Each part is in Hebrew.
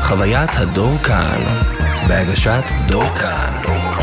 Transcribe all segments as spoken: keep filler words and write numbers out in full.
חוויית הדור כאן, בהגשת דור כאן.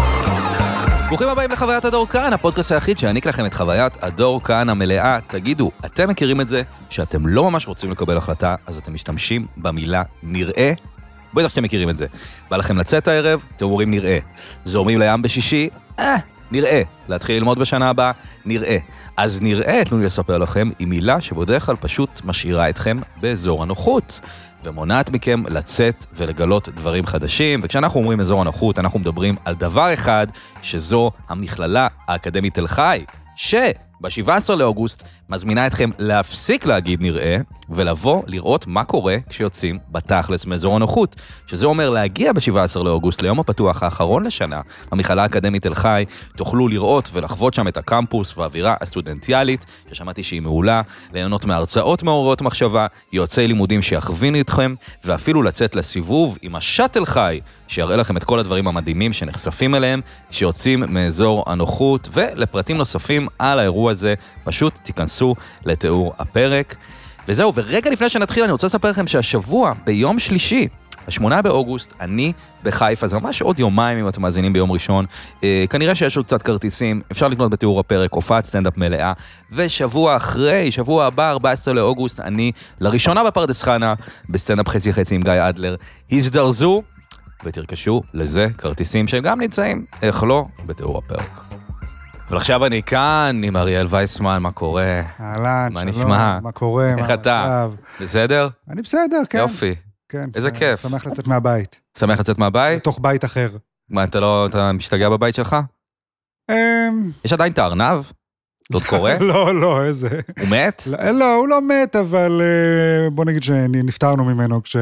ברוכים הבאים לחוויית הדור כאן, הפודקאסט היחיד שיעניק לכם את חוויית הדור כאן המלאה. תגידו, אתם מכירים את זה שאתם לא ממש רוצים לקבל החלטה, אז אתם משתמשים במילה נראה? בטח שאתם מכירים את זה. בא לכם לצאת הערב, אתם אומרים נראה. זורמים לים בשישי, אה, נראה. להתחיל ללמוד בשנה הבאה, נראה. אז נראה, תנו לי לספר לכם, היא מילה שבדרך כלל פשוט משאירה אתכם באזור הנוחות. ומונעת מכם לצאת ולגלות דברים חדשים, וכשאנחנו אומרים אזור הנוחות, אנחנו מדברים על דבר אחד, שזו המכללה האקדמית תל חי, שב-שבעה עשר לאוגוסט מזמינה אתכם להפסיק להגיד נראה, ולבוא לראות מה קורה כשיוצאים בתכלס מאזור הנוחות, שזה אומר להגיע ב-שבעה עשר לאוגוסט ליום הפתוח האחרון לשנה, המכללה האקדמית תל חי, תוכלו לראות ולחוות שם את הקמפוס והאווירה הסטודנטיאלית, ששמעתי שהיא מעולה, ליהנות מהרצאות מעוררות מחשבה, יועצי לימודים שיכווינו אתכם, ואפילו לצאת לסיבוב עם השאטל חי, שיראה לכם את כל הדברים המדהימים שנחשפים אליהם, שיוצאים מאזור הנוחות, ולפרטים נוספים על האירוע הזה, פשוט תיכנסו לתיאור הפרק. וזהו, ורגע לפני שנתחיל, אני רוצה לספר לכם שהשבוע, ביום שלישי, השמונה באוגוסט, אני בחיפה, זה ממש עוד יומיים אם אתם מאזינים ביום ראשון, אה, כנראה שיש עוד קצת כרטיסים, אפשר לקנות בתיאור הפרק, הופעת סטנדאפ מלאה, ושבוע אחרי, שבוע הבא, ארבעה עשר לאוגוסט, אני לראשונה בפרדס חנה, בסטנדאפ חצי חצי עם גיא אדלר, הזדרזו, ותרכשו לזה כרטיסים שגם נמצאים, איך לא, בתיאור הפרק. אבל עכשיו אני כאן עם אריאל וייסמן, מה קורה? אהלן, מה שלום, נשמע? מה קורה? איך מה אתה? המצב? בסדר? אני בסדר, כן. יופי. כן, איזה ש- כיף. שמח לצאת מהבית. שמח לצאת מהבית? לתוך בית אחר. מה, אתה לא, אתה משתגע בבית שלך? אמ, יש עדיין את הארנב? זה עוד קורה? לא, לא, איזה... הוא מת? לא, לא, הוא לא מת, אבל אה, בוא נגיד שנפטרנו ממנו כש...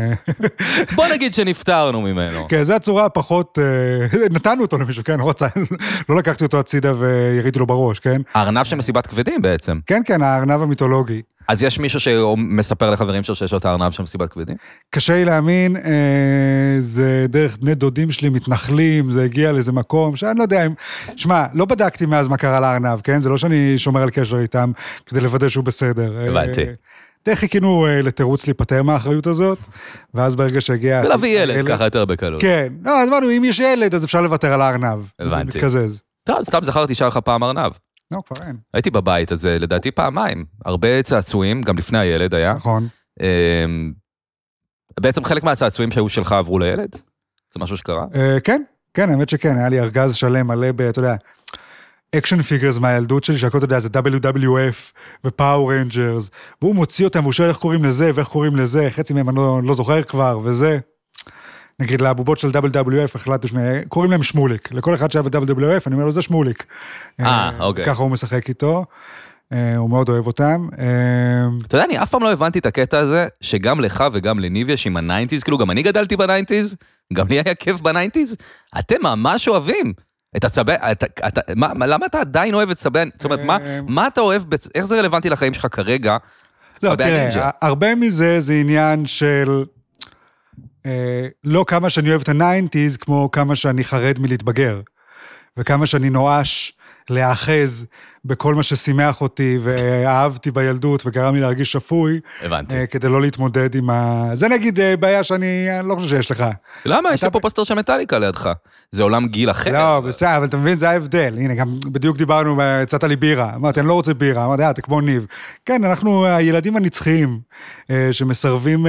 בוא נגיד שנפטרנו ממנו. כן, זו הצורה הפחות... אה, נתנו אותו למישהו, כן, לא רוצה... לא לקחתי אותו הצידה ויריתי לו בראש, כן? הארנב של מסיבת כבדים בעצם. כן, כן, הארנב המיתולוגי. אז יש מישהו שמספר לחברים שלו שיש לו את הארנב של מסיבת כבדים? קשה לי להאמין, אה, זה דרך בני דודים שלי מתנחלים, זה הגיע לאיזה מקום, שאני לא יודע אם... שמע, לא בדקתי מאז מה קרה לארנב, כן? זה לא שאני שומר על קשר איתם כדי לוודא שהוא בסדר. הבנתי. אה, די חיכינו אה, לתירוץ להיפטר מהאחריות הזאת, ואז ברגע שהגיע... ולהביא ילד ככה יותר בקלות. כן, לא, אז אמרנו, אם יש ילד, אז אפשר לוותר על הארנב. הבנתי. זה מתקזז. טוב, סתם זכרתי שהיה לך פעם ארנב. לא, כבר אין. הייתי בבית הזה, לדעתי פעמיים. הרבה צעצועים, גם לפני הילד היה. נכון. אמ, בעצם חלק מהצעצועים שהיו שלך עברו לילד? זה משהו שקרה? אה, כן, כן, האמת שכן, היה לי ארגז שלם מלא ב, אתה יודע, אקשן פיגרס מהילדות שלי, שהכל אתה יודע, זה דאבליו דאבליו אף ופאור רנג'רס, והוא מוציא אותם, והוא שואל איך קוראים לזה, ואיך קוראים לזה, חצי מהם אני לא, לא זוכר כבר, וזה. נגיד, לבובות של דאבליו דאבליו אף, החלטנו שני, קוראים להם שמוליק. לכל אחד שהיה ב-דאבליו דאבליו אף, אני אומר לו, זה שמוליק. אה, אוקיי. ככה הוא משחק איתו, הוא מאוד אוהב אותם. אתה יודע, אני אף פעם לא הבנתי את הקטע הזה, שגם לך וגם לניב יש עם הניינטיז, כאילו גם אני גדלתי בניינטיז, גם לי היה כיף בניינטיז, אתם ממש אוהבים את הצבע, למה אתה עדיין אוהב את צבע, זאת אומרת, מה אתה אוהב, איך זה רלוונטי לחיים שלך כרגע? לא, תראה, הרבה מזה זה עניין של... לא כמה שאני אוהב את הניינטיז, כמו כמה שאני חרד מלהתבגר, וכמה שאני נואש להאחז בכל מה ששימח אותי, ואהבתי בילדות, וגרם לי להרגיש שפוי, הבנתי. כדי לא להתמודד עם ה... זה נגיד בעיה שאני לא חושב שיש לך. למה? יש לי פה פוסטר של מטאליקה לידך. זה עולם גיל אחר. לא, בסדר, אבל אתה מבין, זה ההבדל. הנה, גם בדיוק דיברנו, הצעת לי בירה. אמרתי, אני לא רוצה בירה. אמרתי, אתה כמו ניב. כן, אנחנו הילדים הנצחיים, שמסרבים...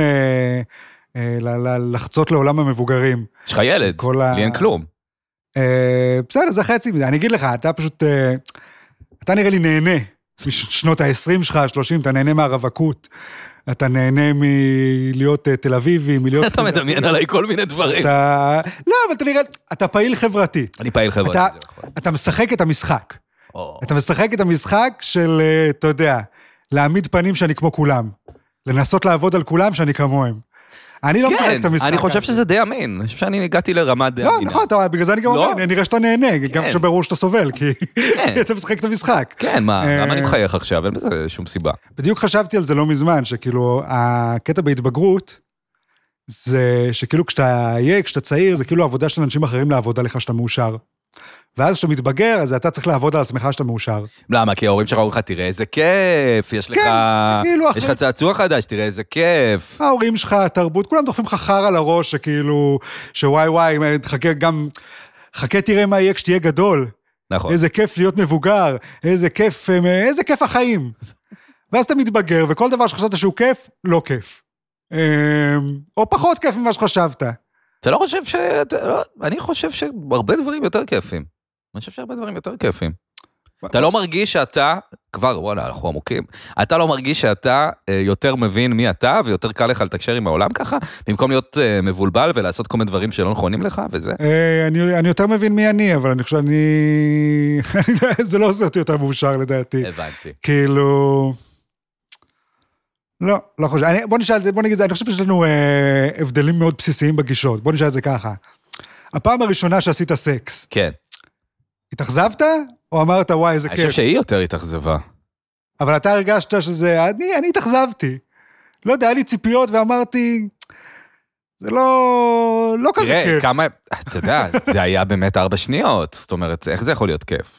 לחצות לעולם המבוגרים. יש לך ילד, לי אין כלום. בסדר, זה חצי מזה. אני אגיד לך, אתה פשוט, אתה נראה לי נהנה, משנות ה-עשרים שלך, ה-שלושים, אתה נהנה מהרווקות, אתה נהנה מלהיות תל אביבי, מלהיות... אתה מדמיין עליי כל מיני דברים. לא, אבל אתה נראה, אתה פעיל חברתי. אני פעיל חברתי. אתה משחק את המשחק. אתה משחק את המשחק של, אתה יודע, להעמיד פנים שאני כמו כולם. לנסות לעבוד על כולם שאני כמוהם. אני לא משחק את המשחק. אני חושב שזה די אמין, אני חושב שאני הגעתי לרמת די אמין. לא, נכון, בגלל זה אני גם אומר, נראה שאתה נהנה, גם שברור שאתה סובל, כי אתה משחק את המשחק. כן, מה, למה אני מחייך עכשיו? אין בזה שום סיבה. בדיוק חשבתי על זה לא מזמן, שכאילו, הקטע בהתבגרות, זה שכאילו כשאתה יהיה, כשאתה צעיר, זה כאילו העבודה של אנשים אחרים לעבודה לך שאתה מאושר. ואז כשאתה מתבגר, אז אתה צריך לעבוד על עצמך שאתה מאושר. למה? כי ההורים שלך אומרים לך, תראה איזה כיף, יש לך, כאילו יש לך צעצוע חדש, תראה איזה כיף. ההורים שלך, התרבות, כולם דוחפים לך חר על הראש, שכאילו, שוואי וואי, חכה גם, חכה תראה מה יהיה כשתהיה גדול. נכון. איזה כיף להיות מבוגר, איזה כיף, איזה כיף החיים. ואז אתה מתבגר, וכל דבר שחשבת שהוא כיף, לא כיף. או פחות כיף ממה שחשבת. אתה לא חושב ש... אני חושב שהרבה דברים יותר כיפים. אני חושב שהרבה דברים יותר כיפים. אתה לא מרגיש שאתה, כבר, וואלה, אנחנו עמוקים, אתה לא מרגיש שאתה יותר מבין מי אתה, ויותר קל לך לתקשר עם העולם ככה, במקום להיות מבולבל ולעשות כל מיני דברים שלא נכונים לך, וזה? אני יותר מבין מי אני, אבל אני חושב שאני... זה לא עושה אותי יותר מאושר לדעתי. הבנתי. כאילו... לא, לא חושב. אני, בוא נשאל, בוא נגיד, אני חושב שיש לנו אה, הבדלים מאוד בסיסיים בגישות. בוא נשאל את זה ככה. הפעם הראשונה שעשית סקס. כן. התאכזבת? או אמרת, וואי, איזה כיף? אני חושב שהיא יותר התאכזבה. אבל אתה הרגשת שזה, אני, אני התאכזבתי. לא יודע, היה לי ציפיות ואמרתי, זה לא, לא כזה תראה, כיף. תראה, כמה, אתה יודע, זה היה באמת ארבע שניות. זאת אומרת, איך זה יכול להיות כיף?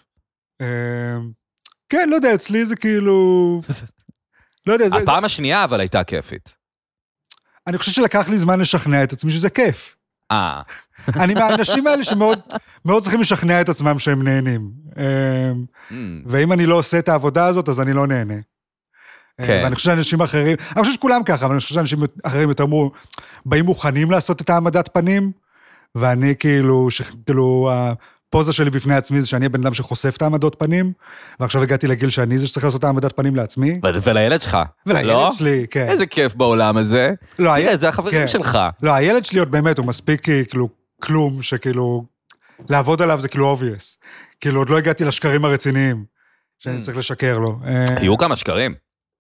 כן, לא יודע, אצלי זה כאילו... לא יודע, זה... הפעם השנייה אבל הייתה כיפית. אני חושב שלקח לי זמן לשכנע את עצמי שזה כיף. אה. אני מהאנשים האלה שמאוד מאוד צריכים לשכנע את עצמם שהם נהנים. ואם אני לא עושה את העבודה הזאת, אז אני לא נהנה. ואני חושב שאנשים אחרים, אני חושב שכולם ככה, אבל אני חושב שאנשים אחרים יותר באים מוכנים לעשות את העמדת פנים, ואני כאילו, כאילו, הפוזה שלי בפני עצמי זה שאני הבן אדם שחושף את העמדות פנים, ועכשיו הגעתי לגיל שאני זה שצריך לעשות את העמדת פנים לעצמי. ולילד שלך. ולילד שלי, כן. איזה כיף בעולם הזה. תראה, זה החברים שלך. לא, הילד שלי עוד באמת, הוא מספיק כאילו כלום, שכאילו, לעבוד עליו זה כאילו obvious. כאילו, עוד לא הגעתי לשקרים הרציניים, שאני צריך לשקר לו. היו כמה שקרים.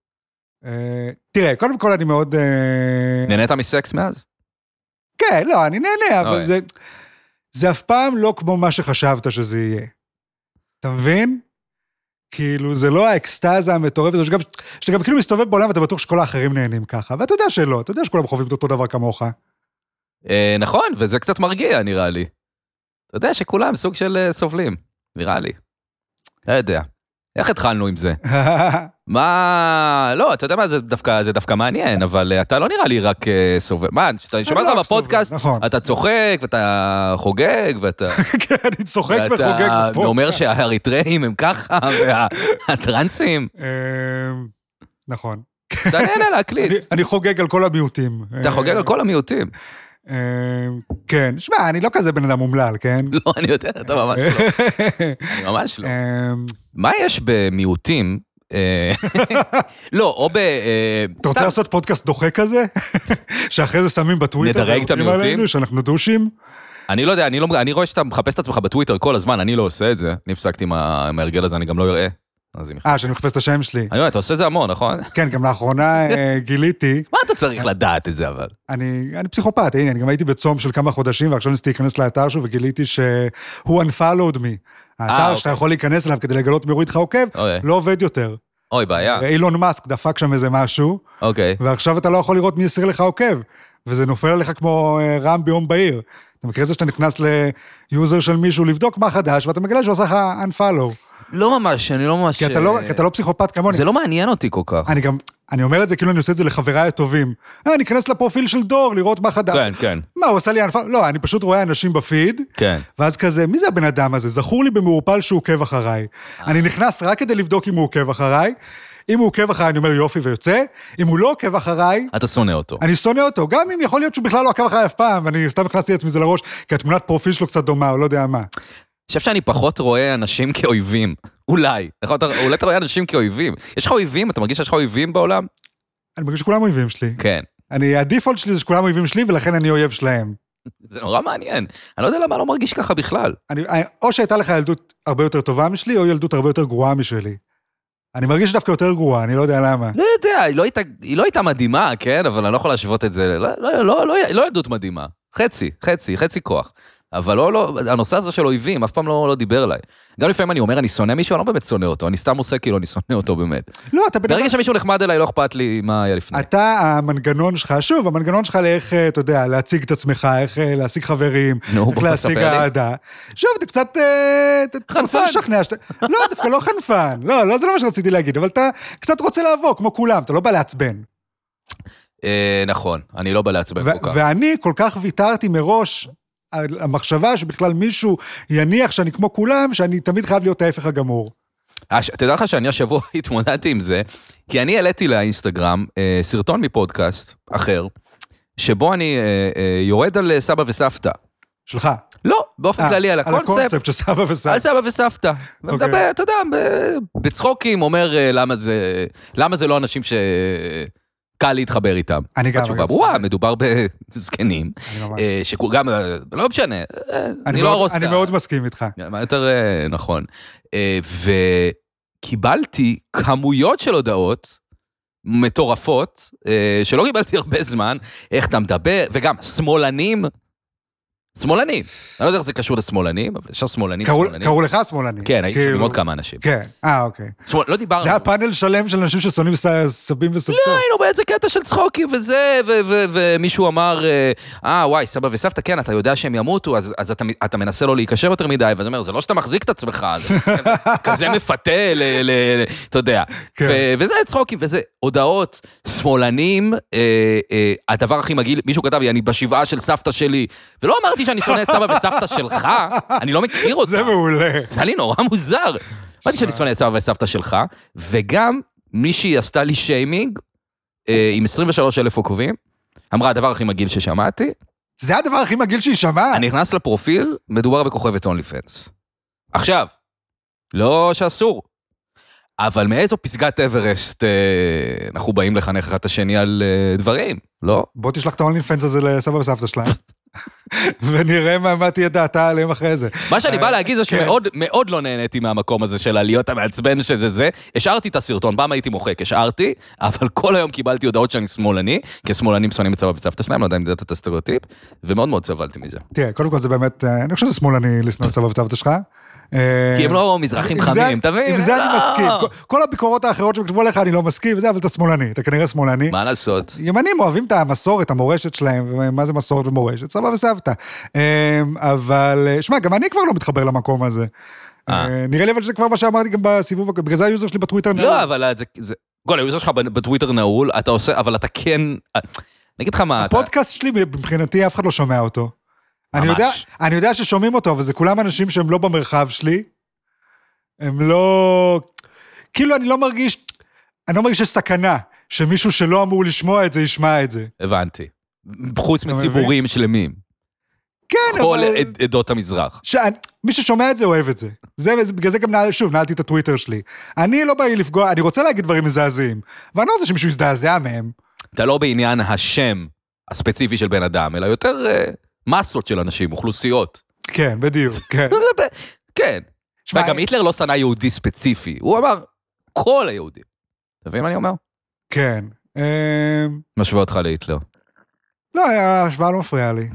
תראה, קודם כל אני מאוד... נהנית מסקס מאז? כן, לא, אני נהנה, אבל זה... זה אף פעם לא כמו מה שחשבת שזה יהיה. אתה מבין? כאילו, זה לא האקסטאזה המטורפת, שאתה גם כאילו מסתובב בעולם ואתה בטוח שכל האחרים נהנים ככה, ואתה יודע שלא, אתה יודע שכולם חווים את אותו דבר כמוך. נכון, וזה קצת מרגיע, נראה לי. אתה יודע שכולם סוג של סובלים, נראה לי. לא יודע. איך התחלנו עם זה? מה... לא, אתה יודע מה, זה דווקא, זה דווקא מעניין, אבל אתה לא נראה לי רק סובל. מה, אתה שומע אותך בפודקאסט, אתה צוחק, ואתה חוגג, ואתה... כן, אני צוחק וחוגג בפודקאסט. ואתה אומר שהאריתראים הם ככה, והטרנסים. נכון. אתה נהנה להקליט. אני חוגג על כל המיעוטים. אתה חוגג על כל המיעוטים. כן, שמע, אני לא כזה בן אדם מומלל, כן? לא, אני יודע, אתה ממש לא. אני ממש לא. מה יש במיעוטים? לא, או ב... אתה רוצה לעשות פודקאסט דוחה כזה? שאחרי זה שמים בטוויטר, נדרג את המיעוטים? שאנחנו דושים? אני לא יודע, אני רואה שאתה מחפש את עצמך בטוויטר כל הזמן, אני לא עושה את זה. אני הפסקתי עם ההרגל הזה, אני גם לא אראה. אה, שאני מחפש את השם שלי. אני יודע, אתה עושה את זה המון, נכון? כן, גם לאחרונה גיליתי... מה אתה צריך לדעת את זה, אבל? אני פסיכופת, הנה, אני גם הייתי בצום של כמה חודשים, ועכשיו ניסיתי להיכנס לאתר שוב, וגיליתי שהוא unfollowed me. האתר שאתה יכול להיכנס אליו כדי לגלות מי הוריד לך עוקב, לא עובד יותר. אוי, בעיה. אילון מאסק דפק שם איזה משהו, ועכשיו אתה לא יכול לראות מי הסיר לך עוקב, וזה נופל עליך כמו רם ביום בהיר. אתה מכיר את זה שאתה נכנס ליוזר של מישהו לבדוק מה חדש, ואתה מגלה שהוא עושה לך unfollow. לא ממש, אני לא ממש... כי אתה לא, כי אתה לא פסיכופת כמוני. זה לא מעניין אותי כל כך. אני גם, אני אומר את זה כאילו אני עושה את זה לחבריי הטובים. אני אכנס לפרופיל של דור, לראות מה חדש. כן, כן. מה, הוא עושה לי unfollow? לא, אני פשוט רואה אנשים בפיד, כן. ואז כזה, מי זה הבן אדם הזה? זכור לי במעורפל שהוא עוקב אחריי. אני נכנס רק כדי לבדוק אם הוא עוקב אחריי. אם הוא עוקב אחריי, אני אומר יופי ויוצא. אם הוא לא עוקב אחריי... אתה שונא אותו. אני שונא אותו. גם אם יכול להיות שהוא בכלל לא עוקב אחריי אף פעם, ואני סתם הכנסתי את עצמי זה לראש, כי התמונת פרופיל שלו קצת דומה, או לא יודע מה. אני חושב שאני פחות רואה אנשים כאויבים. אולי. אולי אתה רואה אנשים כאויבים. יש לך אויבים? אתה מרגיש שיש לך אויבים בעולם? אני מרגיש שכולם אויבים שלי. כן. אני, הדיפולט שלי זה שכולם אויבים שלי, ולכן אני אויב שלהם. זה נורא מעניין. אני לא יודע למה לא מרגיש ככה בכלל. אני, או שהייתה לך ילדות הרבה יותר טובה משלי, או ילדות הרבה יותר גרועה משלי. אני מרגיש דווקא יותר גרועה, אני לא יודע למה. לא יודע, היא לא הייתה, היא לא הייתה מדהימה, כן? אבל אני לא יכול להשוות את זה. לא, לא, לא, לא, לא ילדות מדהימה. חצי, חצי, חצי כוח. אבל לא, לא, הנושא הזה של אויבים, אף פעם לא, לא דיבר אליי. גם לפעמים אני אומר, אני שונא מישהו, אני לא באמת שונא אותו, אני סתם עושה כאילו, אני שונא אותו באמת. לא, אתה בן ברגע אדם... שמישהו נחמד אליי, לא אכפת לי מה היה לפני. אתה, המנגנון שלך, שוב, המנגנון שלך לאיך, אתה יודע, להציג את עצמך, איך להשיג חברים, נו, איך להשיג אהדה. שוב, אתה קצת... אתה רוצה לשכנע שאתה... לא, דווקא לא חנפן. לא, לא, זה לא מה שרציתי להגיד, אבל אתה קצת רוצה לעבור, כמו כולם, אתה לא בא לעצבן. נכון, אני לא בא לעצבן כל כך. ואני כל כך ויתרתי מראש המחשבה שבכלל מישהו יניח שאני כמו כולם, שאני תמיד חייב להיות ההפך הגמור. תדע לך שאני השבוע התמודדתי עם זה, כי אני העליתי לאינסטגרם סרטון מפודקאסט אחר, שבו אני יורד על סבא וסבתא. שלך? לא, באופן כללי על הקונספט. על הקונספט של סבא וסבתא. על סבא וסבתא. ומדבר, אתה יודע, בצחוקים אומר למה זה לא אנשים ש... קל להתחבר איתם. אני גם. וואו, מדובר בזקנים. שגם, לא משנה, אני לא ארוס. אני מאוד מסכים איתך. מה יותר נכון. וקיבלתי כמויות של הודעות מטורפות, שלא קיבלתי הרבה זמן, איך אתה מדבר, וגם שמאלנים, שמאלנים. אני לא יודע איך זה קשור לשמאלנים, אבל יש שמאלנים, שמאלנים. קראו לך שמאלנים. כן, הייתי עם עוד כמה אנשים. כן, אה, אוקיי. לא דיברנו. זה היה פאנל שלם של אנשים ששונאים סבים וסבתות. לא, היינו באיזה קטע של צחוקים וזה, ומישהו אמר, אה, וואי, סבא וסבתא, כן, אתה יודע שהם ימותו, אז אתה מנסה לא להיקשר יותר מדי, וזה אומר, זה לא שאתה מחזיק את עצמך, זה כזה מפתה, אתה יודע. וזה צחוקים, וזה הודעות, שמאלנים, הדבר הכי מגעיל, מישהו כתב לי, אני בשבעה של סבתא שלי, ולא אמרתי שאני שונא את סבא וסבתא שלך, אני לא מכיר אותה. זה מעולה. זה היה לי נורא מוזר. אמרתי שאני שונא את סבא וסבתא שלך, וגם מישהי עשתה לי שיימינג, עם עשרים ושלושה אלף עוקבים, אמרה, הדבר הכי מגעיל ששמעתי. זה הדבר הכי מגעיל שהיא שמעה? אני נכנס לפרופיל, מדובר בכוכבת אונלי פנס. עכשיו, לא שאסור, אבל מאיזו פסגת אברסט אנחנו באים לחנך אחד את השני על דברים, לא? בוא תשלח את האונלי פנס הזה לסבא וסבתא שלהם. ונראה מה תהיה דעתה עליהם אחרי זה. מה שאני בא להגיד זה שמאוד מאוד לא נהניתי מהמקום הזה של העליות המעצבן שזה זה. השארתי את הסרטון, פעם הייתי מוחק, השארתי, אבל כל היום קיבלתי הודעות שאני שמאלני, כי שמאלנים שונאים את סבא וסבתא שלהם, לא יודע אם ידעת את הסטריאוטיפ, ומאוד מאוד סבלתי מזה. תראה, קודם כל זה באמת, אני חושב שזה שמאלני לשנוא את סבא וסבתא שלך. כי הם לא מזרחים חמים, אתה מבין? עם זה אני מסכים. כל הביקורות האחרות שכתבו לך אני לא מסכים, וזה, אבל אתה שמאלני, אתה כנראה שמאלני. מה לעשות? ימנים אוהבים את המסורת, המורשת שלהם, ומה זה מסורת ומורשת, סבא וסבתא. אבל, שמע, גם אני כבר לא מתחבר למקום הזה. נראה לי אבל שזה כבר מה שאמרתי גם בסיבוב, בגלל זה היוזר שלי בטוויטר נעול. לא, אבל זה, כל היוזר שלך בטוויטר נעול, אתה עושה, אבל אתה כן, נגיד לך מה, הפודקאסט שלי מבחינתי אף אחד לא שומע אותו. אני יודע, אני יודע ששומעים אותו, אבל זה כולם אנשים שהם לא במרחב שלי. הם לא... כאילו אני לא מרגיש... אני לא מרגיש סכנה, שמישהו שלא אמור לשמוע את זה, ישמע את זה. הבנתי. חוץ מציבורים שלמים. כן, כל עדות המזרח. מי ששומע את זה אוהב את זה. בגלל זה גם נעל, שוב, נעלתי את הטוויטר שלי. אני לא בא לי לפגוע, אני רוצה להגיד דברים מזעזעים, ואני לא רוצה שמישהו יזדעזע מהם. אתה לא בעניין השם הספציפי של בן אדם, אלא יותר... מסות של אנשים, אוכלוסיות. כן, בדיוק, כן. כן. וגם היטלר לא שנא יהודי ספציפי, הוא אמר, כל היהודים. אתה מבין מה אני אומר? כן. משווה אותך להיטלר. לא, ההשוואה לא מפריעה לי.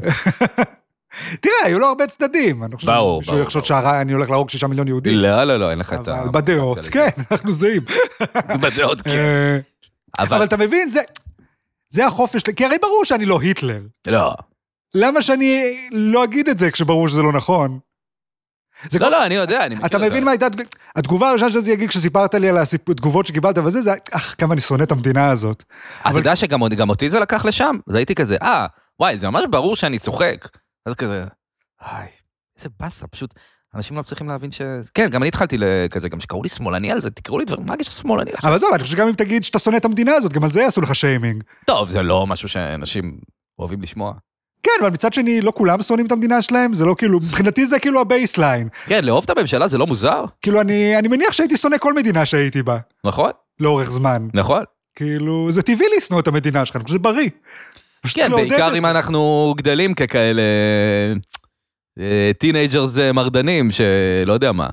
תראה, היו לו הרבה צדדים. ברור, ברור. יחשוד שאני הולך להרוג שישה מיליון יהודים. לא, לא, לא, אין לך את ה... אבל בדעות, כן, אנחנו זהים. בדעות, כן. אבל אתה מבין, זה החופש, כי הרי ברור שאני לא היטלר. לא. למה שאני לא אגיד את זה כשברור שזה לא נכון? לא, לא, אני יודע, אני מכיר. אתה מבין מה הייתה, התגובה הראשונה שזה יגיד כשסיפרת לי על התגובות שקיבלת וזה, זה, אך, כמה אני שונא את המדינה הזאת. אתה יודע שגם אותי זה לקח לשם, אז הייתי כזה, אה, וואי, זה ממש ברור שאני צוחק. אז כזה, איי, איזה בסה, פשוט, אנשים לא צריכים להבין ש... כן, גם אני התחלתי לכזה, גם שקראו לי שמאלני על זה, תקראו לי דברים, מה יש שמאלני? אבל זהו, אני חושב שגם אם תגיד שאתה שונא את המדינה הזאת, גם על זה יעשו לך שיימינג. טוב, זה לא משהו שאנשים אוהבים לשמוע. כן, אבל מצד שני, לא כולם שונאים את המדינה שלהם, זה לא כאילו, מבחינתי זה כאילו הבייסליין. כן, לאהוב את הממשלה זה לא מוזר. כאילו, אני, אני מניח שהייתי שונא כל מדינה שהייתי בה. נכון. לאורך זמן. נכון. כאילו, זה טבעי לשנוא את המדינה שלך, זה בריא. כן, בעיקר אם אנחנו גדלים ככאלה, טינג'רס מרדנים, שלא יודע מה.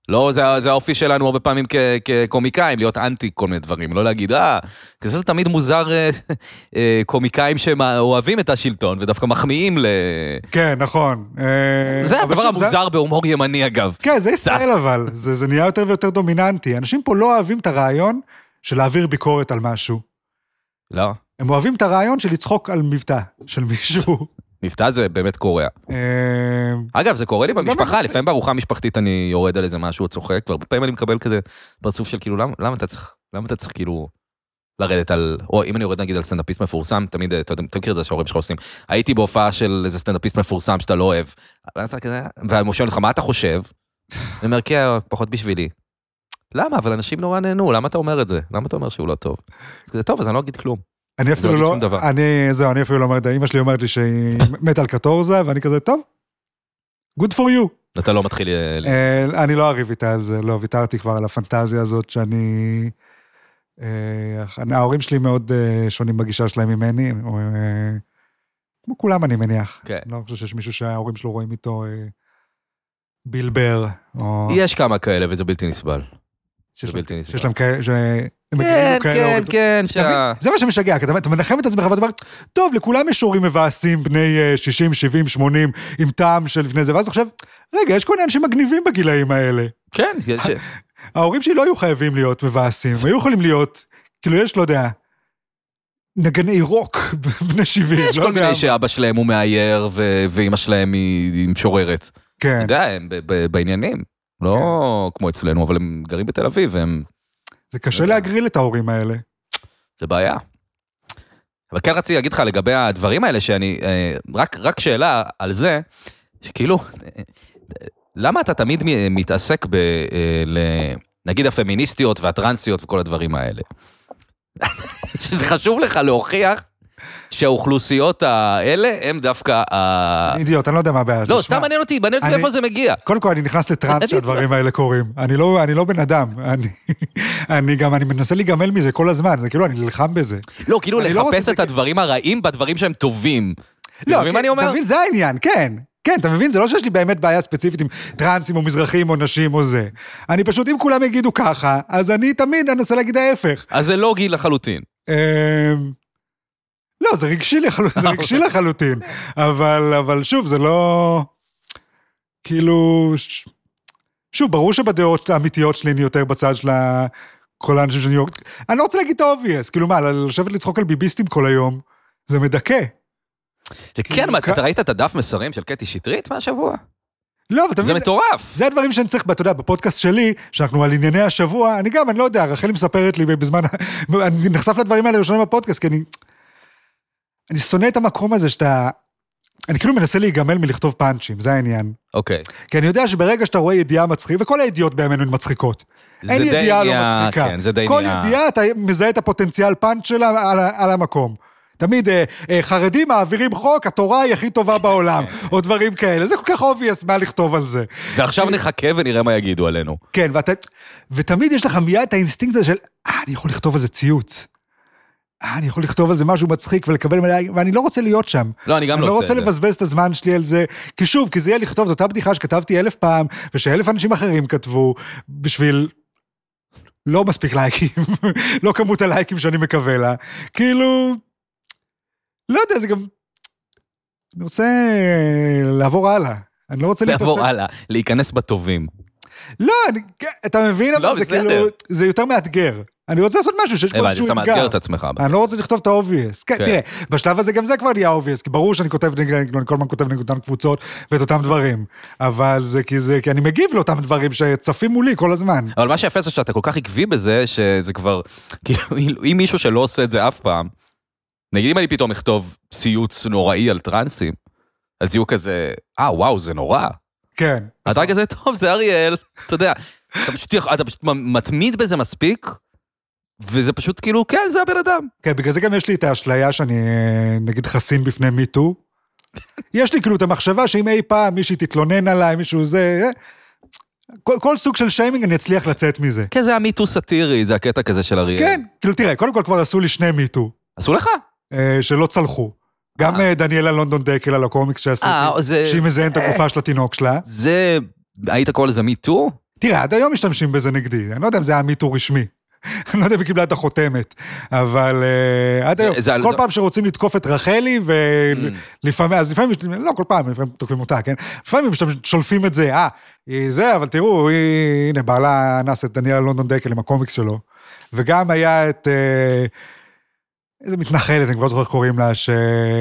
לא, זה, זה האופי שלנו הרבה פעמים כ, כקומיקאים, להיות אנטי כל מיני דברים, לא להגיד, אה, כזה זה תמיד מוזר אה, אה, קומיקאים שאוהבים את השלטון, ודווקא מחמיאים ל... כן, נכון. זה הדבר המוזר זה... בהומור ימני, אגב. כן, זה ישראל אבל, זה, זה נהיה יותר ויותר דומיננטי. אנשים פה לא אוהבים את הרעיון של להעביר ביקורת על משהו. לא. הם אוהבים את הרעיון של לצחוק על מבטא של מישהו. מבטא זה באמת קורע. אגב, זה קורה לי במשפחה, לפעמים בארוחה משפחתית אני יורד על איזה משהו, צוחק, והרבה פעמים אני מקבל כזה פרצוף של כאילו, למה אתה צריך, למה אתה צריך כאילו לרדת על, או אם אני יורד נגיד על סטנדאפיסט מפורסם, תמיד, אתה מכיר את זה שההורים שלך עושים, הייתי בהופעה של איזה סטנדאפיסט מפורסם שאתה לא אוהב, ואני שואל לך, מה אתה חושב? אני אומר, כן, פחות בשבילי. למה? אבל אנשים נורא נהנו, למה אתה אומר את זה? למה אתה אומר שהוא לא טוב? זה טוב, אז אני לא אגיד כלום. אני אפילו לא, אני, זהו, אני אפילו לא אומרת, אמא שלי אומרת לי שהיא מת על קטורזה, ואני כזה, טוב, good for you. אתה לא מתחיל... אני לא אריב איתה על זה, לא, ויתרתי כבר על הפנטזיה הזאת שאני... ההורים שלי מאוד שונים בגישה שלהם ממני, כמו כולם אני מניח. אני לא חושב שיש מישהו שההורים שלו רואים איתו בילבר, או... יש כמה כאלה, וזה בלתי נסבל. זה בלתי נסבל. שיש להם כאלה... כן, כן, כן, זה מה שמשגע, אתה מנחם את עצמך ואתה אומר, טוב, לכולם יש הורים מבאסים, בני שישים, שבעים, שמונים, עם טעם של לפני זה, ואז עכשיו, רגע, יש כל מיני אנשים מגניבים בגילאים האלה. כן, יש... ההורים שלי לא היו חייבים להיות מבאסים, היו יכולים להיות, כאילו יש, לא יודע, נגני רוק בני שבעים. יש כל מיני שאבא שלהם הוא מאייר, ואמא שלהם היא משוררת. כן. אתה יודע, הם בעניינים, לא כמו אצלנו, אבל הם גרים בתל אביב, והם... זה קשה להגריל את ההורים האלה. זה בעיה. אבל כן רציתי להגיד לך לגבי הדברים האלה, שאני, רק, רק שאלה על זה, שכאילו, למה אתה תמיד מתעסק ב, נגיד הפמיניסטיות והטרנסיות וכל הדברים האלה? שזה חשוב לך להוכיח שהאוכלוסיות האלה הם דווקא... אידיוט, אני לא יודע מה הבעיה. לא, סתם מעניין אותי, מעניין אותי איפה זה מגיע. קודם כל, אני נכנס לטרנס שהדברים האלה קורים. אני לא בן אדם. אני גם, אני מנסה להיגמל מזה כל הזמן. זה כאילו, אני נלחם בזה. לא, כאילו לחפש את הדברים הרעים בדברים שהם טובים. לא, אתה מבין, זה העניין, כן. כן, אתה מבין, זה לא שיש לי באמת בעיה ספציפית עם טרנסים או מזרחים או נשים או זה. אני פשוט, אם כולם יגידו ככה, אז אני תמיד אנסה להגיד ההפך. אז זה לא גיל לחלוטין. לא, זה רגשי לחלוטין, זה רגשי לחלוטין, אבל, אבל שוב, זה לא, כאילו, שוב, ברור שבדעות האמיתיות שלי אני יותר בצד של כל האנשים שאני, אני לא רוצה להגיד את האובייס, כאילו מה, לשבת לצחוק על ביביסטים כל היום, זה מדכא. זה כן, אתה ראית את הדף מסרים של קטי שטרית מהשבוע? לא, אבל זה מטורף. זה הדברים שאני צריך, אתה יודע, בפודקאסט שלי, שאנחנו על ענייני השבוע, אני גם, אני לא יודע, רחלי מספרת לי בזמן, אני נחשף לדברים האלה ראשונים בפודקאסט, כי אני, אני שונא את המקום הזה שאתה, אני כאילו מנסה להיגמל מלכתוב פאנצ'ים, זה העניין. אוקיי. כי אני יודע שברגע שאתה רואה ידיעה מצחיקה, וכל הידיעות בימינו הן מצחיקות. אין ידיעה לא מצחיקה. כן, זה די כל ידיעה, אתה מזהה את הפוטנציאל פאנץ' שלה על, על המקום. תמיד אה, אה, חרדים מעבירים חוק, התורה היא הכי טובה בעולם, או דברים כאלה. זה כל כך אובייס מה לכתוב על זה. ועכשיו נחכה ונראה מה יגידו עלינו. כן, ואתה, ותמיד יש לך מיד את האינסטינקט הזה של, אה, אני יכול לכתוב על זה ציוץ. אה, אני יכול לכתוב על זה משהו מצחיק ולקבל מלא, ואני לא רוצה להיות שם. לא, אני גם לא עושה את זה. אני לא רוצה לבזבז את הזמן שלי על זה, כי שוב, כי זה יהיה לכתוב, זו אותה בדיחה שכתבתי אלף פעם, ושאלף אנשים אחרים כתבו, בשביל לא מספיק לייקים, לא כמות הלייקים שאני מקווה לה. כאילו, לא יודע, זה גם, אני רוצה לעבור הלאה. אני לא רוצה לעבור הלאה, להיכנס בטובים. לא, אני, אתה מבין, אבל זה כאילו, זה יותר מאתגר. אני רוצה לעשות משהו שיש פה איזשהו אתגר. אני לא רוצה לכתוב את האובייס. כן, תראה, בשלב הזה גם זה כבר נהיה האובייס, כי ברור שאני כותב, אני כל הזמן כותב נגד אותן קבוצות ואת אותם דברים. אבל זה כי זה, כי אני מגיב לאותם דברים שצפים מולי כל הזמן. אבל מה שיפה זה שאתה כל כך עקבי בזה, שזה כבר, כאילו, אם מישהו שלא עושה את זה אף פעם, נגיד אם אני פתאום אכתוב ציוץ נוראי על טרנסים, אז יהיו כזה, אה, וואו, זה נורא. כן. אתה כזה, טוב, זה אריאל, אתה יודע, אתה פשוט, אתה פשוט מתמיד בזה מספיק, וזה פשוט כאילו, כן, זה הבן אדם. כן, בגלל זה גם יש לי את האשליה שאני, נגיד, חסין בפני מיטו. יש לי כאילו את המחשבה שאם אי פעם מישהי תתלונן עליי, מישהו זה, כל, כל סוג של שיימינג אני אצליח לצאת מזה. כן, זה המיטו סאטירי, זה הקטע כזה של אריאל. כן, כאילו תראה, קודם כל כבר עשו לי שני מיטו. עשו לך? שלא צלחו. גם דניאלה לונדון דקל על הקומיקס שעשיתי, שהיא מזיינת את הגופה של התינוק שלה. זה, היית קורא לזה מיטו? תראה, עד היום משתמשים בזה נגדי, אני לא יודע אם זה היה מיתו רשמי, אני לא יודע אם היא קיבלה את החותמת, אבל עד היום, כל פעם שרוצים לתקוף את רחלי, ולפעמים, אז לפעמים, לא כל פעם, לפעמים תוקפים אותה, כן? לפעמים שולפים את זה, אה, זה, אבל תראו, הנה, בעלה נס את דניאלה לונדון דקל עם הקומיקס שלו, וגם היה את, איזה מתנחלת, אני כבר זוכר איך קוראים לה, ש...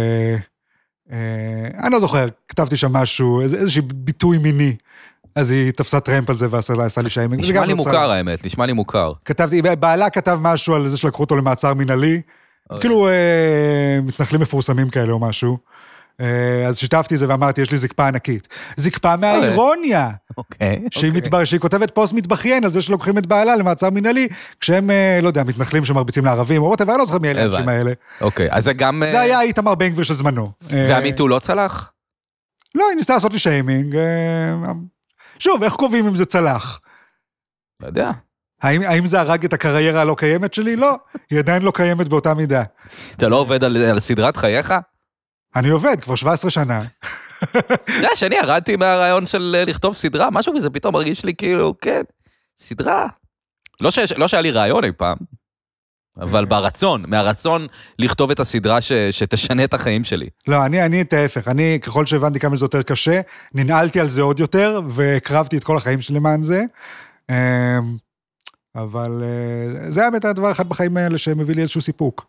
אני לא זוכר, כתבתי שם משהו, איזשהו ביטוי מיני, אז היא תפסה טרמפ על זה ועשה לי שיימינג. נשמע לי מוכר האמת, נשמע לי מוכר. כתבתי, בעלה כתב משהו על זה שלקחו אותו למעצר מנהלי, כאילו מתנחלים מפורסמים כאלה או משהו, אז שיתפתי את זה ואמרתי, יש לי זקפה ענקית. זקפה מהאירוניה, שהיא כותבת פוסט מתבכיין על זה שלוקחים את בעלה למעצר מנהלי, כשהם, לא יודע, מתנחלים שמרביצים לערבים, או ואני לא זוכר מי אלה האנשים האלה. אוקיי, אז זה גם... זה היה איתמר בן גביר של זמנו. והמיתו לא צלח? לא, היא ניסתה לעשות לי שיימינג. שוב, איך קובעים אם זה צלח? לא יודע. האם, האם זה הרג את הקריירה הלא קיימת שלי? לא, היא עדיין לא קיימת באותה מידה. אתה לא עובד על, על סדרת חייך? אני עובד, כבר שבע עשרה שנה. אתה יודע, שאני ירדתי מהרעיון של לכתוב סדרה, משהו וזה פתאום מרגיש לי כאילו, כן, סדרה. לא, ש, לא שהיה לי רעיון אי פעם, אבל ברצון, מהרצון לכתוב את הסדרה ש, שתשנה את החיים שלי. לא, אני, אני את ההפך, אני ככל שהבנתי כמה זה יותר קשה, ננעלתי על זה עוד יותר, והקרבתי את כל החיים שלי למען זה, אבל זה היה באמת הדבר אחד בחיים האלה שמביא לי איזשהו סיפוק.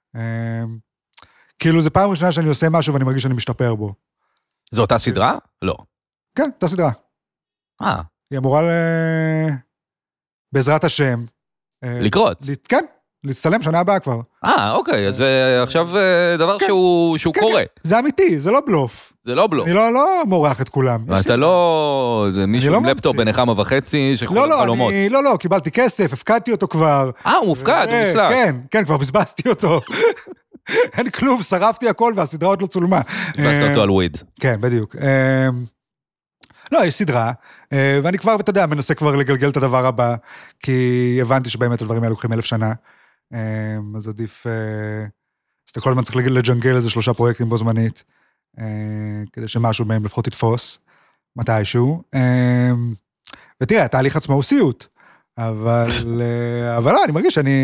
כאילו זה פעם ראשונה שאני עושה משהו ואני מרגיש שאני משתפר בו. זו אותה סדרה? לא. כן, אותה סדרה. אה. היא אמורה ל... בעזרת השם. לקרות? כן. להצטלם שנה הבאה כבר. אה, אוקיי, אז זה עכשיו דבר שהוא קורה. זה אמיתי, זה לא בלוף. זה לא בלוף. אני לא מורח את כולם. אתה לא... זה מישהו עם לפטופ בן אחד וחצי שחול חלומות. לא, לא, קיבלתי כסף, הפקדתי אותו כבר. אה, הוא הופקד, הוא נסלח. כן, כן, כבר בזבזתי אותו. אין כלום, שרפתי הכל והסדרה עוד לא צולמה. בזבזת אותו על וויד. כן, בדיוק. לא, יש סדרה, ואני כבר, אתה יודע, מנסה כבר לגלגל את הדבר הבא, כי הבנתי שבאמת הדברים האלה לוקחים אלף שנה. אז עדיף, אז אתה כל הזמן צריך לג'נגל איזה שלושה פרויקטים בו זמנית, כדי שמשהו מהם לפחות יתפוס, מתישהו. ותראה, התהליך עצמו הוא סיוט, אבל, אבל לא, אני מרגיש שאני,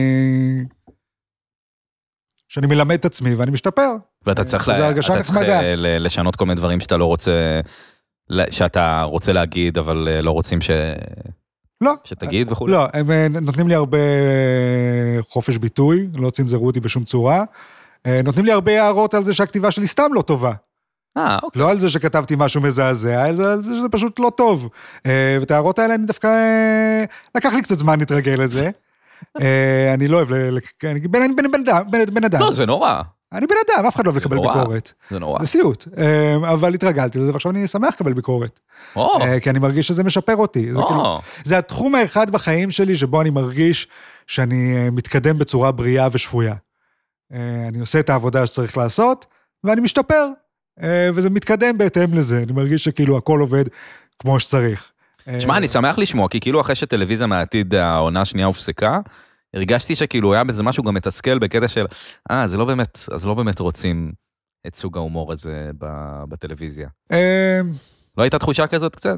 שאני מלמד את עצמי ואני משתפר. ואתה צריך, אתה צריך לשנות כל מיני דברים שאתה לא רוצה, שאתה רוצה להגיד, אבל לא רוצים ש... לא. שתגיד וכו'. לא, הם נותנים לי הרבה חופש ביטוי, לא צנזרו אותי בשום צורה. נותנים לי הרבה הערות על זה שהכתיבה שלי סתם לא טובה. אה, אוקיי. לא על זה שכתבתי משהו מזעזע, על זה שזה פשוט לא טוב. ואת הערות האלה אני דווקא... לקח לי קצת זמן להתרגל לזה. אני לא אוהב... אני בן אדם. לא, זה נורא. אני בן אדם, אף אחד לא אוהב לקבל ביקורת. זה נורא. זה סיוט. אבל התרגלתי לזה, ועכשיו אני שמח לקבל ביקורת. כי אני מרגיש שזה משפר אותי. זה התחום האחד בחיים שלי, שבו אני מרגיש שאני מתקדם בצורה בריאה ושפויה. אני עושה את העבודה שצריך לעשות, ואני משתפר. וזה מתקדם בהתאם לזה. אני מרגיש שכאילו הכל עובד כמו שצריך. שמע, אני שמח לשמוע, כי כאילו אחרי שטלוויזיה מהעתיד העונה השנייה הופסקה, הרגשתי שכאילו היה בזה משהו גם מתסכל בקטע של, אה, זה לא באמת, אז לא באמת רוצים את סוג ההומור הזה בטלוויזיה. לא הייתה תחושה כזאת קצת?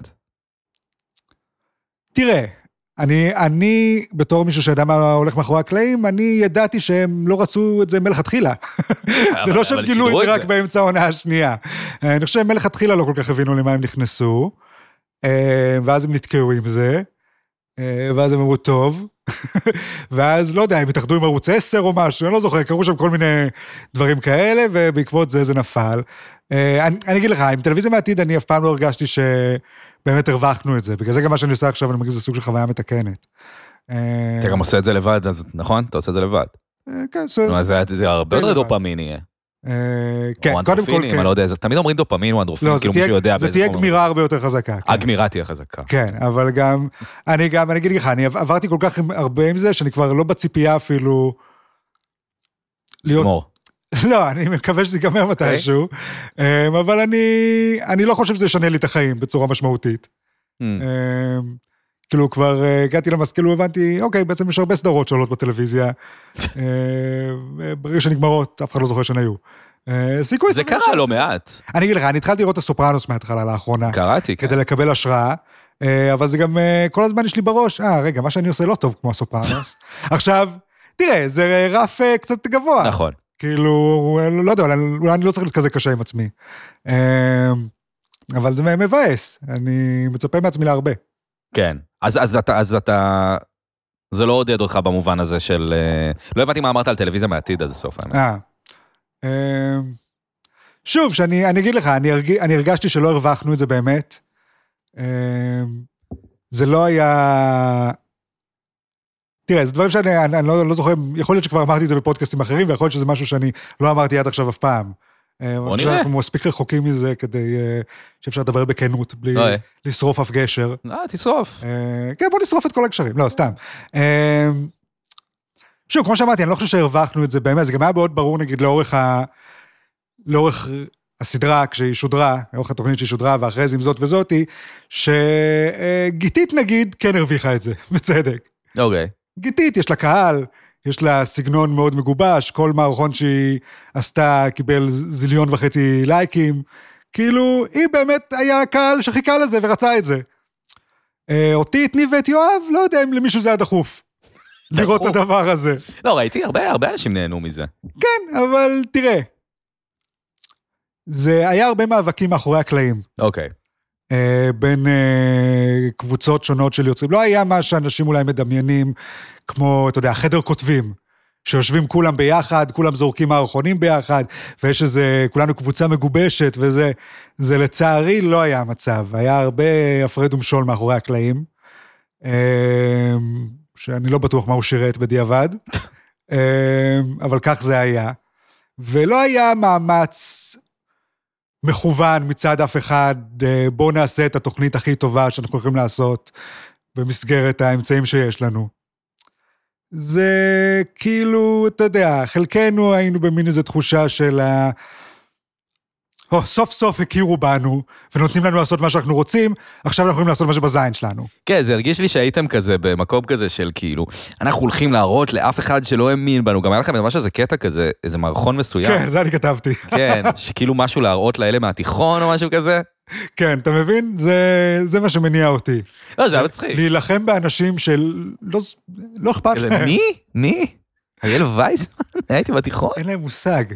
תראה, אני, אני, בתור מישהו שידע מה הולך מאחורי הקלעים, אני ידעתי שהם לא רצו את זה מלכתחילה. זה לא שהם גילו את זה רק באמצע העונה השנייה. אני חושב שמלכתחילה לא כל כך הבינו למה הם נכנסו, ואז הם נתקעו עם זה, ואז הם אמרו טוב, ואז לא יודע, הם התאחדו עם ערוץ עשר או משהו, אני לא זוכר, קראו שם כל מיני דברים כאלה, ובעקבות זה זה נפל. אני, אני אגיד לך, עם טלוויזיה מהעתיד אני אף פעם לא הרגשתי שבאמת הרווחנו את זה, בגלל זה גם מה שאני עושה עכשיו, אני מרגיש שזה סוג של חוויה מתקנת. אתה גם עושה את זה לבד, אז נכון? אתה עושה את זה לבד. כן, זה הרבה יותר דופמין יהיה. כן, קודם כל כן. אני לא יודע, תמיד אומרים דופמין או אנדורפין, כאילו מישהו יודע. זה תהיה גמירה הרבה יותר חזקה. הגמירה תהיה חזקה. כן, אבל גם, אני גם, אני אגיד לך, אני עברתי כל כך הרבה עם זה, שאני כבר לא בציפייה אפילו להיות... לא, אני מקווה שזה ייגמר מתישהו, אבל אני לא חושב שזה ישנה לי את החיים בצורה משמעותית. כאילו כבר הגעתי למסקילו, הבנתי, אוקיי, בעצם יש הרבה סדרות שעולות בטלוויזיה, ברגע שנגמרות, אף אחד לא זוכר שהן היו. זה קרה לא מעט. אני אגיד לך, אני התחלתי לראות את הסופרנוס מההתחלה לאחרונה. קראתי, כן. כדי לקבל השראה, אבל זה גם כל הזמן יש לי בראש, אה, רגע, מה שאני עושה לא טוב כמו הסופרנוס. עכשיו, תראה, זה רף קצת גבוה. נכון. כאילו, לא יודע, אולי אני לא צריך להיות כזה קשה עם עצמי. אבל זה מבאס, אני מצפה מעצמי להרבה. כן, אז, אז אתה, אז אתה, זה לא עודד אותך במובן הזה של, לא הבנתי מה אמרת על טלוויזיה מעתיד עד הסוף. אה, שוב, שאני, אני אגיד לך, אני, הרג, אני הרגשתי שלא הרווחנו את זה באמת. זה לא היה... תראה, זה דברים שאני אני, אני לא, לא זוכר, יכול להיות שכבר אמרתי את זה בפודקאסטים אחרים, ויכול להיות שזה משהו שאני לא אמרתי עד עכשיו אף פעם. בוא נראה. אנחנו מספיק רחוקים מזה כדי שאפשר לדבר בכנות, בלי לשרוף אף גשר. אה, תשרוף. כן, בוא נשרוף את כל הגשרים, לא, סתם. שוב, כמו שאמרתי, אני לא חושב שהרווחנו את זה באמת, זה גם היה מאוד ברור, נגיד, לאורך ה... לאורך הסדרה, כשהיא שודרה, לאורך התוכנית שהיא שודרה, ואחרי זה עם זאת וזאתי, שגיתית, נגיד, כן הרוויחה את זה, בצדק. אוקיי. גיתית, יש לה קהל, יש לה סגנון מאוד מגובש, כל מערכון שהיא עשתה קיבל זיליון וחצי לייקים, כאילו, היא באמת היה קהל שחיכה לזה ורצה את זה. אותי, את ניב ואת יואב, לא יודע אם למישהו זה היה דחוף, לראות את הדבר הזה. לא, ראיתי, הרבה, הרבה אנשים נהנו מזה. כן, אבל תראה, זה היה הרבה מאבקים מאחורי הקלעים. אוקיי. בין קבוצות שונות של יוצרים. לא היה מה שאנשים אולי מדמיינים, כמו, אתה יודע, חדר כותבים, שיושבים כולם ביחד, כולם זורקים מערכונים ביחד, ויש איזה, כולנו קבוצה מגובשת, וזה, זה לצערי לא היה המצב. היה הרבה הפרד ומשול מאחורי הקלעים, שאני לא בטוח מה הוא שירת בדיעבד, אבל כך זה היה. ולא היה מאמץ מכוון מצד אף אחד, בוא נעשה את התוכנית הכי טובה שאנחנו יכולים לעשות במסגרת האמצעים שיש לנו. זה כאילו, אתה יודע, חלקנו היינו במין איזו תחושה של ה... או, סוף סוף הכירו בנו, ונותנים לנו לעשות מה שאנחנו רוצים, עכשיו אנחנו יכולים לעשות מה שבזין שלנו. כן, זה הרגיש לי שהייתם כזה, במקום כזה של כאילו, אנחנו הולכים להראות לאף אחד שלא האמין בנו, גם היה לכם משהו, איזה קטע כזה, איזה מערכון מסוים. כן, זה אני כתבתי. כן, שכאילו משהו להראות לאלה מהתיכון או משהו כזה. כן, אתה מבין? זה, זה מה שמניע אותי. לא, זה היה מצחיק. להילחם באנשים של... לא, לא אכפת להם. מי? מי? אריאל וייסמן? הייתי בתיכון? אין להם מושג.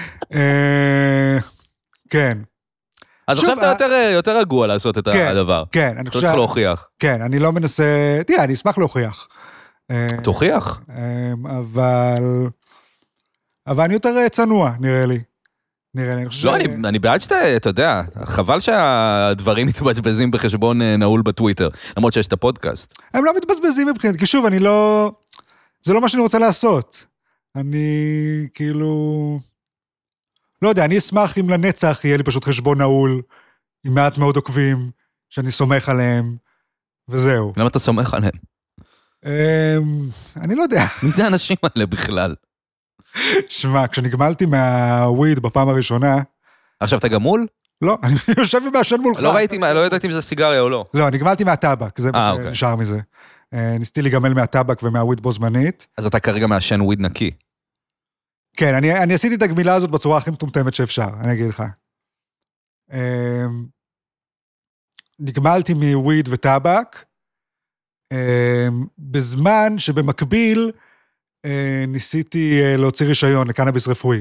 כן. אז עכשיו אתה יותר, יותר רגוע לעשות את הדבר. כן, אני חושב... אתה צריך להוכיח. כן, אני לא מנסה... תראה, אני אשמח להוכיח. תוכיח. אבל... אבל אני יותר צנוע, נראה לי. נראה לי, אני חושב... לא, אני, אני בעד שאתה, אתה יודע, חבל שהדברים מתבזבזים בחשבון נעול בטוויטר, למרות שיש את הפודקאסט. הם לא מתבזבזים מבחינת, כי שוב, אני לא... זה לא מה שאני רוצה לעשות. אני, כאילו... לא יודע, אני אשמח אם לנצח יהיה לי פשוט חשבון נעול, עם מעט מאוד עוקבים, שאני סומך עליהם, וזהו. למה אתה סומך עליהם? אני לא יודע. מי זה האנשים האלה בכלל? שמע, כשנגמלתי מהוויד בפעם הראשונה... עכשיו אתה גמול? לא, אני יושב ומעשן מולך. לא ראיתי, לא ידעתי אם זה סיגריה או לא. לא, נגמלתי מהטבק, זה מה שנשאר מזה. ניסיתי לגמל מהטבק ומהוויד בו זמנית. אז אתה כרגע מעשן וויד נקי. כן, אני, אני עשיתי את הגמילה הזאת בצורה הכי מטומטמת שאפשר, אני אגיד לך. נגמלתי מוויד וטבק, בזמן שבמקביל ניסיתי להוציא רישיון לקנאביס רפואי.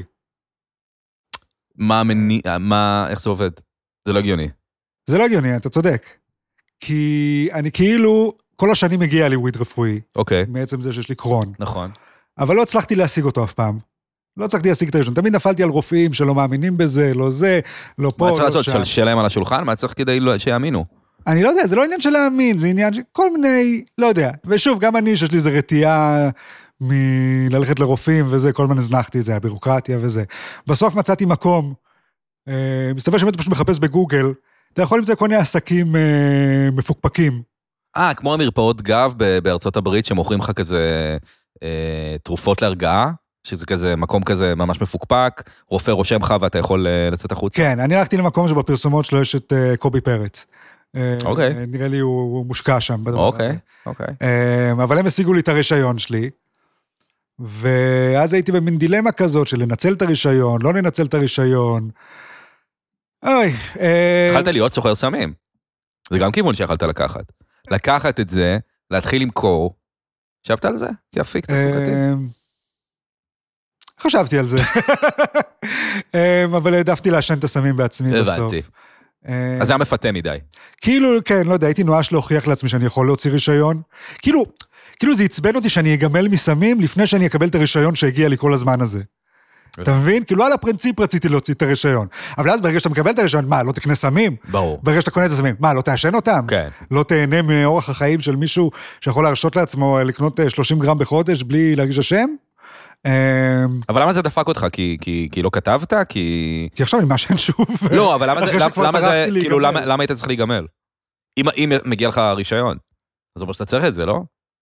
מה המניע, מה, איך זה עובד? זה לא הגיוני. זה לא הגיוני, אתה צודק. כי אני כאילו, כל השנים מגיע לי וויד רפואי. אוקיי. מעצם זה שיש לי קרון. נכון. אבל לא הצלחתי להשיג אותו אף פעם. לא הצלחתי להשיג את הראשון. תמיד נפלתי על רופאים שלא מאמינים בזה, לא זה, לא פה, לא שם. מה צריך לעשות? שלשל להם על השולחן? מה צריך כדי שיאמינו? אני לא יודע, זה לא עניין של להאמין, זה עניין של כל מיני, לא יודע. ושוב, גם אני, שיש לי איזו רתיעה מללכת לרופאים וזה, כל מיני זנחתי את זה, הבירוקרטיה וזה. בסוף מצאתי מקום, מסתבר שבאמת פשוט מחפש בגוגל, אתה יכול למצוא כל מיני עסקים מפוקפקים. אה, כמו המרפאות גב בארצות הברית, שמוכרים לך כזה תרופות להרגעה, שזה כזה מקום כזה ממש מפוקפק, רופא רושם לך ואתה יכול לצאת החוצה. כן, אני הלכתי למקום שבפרסומות שלו יש את קובי פרץ. אוקיי. נראה לי הוא מושקע שם. אוקיי, אוקיי. אבל הם השיגו לי את הרישיון שלי, ואז הייתי במין דילמה כזאת של לנצל את הרישיון, לא לנצל את הרישיון. אוי. התחלת להיות סוחר סמים. זה גם כיוון שיכולת לקחת. לקחת את זה, להתחיל למכור, חשבת על זה? כאפיק תעסוקתי. חשבתי על זה. אבל העדפתי לעשן את הסמים בעצמי בסוף. הבנתי. אז זה היה מפתה מדי. כאילו, כן, לא יודע, הייתי נואש להוכיח לעצמי שאני יכול להוציא רישיון. כאילו, כאילו זה יצבן אותי שאני אגמל מסמים לפני שאני אקבל את הרישיון שהגיע לי כל הזמן הזה. אתה מבין? כאילו על הפרינציפ רציתי להוציא את הרישיון. אבל אז ברגע שאתה מקבל את הרישיון, מה, לא תקנה סמים? ברור. ברגע שאתה קונה את הסמים, מה, לא תעשן אותם? כן. לא תהנה מאורח החיים של מישהו שיכול להרשות לעצמו לקנות שלושים גרם בחודש בלי להרגיש אשם? אבל למה זה דפק אותך? כי, כי, כי לא כתבת? כי... כי עכשיו אני מעשן שוב. לא, אבל למה זה, למה זה, כאילו, למה, למה היית צריך להיגמל? אם, אם מגיע לך רישיון, אז אומר שאתה צריך את זה, לא?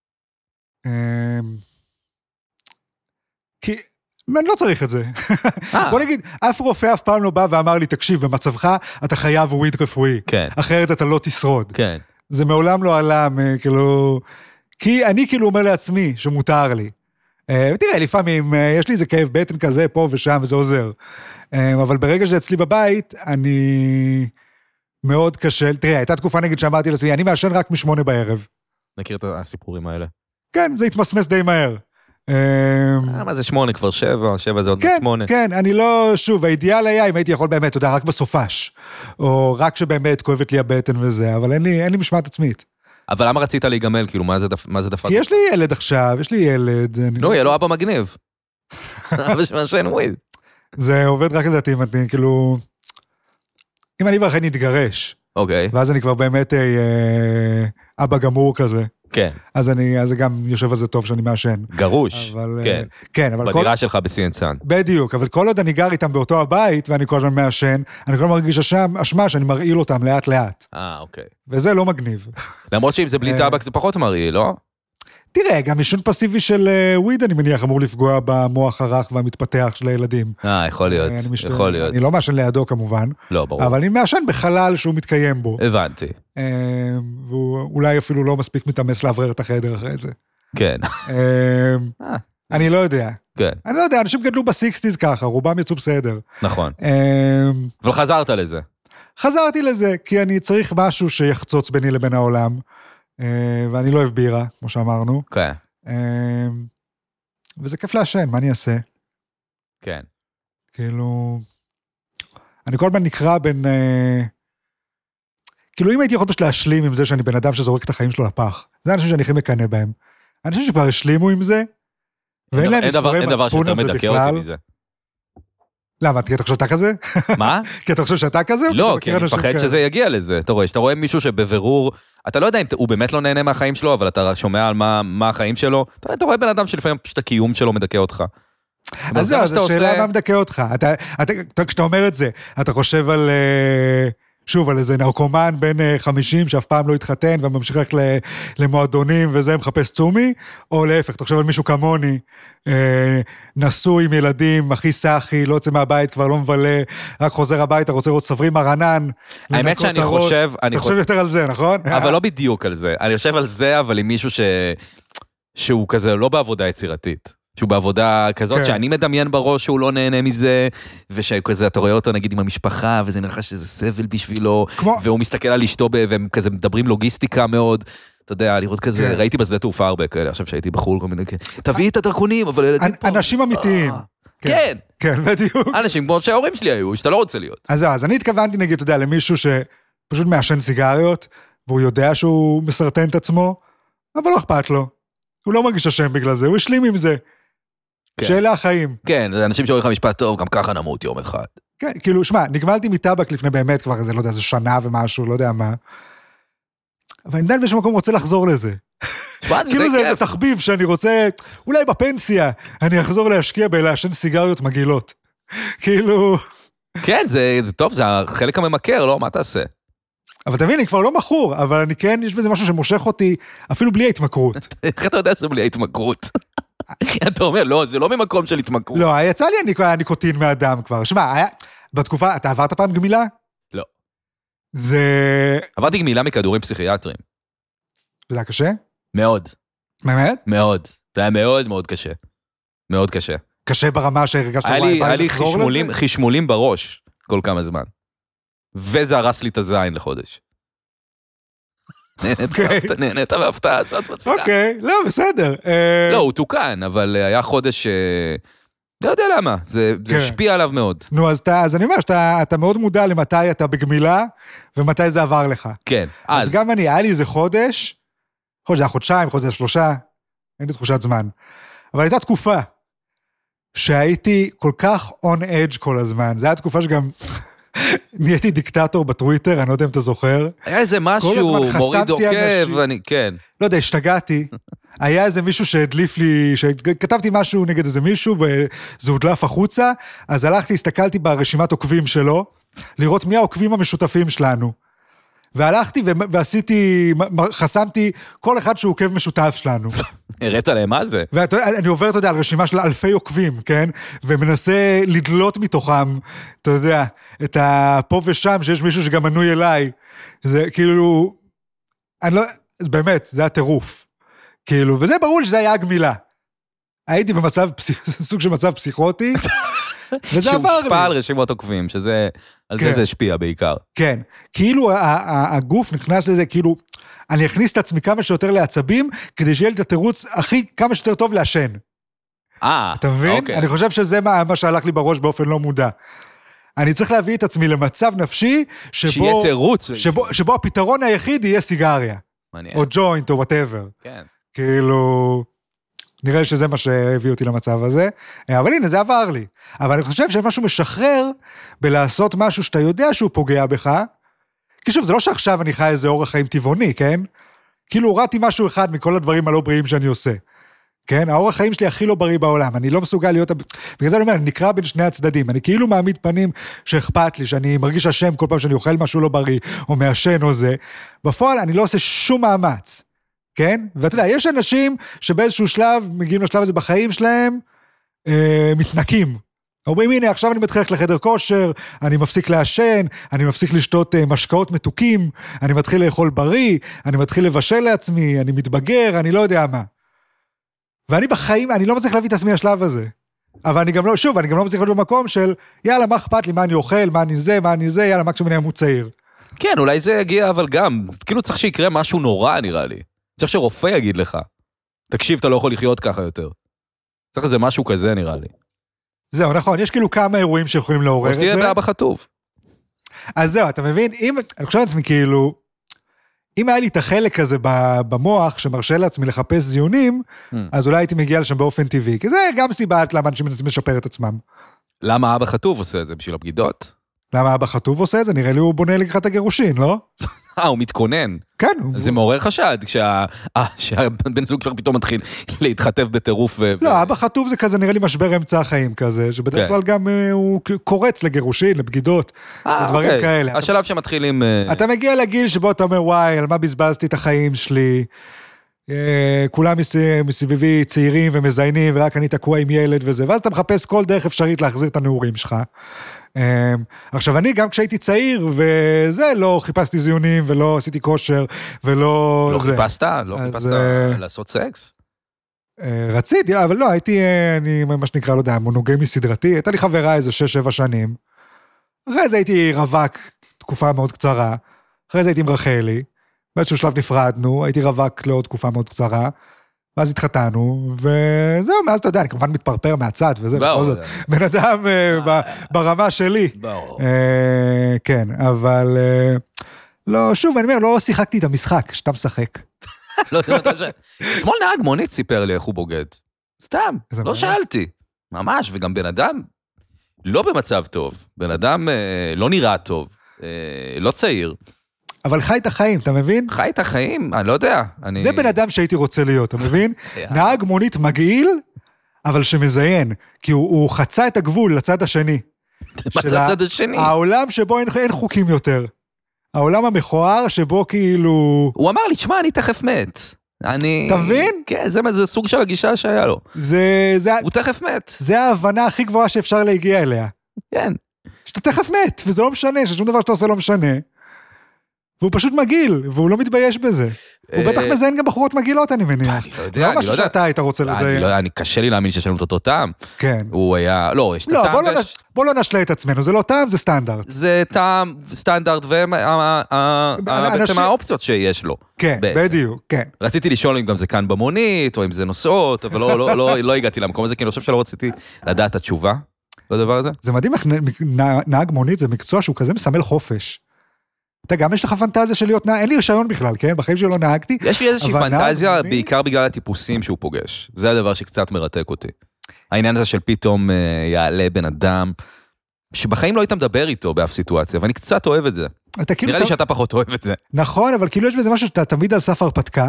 כי... אני לא צריך את זה. בוא נגיד, אף רופא אף פעם לא בא ואמר לי, תקשיב, במצבך אתה חייב וויד רפואי. כן. אחרת אתה לא תשרוד. כן. זה מעולם לא עלה, כאילו... כי אני כאילו אומר לעצמי שמותר לי. ותראה, לפעמים יש לי איזה כאב בטן כזה פה ושם וזה עוזר. אבל ברגע שזה אצלי בבית, אני מאוד קשה. תראה, הייתה תקופה נגיד שאמרתי לעצמי, אני מעשן רק משמונה בערב. מכיר את הסיפורים האלה? כן, זה התמסמס די מהר. מה זה שמונה כבר שבע, שבע זה עוד שמונה. כן, כן, אני לא, שוב, האידיאל היה אם הייתי יכול באמת, אתה יודע, רק בסופש, או רק שבאמת כואבת לי הבטן וזה, אבל אין לי, אין לי משמעת עצמית. אבל למה רצית להיגמל, כאילו, מה זה, מה זה דפק? כי יש לי ילד עכשיו, יש לי ילד. נו, יהיה לו אבא מגניב. אבא שמעשן וויד. זה עובד רק לדעתי, אם אני, כאילו, אם אני ואחרי נתגרש. אוקיי. ואז אני כבר באמת אבא גמור כזה. כן. אז אני, אז זה גם יושב על זה טוב שאני מעשן. גרוש. אבל, כן. כן, אבל בדירה כל... שלך בסי-אנד-סאן. בדיוק, אבל כל עוד אני גר איתם באותו הבית, ואני כל הזמן מעשן, אני כל הזמן מרגיש אשם, אשמה שאני מרעיל אותם לאט לאט. אה, אוקיי. וזה לא מגניב. למרות שאם זה בלי טבק זה פחות מרעיל, לא? תראה, גם עישון פסיבי של וויד, אני מניח, אמור לפגוע במוח הרך והמתפתח של הילדים. אה, יכול להיות, יכול להיות. אני לא מעשן לידו כמובן. לא, ברור. אבל אני מעשן בחלל שהוא מתקיים בו. הבנתי. והוא אולי אפילו לא מספיק מתאמץ לעברר את החדר אחרי זה. כן. אני לא יודע. כן. אני לא יודע, אנשים גדלו בסיקסטיז ככה, רובם יצאו בסדר. נכון. אבל חזרת לזה. חזרתי לזה, כי אני צריך משהו שיחצוץ ביני לבין העולם. ואני לא אוהב בירה, כמו שאמרנו. כן. וזה כיף לעשן, מה אני אעשה? כן. כאילו, אני כל הזמן נקרא בין, כאילו אם הייתי יכול פשוט להשלים עם זה שאני בן אדם שזורק את החיים שלו לפח, זה אנשים שאני הכי מקנא בהם. אנשים שכבר השלימו עם זה, ואין להם מספורי מצפון על זה בכלל. למה? כי אתה חושב שאתה כזה? מה? כי אתה חושב שאתה כזה? לא, כי אני מפחד שזה יגיע לזה. אתה רואה, שאתה רואה מישהו שבבירור, אתה לא יודע אם הוא באמת לא נהנה מהחיים שלו, אבל אתה שומע על מה החיים שלו, אתה רואה בן אדם שלפעמים פשוט הקיום שלו מדכא אותך. אז זהו, זו שאלה מה מדכא אותך. כשאתה אומר את זה, אתה חושב על... שוב, על איזה נרקומן בין חמישים שאף פעם לא התחתן וממשיך רק למועדונים וזה מחפש צומי, או להפך, אתה חושב על מישהו כמוני, נשוי עם ילדים, הכי סחי, לא יוצא מהבית, כבר לא מבלה, רק חוזר הביתה, רוצה לראות סברים הרנן. האמת שאני חושב... אתה חושב יותר על זה, נכון? אבל לא בדיוק על זה. אני חושב על זה, אבל עם מישהו שהוא כזה לא בעבודה יצירתית. שהוא בעבודה כזאת כן. שאני מדמיין בראש שהוא לא נהנה מזה, ושכזה אתה רואה אותו נגיד עם המשפחה, וזה נראה שזה סבל בשבילו, כמו... והוא מסתכל על אשתו, והם כזה מדברים לוגיסטיקה מאוד, אתה יודע, לראות כזה, כן. ראיתי בשדה תעופה הרבה כאלה, עכשיו שהייתי בחול כל מיני, תביא את הדרכונים, אבל ילדים פה. אנשים אמיתיים. כן. כן, בדיוק. אנשים כמו שההורים שלי היו, שאתה לא רוצה להיות. אז אז אני התכוונתי נגיד, אתה יודע, למישהו שפשוט מעשן סיגריות, והוא יודע שהוא מסרטן את עצמו, אבל לא אכפת לו. הוא לא מרגיש אשם בגלל זה, הוא השלים עם זה. שאלה החיים. כן, זה אנשים שאומרים לך משפט טוב, גם ככה נמות יום אחד. כן, כאילו, שמע, נגמלתי מטבק לפני באמת כבר איזה, לא יודע, איזה שנה ומשהו, לא יודע מה. אבל אני עדיין באיזשהו מקום רוצה לחזור לזה. כאילו זה איזה תחביב שאני רוצה, אולי בפנסיה, אני אחזור להשקיע בלעשן סיגריות מגעילות. כאילו... כן, זה טוב, זה החלק הממכר, לא? מה תעשה? אבל תבין, אני כבר לא מכור, אבל אני כן, יש בזה משהו שמושך אותי, אפילו בלי ההתמכרות. איך אתה יודע שזה בלי ההתמכרות? אתה אומר, לא, זה לא ממקום של התמכרות. לא, יצא לי הניקוטין מהדם כבר. שמע, בתקופה, אתה עברת פעם גמילה? לא. זה... עברתי גמילה מכדורים פסיכיאטריים. זה היה קשה? מאוד. באמת? מאוד. זה היה מאוד מאוד קשה. מאוד קשה. קשה ברמה שהרגשת... היה לי חשמולים בראש כל כמה זמן. וזה הרס לי את הזין לחודש. נהנית בהפתעה, זאת מצחיקה. אוקיי, לא, בסדר. לא, הוא תוקן, אבל היה חודש, לא יודע למה, זה השפיע עליו מאוד. נו, אז אני אומר שאתה מאוד מודע למתי אתה בגמילה, ומתי זה עבר לך. כן, אז גם אני, היה לי איזה חודש, חודש זה היה חודשיים, חודש זה שלושה, אין לי תחושת זמן. אבל הייתה תקופה, שהייתי כל כך on edge כל הזמן, זו הייתה תקופה שגם נהייתי דיקטטור בטוויטר, אני לא יודע אם אתה זוכר. היה איזה משהו, מוריד עוקב, אני, כן. לא יודע, השתגעתי. היה איזה מישהו שהדליף לי, שכתבתי משהו נגד איזה מישהו, וזה הודלף החוצה, אז הלכתי, הסתכלתי ברשימת עוקבים שלו, לראות מי העוקבים המשותפים שלנו. והלכתי ועשיתי, חסמתי כל אחד שהוא עוקב משותף שלנו. הראת להם מה זה? ואני עובר, אתה יודע, על רשימה של אלפי עוקבים, כן? ומנסה לדלות מתוכם, אתה יודע, את הפה ושם, שיש מישהו שגם מנוי אליי. זה כאילו, אני לא, באמת, זה הטירוף. כאילו, וזה ברור לי שזה היה הגמילה. הייתי במצב, סוג של מצב פסיכוטי, וזה עבר לי. שהושפע על רשימות עוקבים, שזה, על זה זה השפיע בעיקר. כן, כאילו הגוף נכנס לזה, כאילו, אני אכניס את עצמי כמה שיותר לעצבים, כדי שיהיה לי את התירוץ הכי כמה שיותר טוב לעשן. אה, אתה מבין? אוקיי. אני חושב שזה מה, מה שהלך לי בראש באופן לא מודע. אני צריך להביא את עצמי למצב נפשי, שבו, שיהיה תירוץ. שבו, שבו הפתרון היחיד יהיה סיגריה. מעניין. או ג'וינט או whatever. כן. כאילו, נראה לי שזה מה שהביא אותי למצב הזה, אבל הנה, זה עבר לי. אבל אני חושב שמשהו משחרר בלעשות משהו שאתה יודע שהוא פוגע בך, כי שוב, זה לא שעכשיו אני חי איזה אורח חיים טבעוני, כן? כאילו, הורדתי משהו אחד מכל הדברים הלא בריאים שאני עושה. כן? האורח חיים שלי הכי לא בריא בעולם, אני לא מסוגל להיות, בגלל זה אני אומר, אני נקרא בין שני הצדדים, אני כאילו מעמיד פנים שאכפת לי, שאני מרגיש אשם כל פעם שאני אוכל משהו לא בריא, או מעשן או זה. בפועל, אני לא עושה שום מאמץ. כן? ואתה יודע, יש אנשים שבאיזשהו שלב, מגיעים לשלב הזה בחיים שלהם, אה, מתנקים. אומרים, הנה, עכשיו אני מתחיל לחדר כושר, אני מפסיק לעשן, אני מפסיק לשתות אה, משקאות מתוקים, אני מתחיל לאכול בריא, אני מתחיל לבשל לעצמי, אני מתבגר, אני לא יודע מה. ואני בחיים, אני לא מצליח להביא את עצמי לשלב הזה. אבל אני גם לא, שוב, אני גם לא מצליח להיות במקום של, יאללה, מה אכפת לי, מה אני אוכל, מה אני זה, מה אני זה, יאללה, מקסימום אני אמות צעיר. כן, אולי זה יגיע, אבל גם, כאילו צריך שיקרה משהו נורא, נראה לי. צריך שרופא יגיד לך, תקשיב, אתה לא יכול לחיות ככה יותר. צריך איזה משהו כזה, נראה לי. זהו, נכון, יש כאילו כמה אירועים שיכולים לעורר את זה. או שתהיה באבא חטוב. אז זהו, אתה מבין? אם, אני חושב לעצמי כאילו, אם היה לי את החלק הזה במוח, שמרשה לעצמי לחפש זיונים, אז אולי הייתי מגיע לשם באופן טבעי, כי זה גם סיבה למה אנשים מנסים לשפר את עצמם. למה אבא חטוב עושה את זה? בשביל הבגידות? למה אבא חטוב עושה את זה? נראה לי הוא בונה לקראת הגירושין, לא? אה, הוא מתכונן. כן. זה מעורר חשד, שהבן זוג שלך פתאום מתחיל להתחטף בטירוף. לא, אבא חטוב זה כזה, נראה לי משבר אמצע החיים כזה, שבדרך כלל גם הוא קורץ לגירושין, לבגידות, דברים כאלה. השלב שמתחילים... אתה מגיע לגיל שבו אתה אומר, וואי, על מה בזבזתי את החיים שלי, כולם מסביבי צעירים ומזיינים, ורק אני תקוע עם ילד וזה, ואז אתה מחפש כל דרך אפשרית להחזיר את הנעורים שלך. עכשיו אני גם כשהייתי צעיר וזה לא חיפשתי זיונים ולא עשיתי כושר ולא לא חיפשת? לא חיפשת לעשות סקס? רציתי אבל לא הייתי אני מה שנקרא לא יודע מונוגמי סדרתי, הייתה לי חברה איזה שש שבע שנים, אחרי זה הייתי רווק תקופה מאוד קצרה, אחרי זה הייתי עם רחלי, באיזשהו שלב נפרדנו, הייתי רווק לעוד תקופה מאוד קצרה, ואז התחתנו, וזהו, מאז אתה יודע, אני כמובן מתפרפר מהצד, וזה בכל זאת, בן אדם ברמה שלי. כן, אבל לא, שוב, אני אומר, לא שיחקתי את המשחק, שאתה משחק. אתמול נהג מונית סיפר לי איך הוא בוגד. סתם, לא שאלתי. ממש, וגם בן אדם לא במצב טוב, בן אדם לא נראה טוב, לא צעיר. אבל חי את החיים, אתה מבין? חי את החיים? אני לא יודע. אני... זה בן אדם שהייתי רוצה להיות, אתה מבין? נהג מונית מגעיל, אבל שמזיין, כי הוא, הוא חצה את הגבול לצד השני. בצד השני? העולם שבו אין, אין חוקים יותר. העולם המכוער שבו כאילו... הוא אמר לי, תשמע, אני תכף מת. אני... אתה מבין? כן, זה, זה סוג של הגישה שהיה לו. זה... זה... הוא תכף מת. זה ההבנה הכי גבוהה שאפשר להגיע אליה. כן. שאתה תכף מת, וזה לא משנה, ששום דבר שאתה עושה לא משנה. והוא פשוט מגעיל, והוא לא מתבייש בזה. הוא בטח מזיין גם בחורות מגעילות, אני מניח. אני לא יודע, אני לא יודע. לא משהו שאתה היית רוצה לזיין. אני קשה לי להאמין שיש לנו את אותו טעם. כן. הוא היה, לא, יש את הטעם. לא, בוא לא נשלה את עצמנו, זה לא טעם, זה סטנדרט. זה טעם, סטנדרט, ובעצם האופציות שיש לו. כן, בדיוק, כן. רציתי לשאול אם גם זה כאן במונית, או אם זה נוסעות, אבל לא הגעתי למקום הזה, כי אני חושב שלא רציתי לדעת את התשובה לדבר הזה. זה מדהים איך נהג מונית, זה מקצוע שהוא כזה מסמל חופש. אתה גם יש לך פנטזיה של להיות נהג, אין לי רישיון בכלל, כן? בחיים שלא נהגתי. יש לי איזושהי פנטזיה, בעיקר בגלל הטיפוסים שהוא פוגש. זה הדבר שקצת מרתק אותי. העניין הזה של פתאום יעלה בן אדם, שבחיים לא היית מדבר איתו באף סיטואציה, ואני קצת אוהב את זה. נראה לי שאתה פחות אוהב את זה. נכון, אבל כאילו יש בזה משהו שאתה תמיד על סף הרפתקה.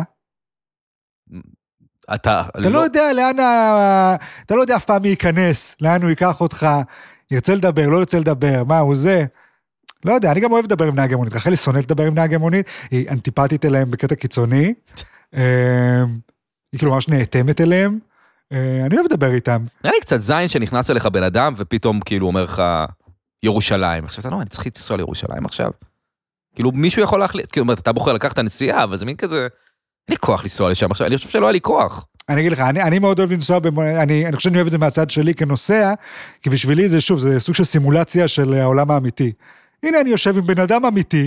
אתה לא יודע לאן, אתה לא יודע אף פעם מי ייכנס, לאן הוא ייקח אותך, ירצה לדבר, לא ירצה לדבר, מה הוא זה? לא יודע, אני גם אוהב לדבר עם נהגי מונית, רחלי שונאת לדבר עם נהגי מונית, היא אנטיפטית אליהם בקטע קיצוני, היא כאילו ממש נאטמת אליהם, אני אוהב לדבר איתם. נראה לי קצת זין שנכנס אליך בן אדם, ופתאום כאילו אומר לך, ירושלים, עכשיו אתה לא, אני צריך לנסוע לירושלים עכשיו, כאילו מישהו יכול להחליט, כאילו אתה בוחר לקחת הנסיעה, אבל זה מין כזה, אין לי כוח לנסוע לשם עכשיו, אני חושב שלא היה לי כוח. אני אגיד לך, אני, אני מאוד אוהב לנסוע, אני, אני חושב שאני אוהב את זה מהצד שלי כנוסע, כי בשבילי זה שוב, זה סוג של סימולציה של העולם האמיתי. הנה אני יושב עם בן אדם אמיתי,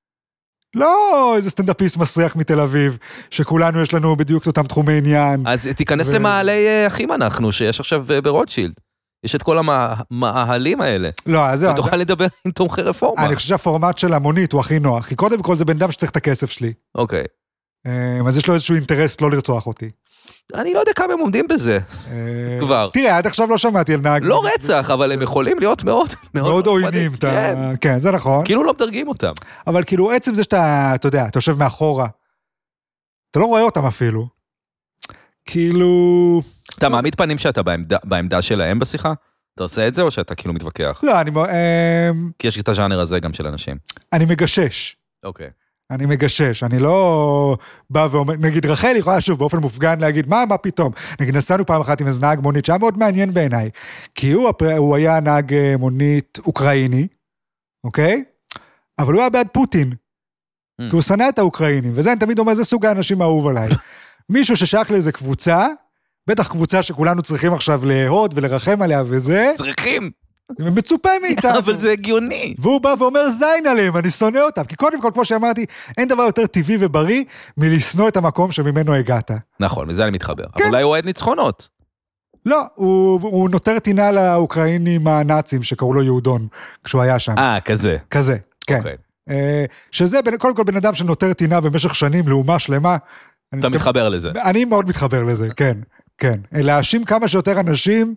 לא איזה סטנדאפיסט מסריח מתל אביב, שכולנו יש לנו בדיוק את אותם תחומי עניין. אז תיכנס ו... למעלי אחים אנחנו, שיש עכשיו ברוטשילד. יש את כל המאהלים האלה. לא, אז זהו. ותוכל לדבר עם תומכי רפורמה. אני חושב שהפורמט של המונית הוא הכי נוח, כי קודם כל זה בן אדם שצריך את הכסף שלי. אוקיי. אז יש לו איזשהו אינטרס לא לרצוח אותי. אני לא יודע כמה הם עומדים בזה, כבר. תראה, עד עכשיו לא שמעתי על נהג. לא רצח, אבל הם יכולים להיות מאוד... מאוד עוינים, כן, זה נכון. כאילו לא מדרגים אותם. אבל כאילו עצם זה שאתה, אתה יודע, אתה יושב מאחורה, אתה לא רואה אותם אפילו. כאילו... אתה מעמיד פנים שאתה בעמדה שלהם בשיחה? אתה עושה את זה או שאתה כאילו מתווכח? לא, אני... כי יש את הז'אנר הזה גם של אנשים. אני מגשש. אוקיי. אני מגשש, אני לא בא ואומר, נגיד רחל יכולה שוב באופן מופגן להגיד, מה, מה פתאום? נגיד נסענו פעם אחת עם איזה נהג מונית, שהיה מאוד מעניין בעיניי, כי הוא, הוא היה נהג מונית אוקראיני, אוקיי? אבל הוא היה בעד פוטין, כי הוא שנא את האוקראינים, וזה אני תמיד אומר, זה סוג האנשים האהוב עליי. מישהו ששייך לאיזה קבוצה, בטח קבוצה שכולנו צריכים עכשיו להוד ולרחם עליה וזה. צריכים! מצופה מאיתנו. אבל זה הגיוני. והוא בא ואומר זין עליהם, אני שונא אותם. כי קודם כל, כמו שאמרתי, אין דבר יותר טבעי ובריא מלשנוא את המקום שממנו הגעת. נכון, מזה אני מתחבר. אבל אולי הוא אוהד ניצחונות. לא, הוא, הוא נותר טינה לאוקראינים הנאצים שקראו לו יהודון, כשהוא היה שם. אה, כזה. כזה, כן. שזה קודם כל בן אדם שנותר טינה במשך שנים לאומה שלמה. אתה מתחבר לזה. אני מאוד מתחבר לזה, כן. כן, להאשים כמה שיותר אנשים,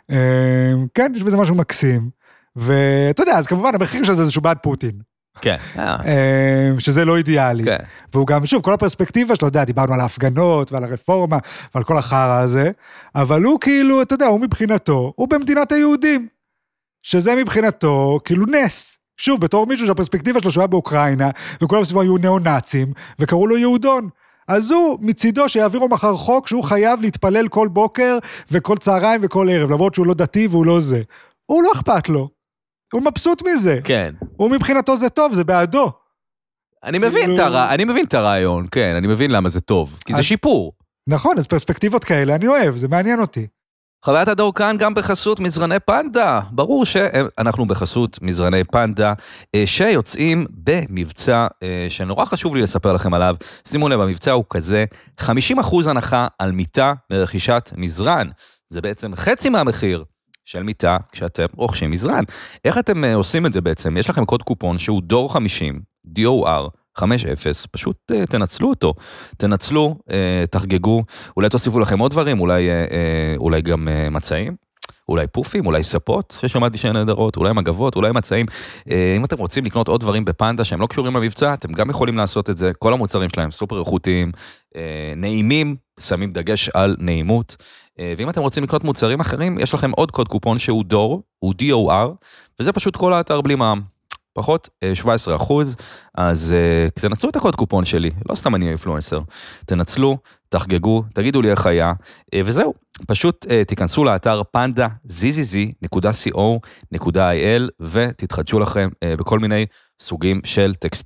כן, יש בזה משהו מקסים, ואתה יודע, אז כמובן המחיר של זה זה שהוא בעד פוטין. כן. שזה לא אידיאלי. והוא גם, שוב, כל הפרספקטיבה שלו, יודע, דיברנו על ההפגנות ועל הרפורמה, ועל כל החרא הזה, אבל הוא כאילו, אתה יודע, הוא מבחינתו, הוא במדינת היהודים, שזה מבחינתו כאילו נס. שוב, בתור מישהו שהפרספקטיבה שלו שהוא היה באוקראינה, וכולם סביבו היו נאו-נאצים, וקראו לו יהודון. אז הוא מצידו שיעבירו מחר חוק שהוא חייב להתפלל כל בוקר וכל צהריים וכל ערב, למרות שהוא לא דתי והוא לא זה. הוא לא אכפת לו. הוא מבסוט מזה. כן. הוא מבחינתו זה טוב, זה בעדו. אני מבין, כאילו... תרא, אני מבין את הרעיון, כן, אני מבין למה זה טוב, כי אז... זה שיפור. נכון, אז פרספקטיבות כאלה אני אוהב, זה מעניין אותי. חוויית הדור כאן גם בחסות מזרני פנדה, ברור שאנחנו בחסות מזרני פנדה, שיוצאים במבצע שנורא חשוב לי לספר לכם עליו, שימו לב, המבצע הוא כזה, חמישים אחוז הנחה על מיטה לרכישת מזרן, זה בעצם חצי מהמחיר של מיטה כשאתם רוכשים מזרן. איך אתם עושים את זה בעצם? יש לכם קוד קופון שהוא דור חמישים, די או אר, חמש אפס, פשוט uh, תנצלו אותו, תנצלו, uh, תחגגו, אולי תוסיפו לכם עוד דברים, אולי, uh, uh, אולי גם uh, מצעים, אולי פופים, אולי ספות, ששמעתי שהן נהדרות, אולי מגבות, אולי מצעים, uh, אם אתם רוצים לקנות עוד דברים בפנדה שהם לא קשורים למבצע, אתם גם יכולים לעשות את זה, כל המוצרים שלהם סופר איכותיים, uh, נעימים, שמים דגש על נעימות, uh, ואם אתם רוצים לקנות מוצרים אחרים, יש לכם עוד קוד קופון שהוא דור, הוא די או אר, וזה פשוט כל האתר בלי מע"מ. פחות שבע עשרה אחוז, אז uh, תנצלו את הקוד קופון שלי, לא סתם אני אינפלואנסר, תנצלו, תחגגו, תגידו לי איך היה, uh, וזהו, פשוט uh, תיכנסו לאתר פנדה זזז נקודה קו נקודה איי אל ותתחדשו לכם uh, בכל מיני סוגים של טקסטיל.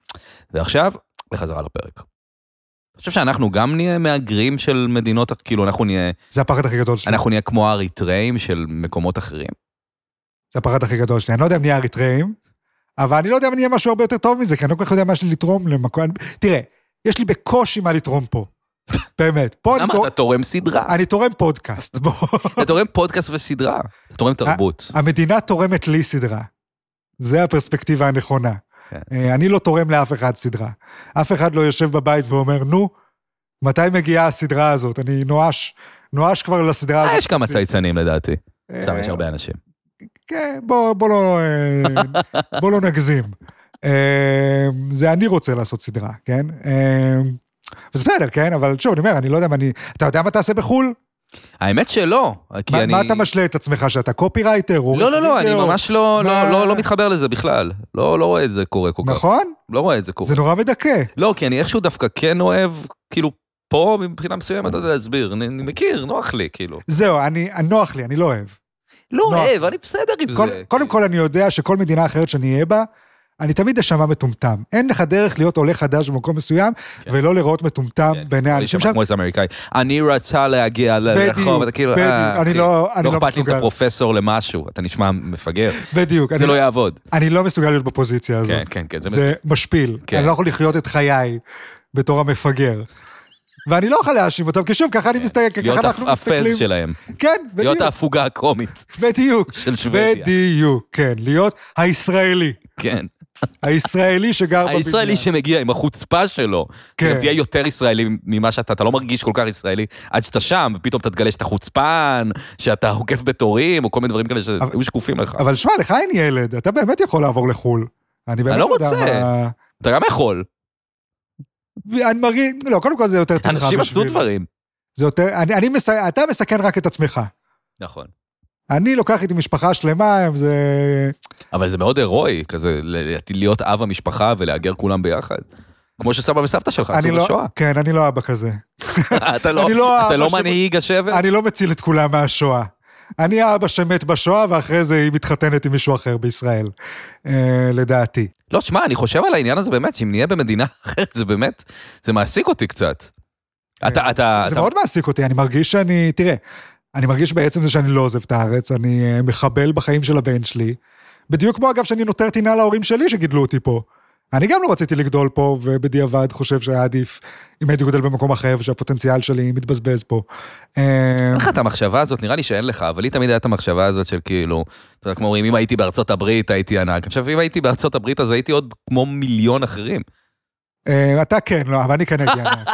ועכשיו, בחזרה לפרק. אני חושב שאנחנו גם נהיה מהגרים של מדינות, כאילו אנחנו נהיה... זה הפחד הכי גדול שלי. אנחנו נהיה כמו האריתראים של מקומות אחרים. זה הפחד הכי גדול שלי. אני לא יודע אם נהיה אריתראים, אבל אני לא יודע אם נהיה משהו הרבה יותר טוב מזה, כי אני לא כל כך יודע מה שלי לתרום למקום... תראה, יש לי בקושי מה לתרום פה. באמת. למה אתה תורם סדרה? אני תורם פודקאסט. אתה תורם פודקאסט וסדרה. אתה תורם תרבות. המדינה תורמת לי סדרה. זה הפרספקטיבה הנכונה. אני לא תורם לאף אחד סדרה. אף אחד לא יושב בבית ואומר, נו, מתי מגיעה הסדרה הזאת? אני נואש, נואש כבר לסדרה הזאת. יש כמה צייצנים לדעתי. בסדר, יש הרבה אנשים. כן, בוא לא, בוא לא נגזים. זה אני רוצה לעשות סדרה, כן? וזה בסדר, כן? אבל שוב, אני אומר, אני לא יודע מה אני... אתה יודע מה תעשה בחול? האמת שלא. מה אתה משלה את עצמך, שאתה קופירייטר? לא, לא, לא, אני ממש לא מתחבר לזה בכלל. לא רואה את זה קורה כל כך. נכון? לא רואה את זה קורה. זה נורא מדכא. לא, כי אני איכשהו דווקא כן אוהב, כאילו, פה מבחינה מסוימת, אתה יודע להסביר. אני מכיר, נוח לי, כאילו. זהו, נוח לי, אני לא אוהב. לא אוהב, אני בסדר עם זה. קודם כל אני יודע שכל מדינה אחרת שאני אהיה בה, אני תמיד אשמע מטומטם. אין לך דרך להיות עולה חדש במקום מסוים, ולא לראות מטומטם בעיני האנשים שם. כמו איזה אמריקאי. אני רצה להגיע לרחוב, אתה כאילו, לא אכפת לי את הפרופסור למשהו, אתה נשמע מפגר. בדיוק. זה לא יעבוד. אני לא מסוגל להיות בפוזיציה הזאת. כן, כן, כן. זה משפיל. אני לא יכול לחיות את חיי בתור המפגר. ואני לא יכול להאשים אותם, כי שוב, ככה אני מסתכל, ככה אנחנו מסתכלים. להיות הפז שלהם. כן, בדיוק. להיות ההפוגה הקומית. בדיוק. של שוודיה. בדיוק, כן. להיות הישראלי. כן. הישראלי שגר בבניין. הישראלי שמגיע עם החוצפה שלו. כן. תהיה יותר ישראלי ממה שאתה, אתה לא מרגיש כל כך ישראלי, עד שאתה שם, ופתאום אתה תגלה שאתה חוצפן, שאתה עוקף בתורים, או כל מיני דברים כאלה שהיו שקופים לך. אבל שמע, לך אין ילד, אתה באמת יכול לעבור לחול. אני באמת לא רוצה. אתה גם יכול. אני מרגיש, לא, קודם כל זה יותר תלך. אנשים עשו דברים. זה יותר, אני, אתה מסכן רק את עצמך. נכון. אני לוקח איתי משפחה שלמה, זה... אבל זה מאוד הרואי, כזה, להיות אב המשפחה ולאגר כולם ביחד. כמו שסבא וסבתא שלך עשו בשואה. כן, אני לא אבא כזה. אתה לא מנהיג השבט? אני לא מציל את כולם מהשואה. אני האבא שמת בשואה, ואחרי זה היא מתחתנת עם מישהו אחר בישראל, לדעתי. לא, שמה, אני חושב על העניין הזה באמת, שאם נהיה במדינה אחרת, זה באמת, זה מעסיק אותי קצת. זה מאוד מעסיק אותי, אני מרגיש שאני, תראה, אני מרגיש בעצם זה שאני לא עוזב את הארץ, אני מחבל בחיים של הבן שלי, בדיוק כמו אגב שאני נותר טינה להורים שלי שגידלו אותי פה. אני גם לא רציתי לגדול פה, ובדיעבד חושב שהיה עדיף אם הייתי גודל במקום אחר, ושהפוטנציאל שלי מתבזבז פה. אין לך את המחשבה הזאת, נראה לי שאין לך, אבל לי תמיד הייתה את המחשבה הזאת של כאילו, אתה יודע, כמו אומרים, אם הייתי בארצות הברית, הייתי ענק. עכשיו, אם הייתי בארצות הברית, אז הייתי עוד כמו מיליון אחרים. אתה כן, לא, אבל אני כן הייתי ענק.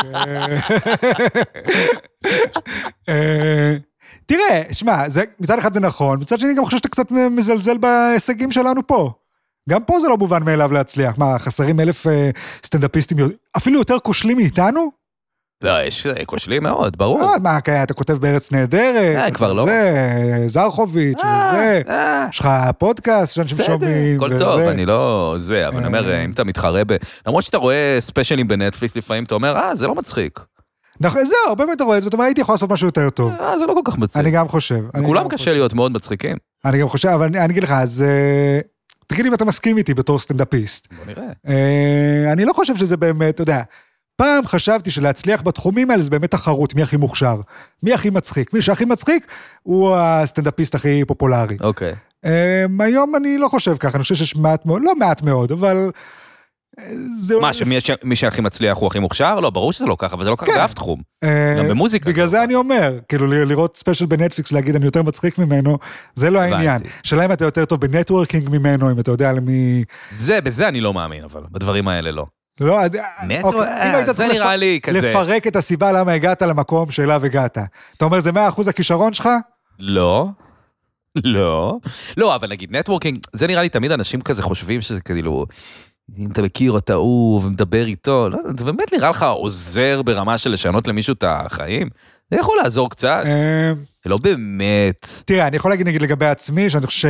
תראה, שמע, מצד אחד זה נכון, מצד שני גם חושב שאתה קצת מזלזל בהישגים שלנו פה. גם פה זה לא מובן מאליו להצליח. מה, חסרים אלף סטנדאפיסטים, אפילו יותר כושלים מאיתנו? לא, יש כושלים מאוד, ברור. מה, אתה כותב בארץ נהדרת? כבר לא. זה, זרחוביץ', וזה, יש לך פודקאסט שאנשים שומעים. כל טוב, אני לא זה, אבל אני אומר, אם אתה מתחרה ב... למרות שאתה רואה ספיישלים בנטפליקס, לפעמים אתה אומר, אה, זה לא מצחיק. נכון, זהו, באמת אתה רואה את זה, ואתה אומר, הייתי יכול לעשות משהו יותר טוב. אה, זה לא כל כך מצחיק. אני גם חושב. כולם קשה להיות מאוד מצחיקים. אני גם חושב, אבל אני אגיד לך, אז... תגיד אם אתה מסכים איתי בתור סטנדאפיסט. בוא נראה. אני לא חושב שזה באמת, אתה יודע, פעם חשבתי שלהצליח בתחומים האלה זה באמת תחרות, מי הכי מוכשר, מי הכי מצחיק. מי שהכי מצחיק הוא הסטנדאפיסט הכי פופולרי. אוקיי. היום אני לא חושב ככה, אני חושב שיש מעט מאוד, לא מעט מאוד, אבל... מה, שמי שהכי מצליח הוא הכי מוכשר? לא, ברור שזה לא ככה, אבל זה לא ככה באף תחום. גם במוזיקה. בגלל זה אני אומר, כאילו לראות ספיישל בנטפליקס, להגיד אני יותר מצחיק ממנו, זה לא העניין. שאלה אם אתה יותר טוב בנטוורקינג ממנו, אם אתה יודע למי... זה, בזה אני לא מאמין, אבל בדברים האלה לא. לא, זה נראה לי כזה... לפרק את הסיבה למה הגעת למקום שאליו הגעת. אתה אומר, זה מאה אחוז הכישרון שלך? לא. לא. לא, אבל נגיד נטוורקינג, זה נראה לי תמיד אנשים כזה חושבים שזה כאילו... אם אתה מכיר אותה הוא ומדבר איתו, לא, זה באמת נראה לך עוזר ברמה של לשנות למישהו את החיים? זה יכול לעזור קצת. זה לא באמת. תראה, אני יכול להגיד נגיד לגבי עצמי, שאני חושב ש...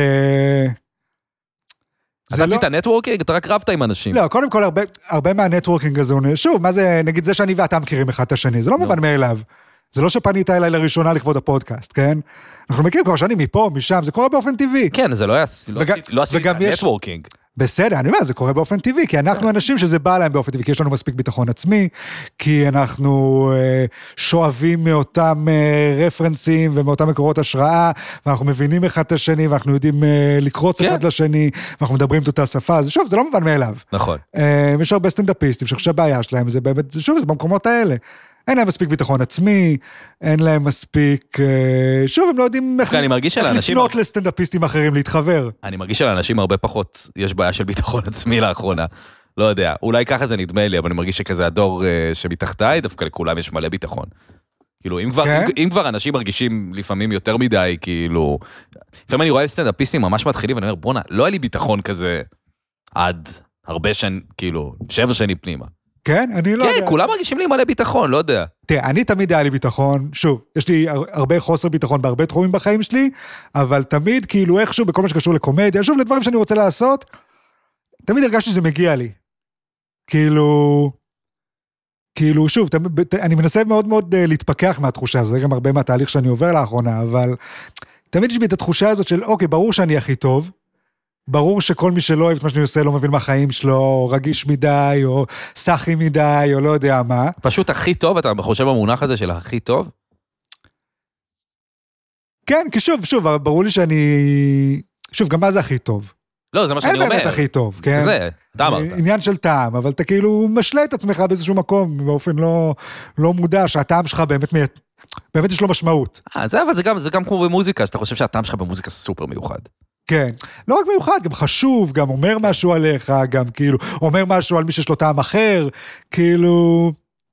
אתה עשית נטוורקינג? אתה רק רבת עם אנשים. לא, קודם כל הרבה מהנטוורקינג הזה, שוב, מה זה, נגיד זה שאני ואתה מכירים אחד את השני, זה לא מובן מאליו. זה לא שפנית אליי לראשונה לכבוד הפודקאסט, כן? אנחנו מכירים כבר שנים מפה, משם, זה קורה באופן טבעי. כן, זה לא היה, לא עשיתי את הנטוורקינג. בסדר, אני אומר, זה קורה באופן טבעי, כי אנחנו אנשים שזה בא להם באופן טבעי, כי יש לנו מספיק ביטחון עצמי, כי אנחנו אה, שואבים מאותם אה, רפרנסים ומאותם מקורות השראה, ואנחנו מבינים אחד את השני, ואנחנו יודעים אה, לקרוץ אחד לשני, ואנחנו מדברים את אותה שפה, אז שוב, זה לא מובן מאליו. נכון. אה, יש הרבה סטנדאפיסטים, שחושב שהבעיה שלהם, זה באמת, שוב, זה במקומות האלה. אין להם מספיק ביטחון עצמי, אין להם מספיק, שוב, הם לא יודעים איך לפנות לסטנדאפיסטים אחרים, להתחבר. אני מרגיש שלאנשים הרבה פחות, יש בעיה של ביטחון עצמי לאחרונה. לא יודע, אולי ככה זה נדמה לי, אבל אני מרגיש שכזה הדור שמתחתיי, דווקא לכולם יש מלא ביטחון. כאילו, אם כבר, אם, אם כבר אנשים מרגישים לפעמים יותר מדי, כאילו, לפעמים אני רואה סטנדאפיסטים ממש מתחילים, ואני אומר, בונה, לא היה לי ביטחון כזה עד הרבה שנים, כאילו, שבע שנים פנימה. כן, אני לא כן, יודע. כן, כולם מרגישים לי מלא ביטחון, לא יודע. תראה, אני תמיד היה לי ביטחון, שוב, יש לי הרבה חוסר ביטחון בהרבה תחומים בחיים שלי, אבל תמיד, כאילו, איכשהו, בכל מה שקשור לקומדיה, שוב, לדברים שאני רוצה לעשות, תמיד הרגשתי שזה מגיע לי. כאילו, כאילו, שוב, תמיד, אני מנסה מאוד מאוד להתפכח מהתחושה, זה גם הרבה מהתהליך שאני עובר לאחרונה, אבל תמיד יש לי את התחושה הזאת של, אוקיי, ברור שאני הכי טוב, ברור שכל מי שלא אוהב את מה שאני עושה לא מבין מהחיים שלו, רגיש מדי, או סחי מדי, או לא יודע מה. פשוט הכי טוב, אתה חושב במונח הזה של הכי טוב? כן, כי שוב, שוב, ברור לי שאני... שוב, גם מה זה הכי טוב? לא, זה מה שאני אומר. אין באמת הכי טוב, כן? זה, אתה אמרת. עניין של טעם, אבל אתה כאילו משלה את עצמך באיזשהו מקום, באופן לא, לא מודע, שהטעם שלך באמת, באמת יש לו משמעות. אה, זה, אבל זה גם, זה גם כמו במוזיקה, שאתה חושב שהטעם שלך במוזיקה סופר מיוחד. כן, לא רק מיוחד, גם חשוב, גם אומר משהו עליך, גם כאילו, אומר משהו על מי שיש לו טעם אחר, כאילו,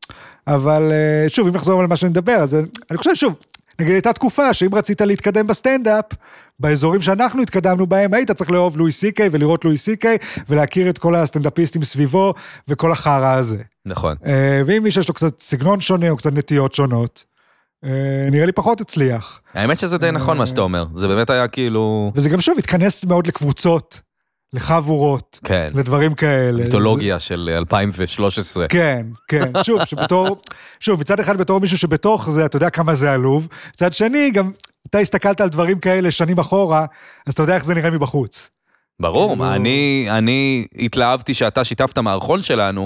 אבל שוב, אם נחזור על מה שאני מדבר, אז אני חושב, שוב, נגיד, הייתה תקופה שאם רצית להתקדם בסטנדאפ, באזורים שאנחנו התקדמנו בהם, היית צריך לאהוב לואי סי קיי ולראות לואי סי קיי, ולהכיר את כל הסטנדאפיסטים סביבו, וכל החרא הזה. נכון. ואם מי שיש לו קצת סגנון שונה, או קצת נטיות שונות, נראה לי פחות הצליח. האמת שזה די נכון מה שאתה אומר, זה באמת היה כאילו... וזה גם שוב התכנס מאוד לקבוצות, לחבורות, כן. לדברים כאלה. מיתולוגיה זה... של אלפיים ושלוש עשרה. כן, כן, שוב, שבתור, שוב, מצד אחד בתור מישהו שבתוך זה, אתה יודע כמה זה עלוב, מצד שני, גם אתה הסתכלת על דברים כאלה שנים אחורה, אז אתה יודע איך זה נראה מבחוץ. ברור, כאילו... אני, אני התלהבתי שאתה שיתפת מערכון שלנו,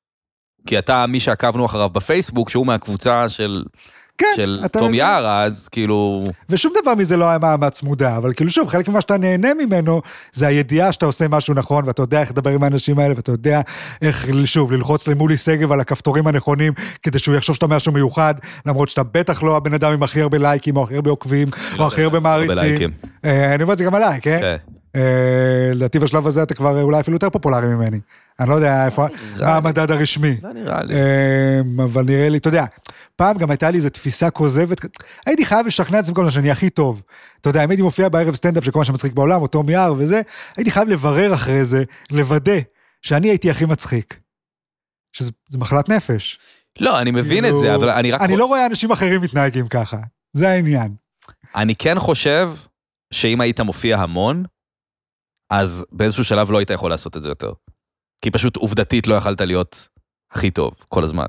כי אתה מי שעקבנו אחריו בפייסבוק, שהוא מהקבוצה של... כן, של אתה... תום יער, אז כאילו... ושום דבר מזה לא היה מאמץ מודע, אבל כאילו שוב, חלק ממה שאתה נהנה ממנו, זה הידיעה שאתה עושה משהו נכון, ואתה יודע איך לדבר עם האנשים האלה, ואתה יודע איך, שוב, ללחוץ למולי סגב על הכפתורים הנכונים, כדי שהוא יחשוב שאתה משהו מיוחד, למרות שאתה בטח לא הבן אדם עם הכי הרבה לייקים, או הכי הרבה עוקבים, או הכי הרבה מעריצים. אני אומר את זה גם עליי, כן? לדעתי בשלב הזה אתה כבר אולי אפילו יותר פופולרי ממני. אני לא יודע איפה, מה המדד הרשמי. לא נראה לי. אבל נראה לי, אתה יודע, פעם גם הייתה לי איזו תפיסה כוזבת, הייתי חייב לשכנע את זה כל מה שאני הכי טוב. אתה יודע, אם הייתי מופיע בערב סטנדאפ שכל מה שמצחיק בעולם, אותו מיער וזה, הייתי חייב לברר אחרי זה, לוודא שאני הייתי הכי מצחיק. שזה מחלת נפש. לא, אני מבין את זה, אבל אני רק... אני לא רואה אנשים אחרים מתנהגים ככה. זה העניין. אני כן חושב שאם היית מופיע המון, אז באיזשהו שלב לא היית יכול לעשות את זה יותר. כי פשוט עובדתית לא יכלת להיות הכי טוב כל הזמן.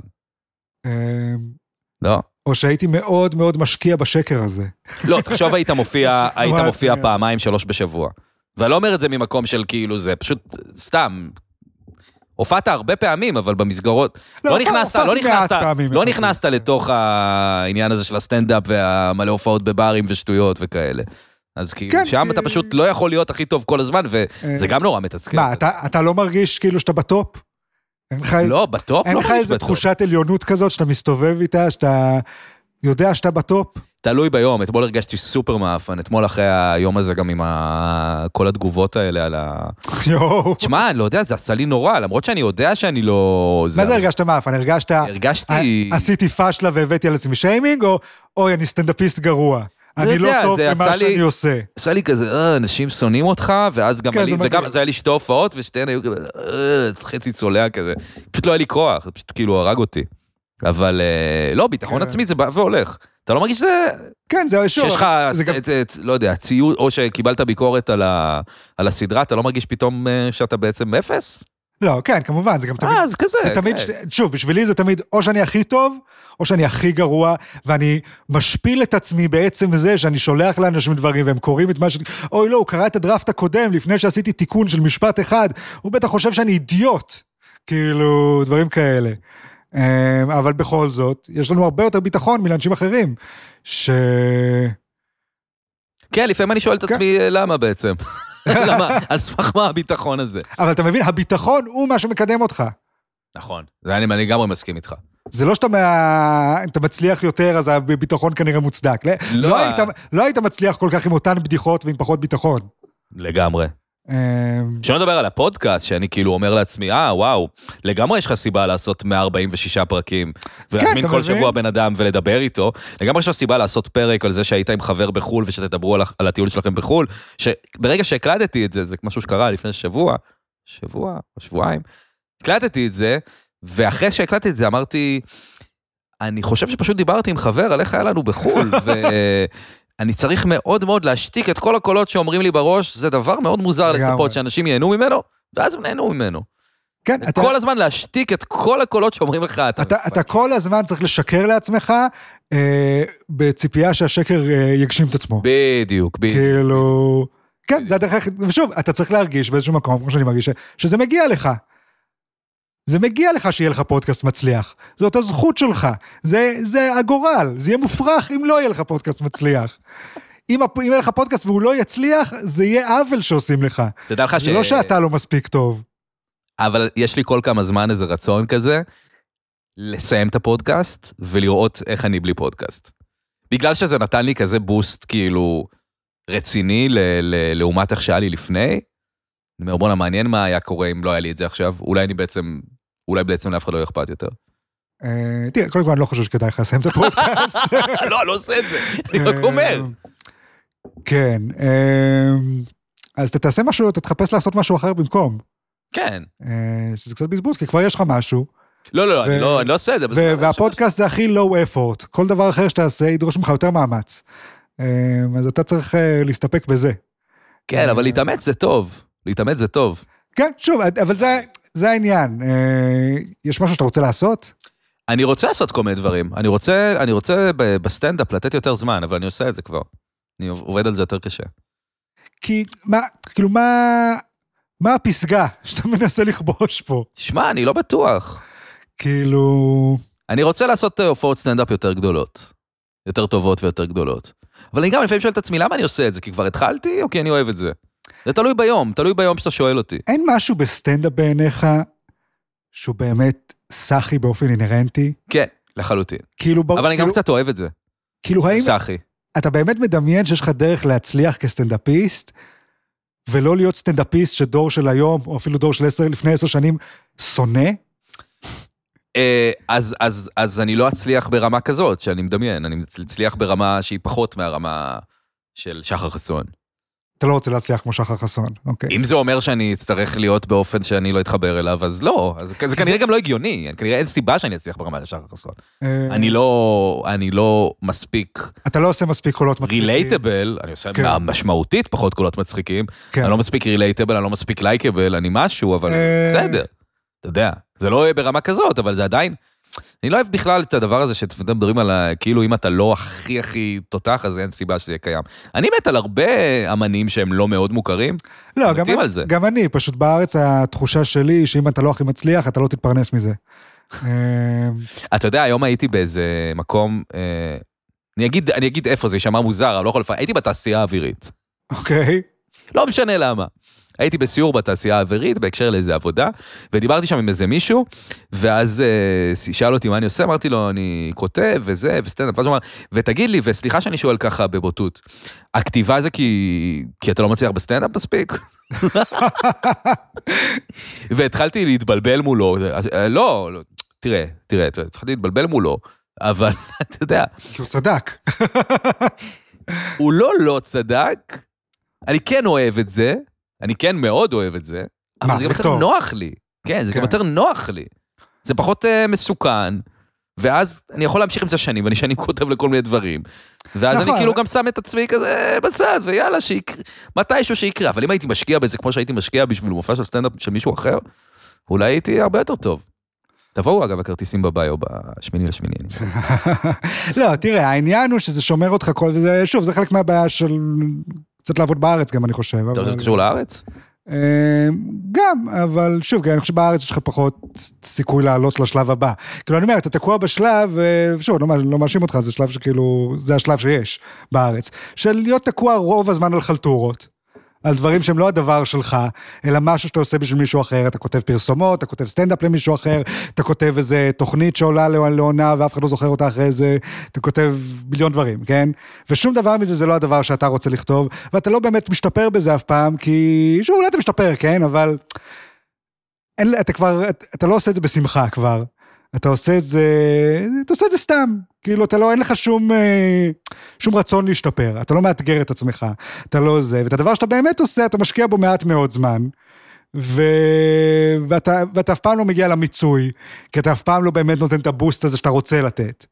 לא? או שהייתי מאוד מאוד משקיע בשקר הזה. לא, תחשוב היית מופיע, היית מופיע פעמיים שלוש בשבוע. ואני לא אומר את זה ממקום של כאילו זה, פשוט סתם. הופעת הרבה פעמים, אבל במסגרות, לא נכנסת, לא נכנסת, לא נכנסת לתוך העניין הזה של הסטנדאפ והמלא הופעות בברים ושטויות וכאלה. אז כאילו, שם אתה פשוט לא יכול להיות הכי טוב כל הזמן, וזה גם נורא מתסכל. מה, אתה לא מרגיש כאילו שאתה בטופ? לא, בטופ לא אין לך איזו תחושת עליונות כזאת, שאתה מסתובב איתה, שאתה יודע שאתה בטופ? תלוי ביום, אתמול הרגשתי סופר מאפן, אתמול אחרי היום הזה גם עם כל התגובות האלה על ה... תשמע, אני לא יודע, זה עשה לי נורא, למרות שאני יודע שאני לא... מה זה הרגשת מאפן? הרגשת... הרגשתי... עשיתי פשלה והבאתי על עצמי שיימינג, או אוי, אני סטנדאפיסט גרוע? אני לא טוב במה שאני עושה. עשה לי כזה, אנשים שונאים אותך, ואז גם עלי, וגם זה היה לי שתי הופעות, ושתיהן היו כזה, חצי צולע כזה. פשוט לא היה לי כוח, זה פשוט כאילו הרג אותי. אבל לא, ביטחון עצמי זה בא והולך. אתה לא מרגיש שזה... כן, זה שוב. שיש לך, לא יודע, ציוד, או שקיבלת ביקורת על הסדרה, אתה לא מרגיש פתאום שאתה בעצם אפס? לא, כן, כמובן, זה גם תמיד... אה, אז כזה, זה תמיד, כן. שוב, בשבילי זה תמיד, או שאני הכי טוב, או שאני הכי גרוע, ואני משפיל את עצמי בעצם זה, שאני שולח לאנשים דברים, והם קוראים את מה ש... אוי לא, הוא קרא את הדראפט הקודם, לפני שעשיתי תיקון של משפט אחד, הוא בטח חושב שאני אידיוט, כאילו, דברים כאלה. אבל בכל זאת, יש לנו הרבה יותר ביטחון מלאנשים אחרים, ש... כן, לפעמים אני שואל את עצמי, למה בעצם? למה? על סמך מה הביטחון הזה? אבל אתה מבין, הביטחון הוא מה שמקדם אותך. נכון, זה אני, אני גם מסכים איתך. זה לא שאתה מה... אתה מצליח יותר, אז הביטחון כנראה מוצדק. לא, לא, היית, לא היית מצליח כל כך עם אותן בדיחות ועם פחות ביטחון. לגמרי. שלא נדבר על הפודקאסט, שאני כאילו אומר לעצמי, אה, וואו, לגמרי יש לך סיבה לעשות מאה ארבעים ושישה פרקים, ולהזמין כל שבוע בן אדם ולדבר איתו, לגמרי יש לך סיבה לעשות פרק על זה שהיית עם חבר בחול, ושתדברו על, על הטיול שלכם בחול, שברגע שהקלטתי את זה, זה משהו שקרה לפני שבוע, שבוע או שבועיים, הקלטתי את זה, ואחרי שהקלטתי את זה אמרתי, אני חושב שפשוט דיברתי עם חבר על איך היה לנו בחול, ו... אני צריך מאוד מאוד להשתיק את כל הקולות שאומרים לי בראש, זה דבר מאוד מוזר לצפות שאנשים ייהנו ממנו, ואז הם נהנו ממנו. כן, אתה... כל הזמן להשתיק את כל הקולות שאומרים לך, אתה... אתה, אתה כל הזמן צריך לשקר לעצמך, אה, בציפייה שהשקר אה, יגשים את עצמו. בדיוק, בדיוק. כאילו... כן, זה הדרך... ושוב, אתה צריך להרגיש באיזשהו מקום, כמו שאני מרגיש, שזה מגיע לך. זה מגיע לך שיהיה לך פודקאסט מצליח. זאת הזכות שלך. זה, זה הגורל. זה יהיה מופרך אם לא יהיה לך פודקאסט מצליח. אם, אם יהיה לך פודקאסט והוא לא יצליח, זה יהיה עוול שעושים לך. תדע לך ש... זה לא שאתה לא מספיק טוב. אבל יש לי כל כמה זמן איזה רצון כזה, לסיים את הפודקאסט, ולראות איך אני בלי פודקאסט. בגלל שזה נתן לי כזה בוסט, כאילו, רציני, ל- ל- לעומת איך שהיה לי לפני, אני אומר, בוא נמעניין מה היה קורה אם לא היה לי את זה עכשיו, אולי אני בעצם, אולי בעצם לאף אחד לא אכפת יותר. תראה, קודם כל אני לא חושב שכדאי לך לסיים את הפודקאסט. לא, אני לא עושה את זה, אני רק אומר. כן, אז אתה תעשה משהו, אתה תחפש לעשות משהו אחר במקום. כן. שזה קצת בזבוז, כי כבר יש לך משהו. לא, לא, אני לא, אני לא עושה את זה. והפודקאסט זה הכי low effort. כל דבר אחר שאתה עושה ידרוש ממך יותר מאמץ. אז אתה צריך להסתפק בזה. כן, אבל להתאמץ זה טוב. להתאמץ זה טוב. כן, שוב, אבל זה, זה העניין. יש משהו שאתה רוצה לעשות? אני רוצה לעשות כל מיני דברים. אני רוצה, אני רוצה בסטנדאפ לתת יותר זמן, אבל אני עושה את זה כבר. אני עובד על זה יותר קשה. כי, מה, כאילו, מה, מה הפסגה שאתה מנסה לכבוש פה? שמע, אני לא בטוח. כאילו... אני רוצה לעשות הופעות סטנדאפ יותר גדולות. יותר טובות ויותר גדולות. אבל אני גם לפעמים שואל את עצמי, למה אני עושה את זה? כי כבר התחלתי, או כי אני אוהב את זה? זה תלוי ביום, תלוי ביום שאתה שואל אותי. אין משהו בסטנדאפ בעיניך, שהוא באמת סחי באופן אינרנטי? כן, לחלוטין. כאילו... אבל אני גם קצת אוהב את זה. כאילו, האם... סחי. אתה באמת מדמיין שיש לך דרך להצליח כסטנדאפיסט, ולא להיות סטנדאפיסט שדור של היום, או אפילו דור של עשר, לפני עשר שנים, שונא? אז, אז, אז אני לא אצליח ברמה כזאת, שאני מדמיין, אני אצליח ברמה שהיא פחות מהרמה של שחר חסון. אתה לא רוצה להצליח כמו שחר חסון, אוקיי. אם זה אומר שאני אצטרך להיות באופן שאני לא אתחבר אליו, אז לא, אז זה כנראה גם לא הגיוני, כנראה אין סיבה שאני אצליח ברמה של שחר חסון. אני לא, אני לא מספיק... אתה לא עושה מספיק קולות מצחיקים. רילייטבל, אני עושה משמעותית פחות קולות מצחיקים, אני לא מספיק רילייטבל, אני לא מספיק לייקבל, אני משהו, אבל בסדר, אתה יודע, זה לא ברמה כזאת, אבל זה עדיין... אני לא אוהב בכלל את הדבר הזה שאתם מדברים על, כאילו אם אתה לא הכי הכי תותח, אז אין סיבה שזה יהיה קיים. אני מת על הרבה אמנים שהם לא מאוד מוכרים. לא, גם, גם אני, פשוט בארץ התחושה שלי, שאם אתה לא הכי מצליח, אתה לא תתפרנס מזה. אתה יודע, היום הייתי באיזה מקום, אני אגיד, אני אגיד איפה זה, ישמע מוזר, אני לא יכול לפעמים, הייתי בתעשייה האווירית. אוקיי. לא משנה למה. הייתי בסיור בתעשייה האווירית, בהקשר לאיזה עבודה, ודיברתי שם עם איזה מישהו, ואז אה, שאל אותי מה אני עושה, אמרתי לו, אני כותב וזה, וסטנדאפ, ואז הוא אמר, ותגיד לי, וסליחה שאני שואל ככה בבוטות, הכתיבה זה כי, כי אתה לא מצליח בסטנדאפ מספיק? והתחלתי להתבלבל מולו, לא, לא, תראה, תראה, התחלתי להתבלבל מולו, אבל אתה יודע. כי הוא צדק. הוא לא לא צדק, אני כן אוהב את זה, אני כן מאוד אוהב את זה, אבל זה גם יותר נוח לי. כן, זה גם יותר נוח לי. זה פחות מסוכן, ואז אני יכול להמשיך עם זה שנים, ואני שנים כותב לכל מיני דברים, ואז אני כאילו גם שם את עצמי כזה בצד, ויאללה, מתישהו שיקרה. אבל אם הייתי משקיע בזה כמו שהייתי משקיע בשביל מופע של סטנדאפ של מישהו אחר, אולי הייתי הרבה יותר טוב. תבואו אגב הכרטיסים בביו בשמיני לשמיני. לא, תראה, העניין הוא שזה שומר אותך כל זה, שוב, זה חלק מהבעיה של קצת לעבוד בארץ גם, אני חושב. אתה חושב קשור לארץ? גם, אבל שוב, אני חושב בארץ יש לך פחות סיכוי לעלות לשלב הבא. כאילו, אני אומר, אתה תקוע בשלב, שוב, לא מאשים אותך, זה שלב שכאילו, זה השלב שיש בארץ, של להיות תקוע רוב הזמן על חלטורות. על דברים שהם לא הדבר שלך, אלא משהו שאתה עושה בשביל מישהו אחר, אתה כותב פרסומות, אתה כותב סטנדאפ למישהו אחר, אתה כותב איזה תוכנית שעולה לעונה, ואף אחד לא זוכר אותה אחרי זה, אתה כותב מיליון דברים, כן? ושום דבר מזה זה לא הדבר שאתה רוצה לכתוב, ואתה לא באמת משתפר בזה אף פעם, כי שוב, אולי אתה משתפר, כן? אבל אין, אתה כבר, אתה לא עושה את זה בשמחה כבר. אתה עושה את זה, אתה עושה את זה סתם, כאילו אתה לא, אין לך שום, שום רצון להשתפר, אתה לא מאתגר את עצמך, אתה לא זה, ואת הדבר שאתה באמת עושה, אתה משקיע בו מעט מאוד זמן, ו... ואתה, ואתה אף פעם לא מגיע למיצוי, כי אתה אף פעם לא באמת נותן את הבוסט הזה שאתה רוצה לתת.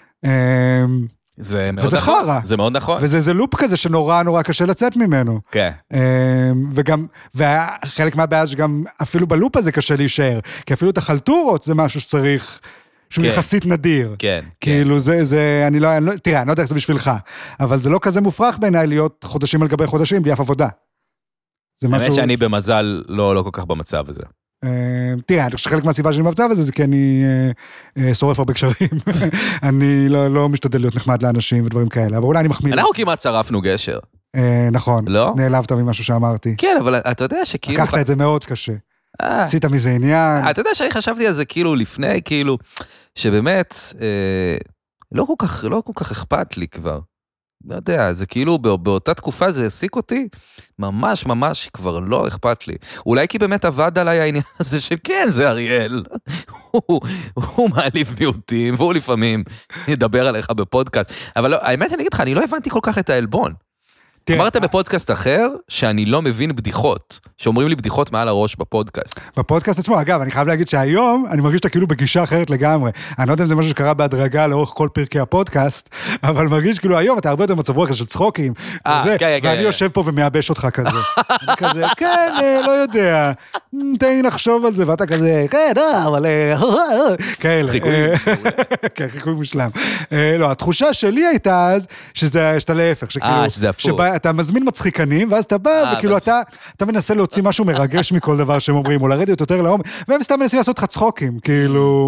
זה מאוד וזה נכון. חרה. זה מאוד נכון. וזה זה לופ כזה שנורא נורא קשה לצאת ממנו. כן. וגם, וחלק מהבעיה שגם אפילו בלופ הזה קשה להישאר, כי אפילו את החלטורות זה משהו שצריך, שהוא יחסית נדיר. כן. כאילו זה, זה, אני לא, אני לא, תראה, אני לא יודע איך זה בשבילך, אבל זה לא כזה מופרך בעיניי להיות חודשים על גבי חודשים בלי אף עבודה. זה משהו... האמת שאני במזל לא, לא כל כך במצב הזה. תראה, אני חושב שחלק מהסיבה שאני במצב הזה, זה כי אני שורף הרבה קשרים. אני לא משתדל להיות נחמד לאנשים ודברים כאלה, אבל אולי אני מחמיא. אנחנו כמעט צרפנו גשר. נכון. לא? נעלבת ממשהו שאמרתי. כן, אבל אתה יודע שכאילו... לקחת את זה מאוד קשה. עשית מזה עניין. אתה יודע שאני חשבתי על זה כאילו לפני, כאילו, שבאמת, לא כל כך, לא כל כך אכפת לי כבר. לא יודע, זה כאילו באותה תקופה זה העסיק אותי, ממש ממש כבר לא אכפת לי. אולי כי באמת עבד עליי העניין הזה של כן, זה אריאל, הוא, הוא מעליב מיעוטים, והוא לפעמים ידבר עליך בפודקאסט, אבל לא, האמת אני אגיד לך, אני לא הבנתי כל כך את האלבון. אמרת בפודקאסט אחר שאני לא מבין בדיחות, שאומרים לי בדיחות מעל הראש בפודקאסט. בפודקאסט עצמו, אגב, אני חייב להגיד שהיום אני מרגיש שאתה כאילו בגישה אחרת לגמרי. אני לא יודע אם זה משהו שקרה בהדרגה לאורך כל פרקי הפודקאסט, אבל מרגיש כאילו היום אתה הרבה יותר מצב רוח של צחוקים, ואני יושב פה ומייבש אותך כזה. אני כזה, כן, לא יודע, תן לי לחשוב על זה, ואתה כזה, כן, אבל... כאלה. חיקוי. כן, חיקוי מושלם. לא, התחושה שלי הייתה אז, שאתה להפך, שכאילו, אתה מזמין מצחיקנים, ואז אתה בא, וכאילו אתה, אתה מנסה להוציא משהו מרגש מכל דבר שהם אומרים, או לרדת יותר לעומק, והם סתם מנסים לעשות לך צחוקים, כאילו,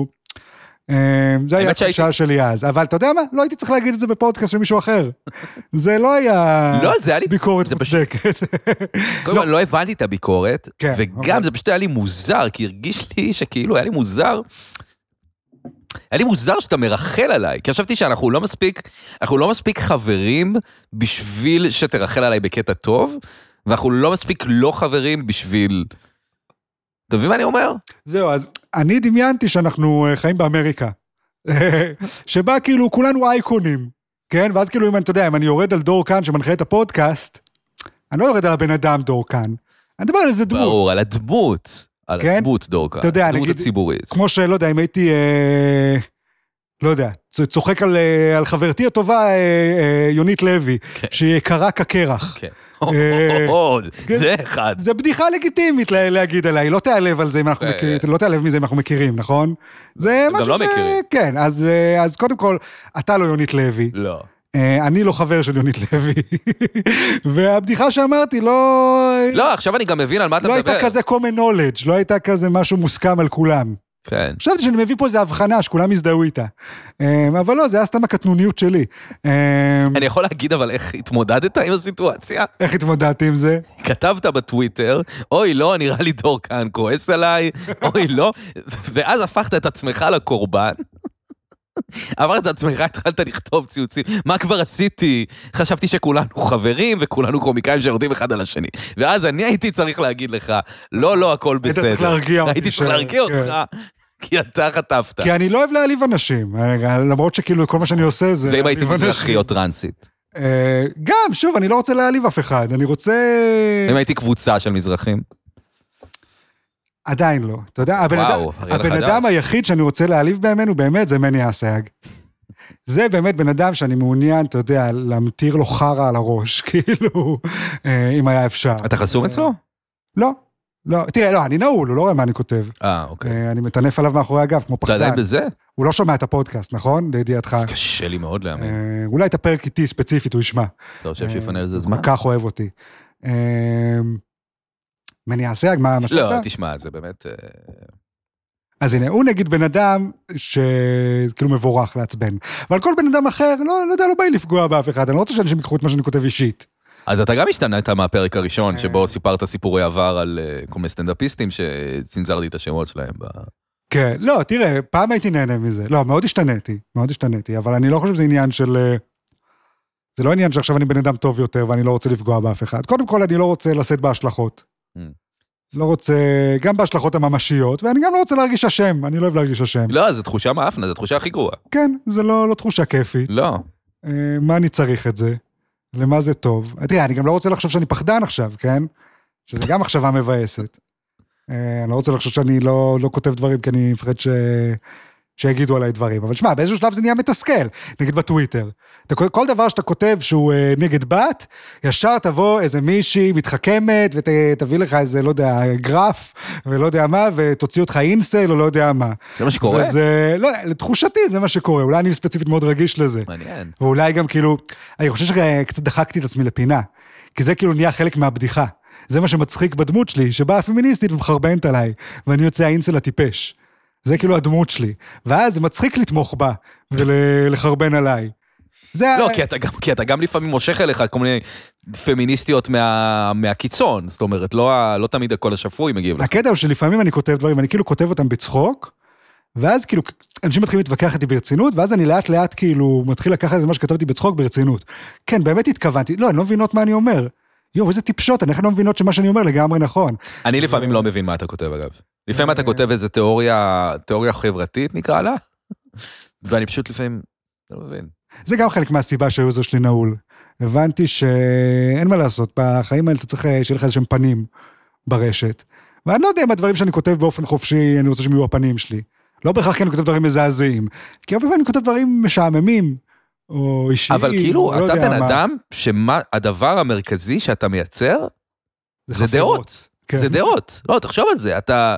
זה היה התחושה שלי אז, אבל אתה יודע מה? לא הייתי צריך להגיד את זה בפודקאסט של מישהו אחר. זה לא היה ביקורת מוצדקת. קודם כל, לא הבנתי את הביקורת, וגם זה פשוט היה לי מוזר, כי הרגיש לי שכאילו היה לי מוזר, היה לי מוזר שאתה מרחל עליי, כי חשבתי שאנחנו לא מספיק, אנחנו לא מספיק חברים בשביל שתרחל עליי בקטע טוב, ואנחנו לא מספיק לא חברים בשביל... אתה מבין מה אני אומר? זהו, אז אני דמיינתי שאנחנו חיים באמריקה, שבה כאילו כולנו אייקונים, כן? ואז כאילו אם אני, אתה יודע, אם אני יורד על דור כאן שמנחה את הפודקאסט, אני לא יורד על הבן אדם דור כאן, אני מדבר על איזה דמות. ברור, על הדמות. על כן? הדמות דורקה, יודע, הדמות נגיד, הציבורית. כמו שלא יודע, אם הייתי, אה, לא יודע, צוחק על, על חברתי הטובה, אה, אה, יונית לוי, כן. שהיא יקרה כקרח. כן. אה, זה אחד. זה בדיחה לגיטימית להגיד עליי, לא תעלב על זה אם אנחנו מכירים, לא תעלב מזה אם אנחנו מכירים, נכון? זה משהו גם לא מכירים. כן, אז, אז קודם כל, אתה לא יונית לוי. לא. אני לא חבר של יונית לוי, והבדיחה שאמרתי לא... לא, עכשיו אני גם מבין על מה אתה מדבר. מדבר. לא הייתה כזה common knowledge, לא הייתה כזה משהו מוסכם על כולם. כן. חשבתי שאני מביא פה איזו הבחנה שכולם יזדהו איתה. אבל לא, זה היה סתם הקטנוניות שלי. אני יכול להגיד אבל איך התמודדת עם הסיטואציה? איך התמודדתי עם זה? כתבת בטוויטר, אוי לא, נראה לי דור כאן כועס עליי, אוי לא, ואז הפכת את עצמך לקורבן. אמרת את עצמך, התחלת לכתוב ציוצים, מה כבר עשיתי? חשבתי שכולנו חברים, וכולנו קומיקאים שיורדים אחד על השני. ואז אני הייתי צריך להגיד לך, לא, לא, הכל בסדר. היית צריך להרגיע אותי. הייתי צריך להרגיע אותך, כי אתה חטפת. כי אני לא אוהב להעליב אנשים, למרות שכאילו כל מה שאני עושה זה... ואם הייתי מזרחי או טרנסית? גם, שוב, אני לא רוצה להעליב אף אחד, אני רוצה... אם הייתי קבוצה של מזרחים? עדיין לא. אתה יודע, הבן, וואו, אדם, הבן אדם היחיד שאני רוצה להעליב בימינו, באמת, זה מני אסייג. זה באמת בן אדם שאני מעוניין, אתה יודע, להמתיר לו חרה על הראש, כאילו, אם היה אפשר. אתה חסום אצלו? לא. לא, תראה, לא, אני נעול, הוא לא רואה מה אני כותב. אה, אוקיי. אני מטנף עליו מאחורי הגב, כמו פחדן. אתה עדיין בזה? הוא לא שומע את הפודקאסט, נכון? לידיעתך. קשה לי מאוד להאמין. אולי את הפרק איתי ספציפית, הוא ישמע. אתה חושב שיפנה לזה זמן? הוא כל כך אוהב אותי. מניע סייג, מה שאתה? לא, תשמע, זה באמת... אז הנה, הוא נגיד בן אדם שכאילו מבורך לעצבן. אבל כל בן אדם אחר, לא, לא יודע, לא בא לי לפגוע באף אחד. אני לא רוצה שאנשים יקחו את מה שאני כותב אישית. אז אתה גם השתנית מהפרק הראשון, שבו סיפרת סיפורי עבר על כל מיני סטנדאפיסטים, שצנזרתי את השמות שלהם. כן, לא, תראה, פעם הייתי נהנה מזה. לא, מאוד השתניתי, מאוד השתניתי, אבל אני לא חושב שזה עניין של... זה לא עניין שעכשיו אני בן אדם טוב יותר, ואני לא רוצה לפגוע באף אחד. קודם כל, אני לא רוצה לשאת בהשלכות. לא רוצה, גם בהשלכות הממשיות, ואני גם לא רוצה להרגיש אשם, אני לא אוהב להרגיש אשם. לא, זו תחושה מאפנה, זו תחושה הכי גרועה. כן, זה לא, לא תחושה כיפית. לא. מה אני צריך את זה? למה זה טוב? תראה, אני גם לא רוצה לחשוב שאני פחדן עכשיו, כן? שזה גם מחשבה מבאסת. אני לא רוצה לחשוב שאני לא, לא כותב דברים, כי אני מפחד ש... שיגידו עליי דברים. אבל שמע, באיזשהו שלב זה נהיה מתסכל, נגיד בטוויטר. כל דבר שאתה כותב שהוא נגד בת, ישר תבוא איזה מישהי מתחכמת, ותביא לך איזה, לא יודע, גרף, ולא יודע מה, ותוציא אותך אינסל, או לא יודע מה. זה מה שקורה? וזה, לא, לתחושתי זה מה שקורה. אולי אני ספציפית מאוד רגיש לזה. מעניין. ואולי גם כאילו, אני חושב שקצת דחקתי את עצמי לפינה, כי זה כאילו נהיה חלק מהבדיחה. זה מה שמצחיק בדמות שלי, שבאה פמיניסטית ומחרבנת עליי, ואני יוצא האינסל הטיפש. זה כאילו הדמות שלי. ואז זה מצחיק לתמוך בה, ולחרבן עליי. לא, כי אתה גם, כי אתה גם לפעמים מושך אליך כל מיני פמיניסטיות מה, מהקיצון, זאת אומרת, לא, לא תמיד הכל השפוי מגיעים לך. הקטע הוא שלפעמים אני כותב דברים, אני כאילו כותב אותם בצחוק, ואז כאילו, אנשים מתחילים להתווכח איתי ברצינות, ואז אני לאט לאט כאילו מתחיל לקחת את מה שכתבתי בצחוק ברצינות. כן, באמת התכוונתי, לא, אני לא מבינות מה אני אומר. יו, איזה טיפשות, אני איך לא מבינות שמה שאני אומר לגמרי נכון. אני לפעמים לא מבין מה אתה כותב, אגב. לפעמים אתה כותב איזו תיאוריה, תיאוריה חברתית נקרא לה, ואני פשוט לפעמים לא מבין. זה גם חלק מהסיבה שהיוזר שלי נעול. הבנתי שאין מה לעשות, בחיים האלה אתה צריך שיהיה לך איזשהם פנים ברשת. ואני לא יודע אם הדברים שאני כותב באופן חופשי, אני רוצה שהם יהיו הפנים שלי. לא בהכרח כי אני כותב דברים מזעזעים, כי הרבה פעמים אני כותב דברים משעממים, או אישיים. אבל כאילו, אתה בן אדם, שמה, הדבר המרכזי שאתה מייצר, זה דעות. זה דעות. לא, תחשוב על זה, אתה,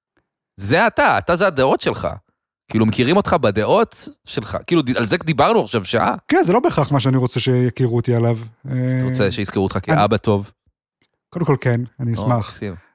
זה אתה, אתה זה הדעות שלך. כאילו, מכירים אותך בדעות שלך. כאילו, על זה דיברנו עכשיו שעה. כן, זה לא בהכרח מה שאני רוצה שיכירו אותי עליו. אתה רוצה שיזכרו אותך כאבא טוב? קודם כל כן, אני אשמח.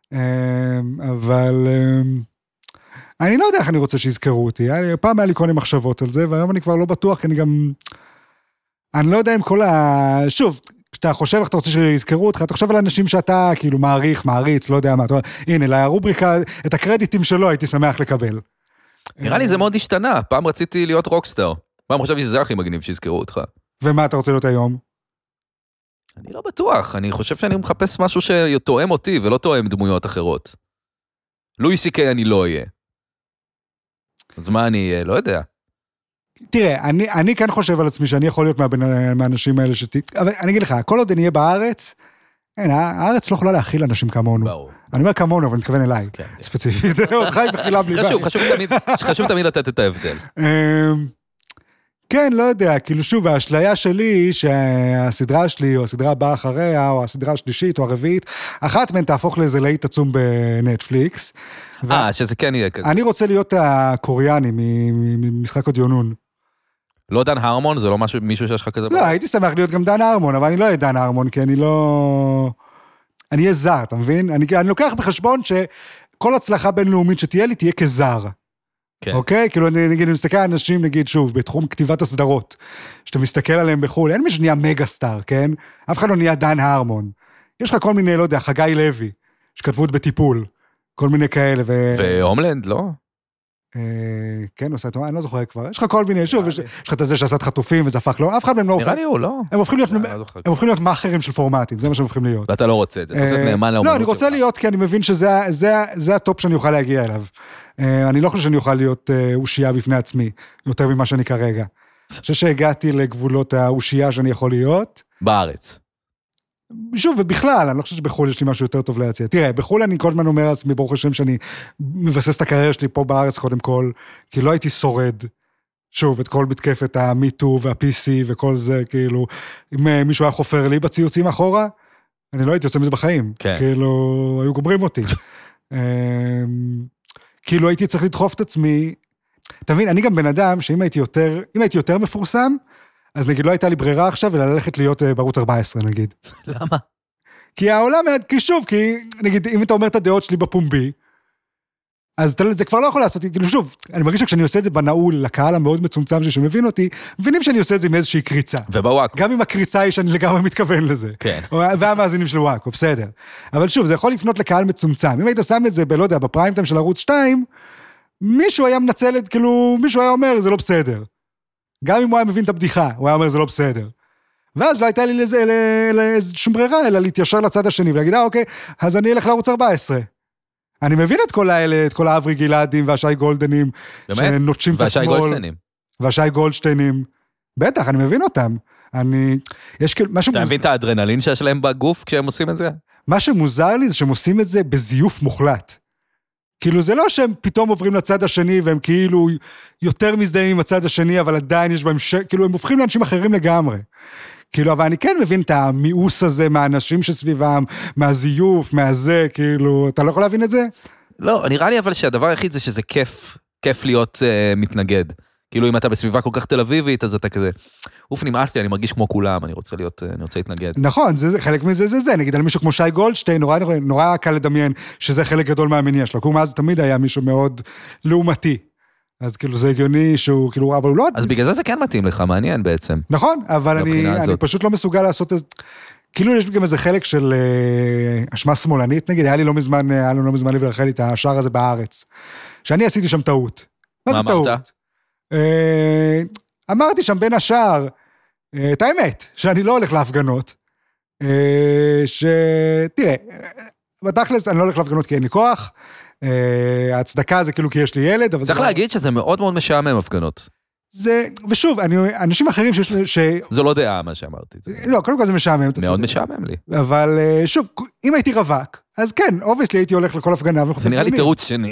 אבל אני לא יודע איך אני רוצה שיזכרו אותי. פעם היה לי כל מיני מחשבות על זה, והיום אני כבר לא בטוח, כי אני גם... אני לא יודע אם כל ה... שוב, כשאתה חושב איך אתה רוצה שיזכרו אותך, אתה חושב על אנשים שאתה כאילו מעריך, מעריץ, לא יודע מה. הנה, לרובריקה, את הקרדיטים שלו הייתי שמח לקבל. נראה לי זה מאוד השתנה, פעם רציתי להיות רוקסטאר, פעם חשבתי שזה הכי מגניב שיזכרו אותך. ומה אתה רוצה להיות היום? אני לא בטוח, אני חושב שאני מחפש משהו שתואם אותי ולא תואם דמויות אחרות. לואי סי קיי אני לא אהיה. אז מה אני אהיה? לא יודע. תראה, אני, אני כאן חושב על עצמי שאני יכול להיות מהאנשים האלה שת... אבל אני אגיד לך, כל עוד אני אהיה בארץ, אין, הארץ לא יכולה להכיל אנשים כמונו. ברור. אני אומר כמונו, אבל אני מתכוון אליי, כן, ספציפית. אותך היא בחילה בלי חשוב, חשוב תמיד, חשוב תמיד לתת את ההבדל. כן, לא יודע, כאילו שוב, האשליה שלי, שהסדרה שלי, או הסדרה הבאה אחריה, או הסדרה השלישית, או הרביעית, אחת מהן תהפוך לאיזה להיט עצום בנטפליקס. אה, שזה כן יהיה כזה. אני רוצה להיות הקוריאני ממשחק הדיונון. לא דן הרמון? זה לא מישהו שיש לך כזה? לא, הייתי שמח להיות גם דן הרמון, אבל אני לא אהיה דן הרמון, כי אני לא... אני אהיה זר, אתה מבין? אני, אני לוקח בחשבון שכל הצלחה בינלאומית שתהיה לי, תהיה כזר. כן. אוקיי? כאילו, אני, נגיד, אני מסתכל על אנשים, נגיד, שוב, בתחום כתיבת הסדרות, שאתה מסתכל עליהם בחול, אין מי שנהיה מגה סטאר, כן? אף אחד לא נהיה דן הרמון. יש לך כל מיני, לא יודע, חגי לוי, שכתבו את בטיפול, כל מיני כאלה, ו... והומלנד, לא? כן, עושה את... אני לא זוכר כבר. יש לך כל מיני, שוב, יש לך את זה שעשת חטופים, וזה הפך לא... אף אחד מהם לא הופך... נראה לי הוא, לא? הם הופכים להיות... הם הופכים להיות מאחרים של פורמטים, זה מה שהם הופכים להיות. ואתה לא רוצה את זה, אתה רוצה נאמן לאומנות שלך. לא, אני רוצה להיות, כי אני מבין שזה הטופ שאני אוכל להגיע אליו. אני לא חושב שאני אוכל להיות אושייה בפני עצמי, יותר ממה שאני כרגע. אני חושב שהגעתי לגבולות האושייה שאני יכול להיות. בארץ. שוב, ובכלל, אני לא חושב שבחול יש לי משהו יותר טוב להציע. תראה, בחול אני כל הזמן אומר לעצמי, ברוך השם שאני מבסס את הקריירה שלי פה בארץ קודם כל, כי לא הייתי שורד, שוב, את כל מתקפת ה-מיטו וה-פי סי וכל זה, כאילו, אם מישהו היה חופר לי בציוצים אחורה, אני לא הייתי יוצא מזה בחיים. כן. כאילו, היו גומרים אותי. כאילו הייתי צריך לדחוף את עצמי, אתה מבין, אני גם בן אדם שאם הייתי יותר, אם הייתי יותר מפורסם, אז נגיד לא הייתה לי ברירה עכשיו, אלא ללכת להיות בערוץ ארבע עשרה נגיד. למה? כי העולם, כי שוב, כי נגיד אם אתה אומר את הדעות שלי בפומבי, אז זה כבר לא יכול לעשות, כאילו שוב, אני מרגיש שכשאני עושה את זה בנעול, לקהל המאוד מצומצם שמבין אותי, מבינים שאני עושה את זה עם איזושהי קריצה. ובוואקו. גם אם הקריצה היא שאני לגמרי מתכוון לזה. כן. והמאזינים של וואקו, בסדר. אבל שוב, זה יכול לפנות לקהל מצומצם. אם היית שם את זה, לא יודע, בפריים טיים של ערוץ שתיים, מישהו היה מנצל את, כאילו, מישהו היה אומר, זה לא בסדר. גם אם הוא היה מבין את הבדיחה, הוא היה אומר, זה לא בסדר. ואז לא הייתה לי לזה, שום ברירה, אלא להתיישר לצד השני, ולהגיד, אה, אוקיי, אז אני אלך לערוץ ארבע עשרה. אני מבין את כל האלה, את כל האברי גלעדים והשי גולדנים, שנוטשים את השמאל. והשי גולדשטיינים. והשי גולדשטיינים. בטח, אני מבין אותם. אני, יש כאילו, משהו... אתה מבין את האדרנלין שיש להם בגוף כשהם עושים את זה? מה שמוזר לי זה שהם עושים את זה בזיוף מוחלט. כאילו זה לא שהם פתאום עוברים לצד השני, והם כאילו יותר מזדהים עם הצד השני, אבל עדיין יש בהם ש... כאילו הם הופכים לאנשים אחרים לגמרי. כאילו, אבל אני כן מבין את המיאוס הזה מהאנשים שסביבם, מהזיוף, מהזה, כאילו, אתה לא יכול להבין את זה? לא, נראה לי אבל שהדבר היחיד זה שזה כיף, כיף להיות uh, מתנגד. כאילו, אם אתה בסביבה כל כך תל אביבית, אז אתה כזה, אוף, נמאס לי, אני מרגיש כמו כולם, אני רוצה להיות, אני רוצה להתנגד. נכון, זה, זה, חלק מזה זה זה, נגיד על מישהו כמו שי גולדשטיין, נורא, נורא, נורא קל לדמיין שזה חלק גדול מהמניע שלו, כמו אז תמיד היה מישהו מאוד לעומתי. אז כאילו זה הגיוני שהוא, כאילו, אבל הוא לא... אז בגלל זה זה כן מתאים לך, מעניין בעצם. נכון, אבל אני, אני פשוט לא מסוגל לעשות את... כאילו יש גם איזה חלק של אשמה שמאלנית, נגיד, היה לי לא מזמן, היה לי לא מזמן לי ולרחל לי את השער הזה בארץ, שאני עשיתי שם טעות. מה, מה אמרת? טעות? אה, אמרתי שם בין השער, אה, את האמת, שאני לא הולך להפגנות, אה, שתראה, בתכלס אני לא הולך להפגנות כי אין לי כוח, ההצדקה זה כאילו כי יש לי ילד, אבל צריך להגיד שזה מאוד מאוד משעמם הפגנות. זה, ושוב, אני, אנשים אחרים שיש, ש... זו לא דעה מה שאמרתי. לא, קודם כל זה משעמם. מאוד משעמם לי. אבל שוב, אם הייתי רווק, אז כן, אובייסלי הייתי הולך לכל הפגנה. זה נראה לי תירוץ שני.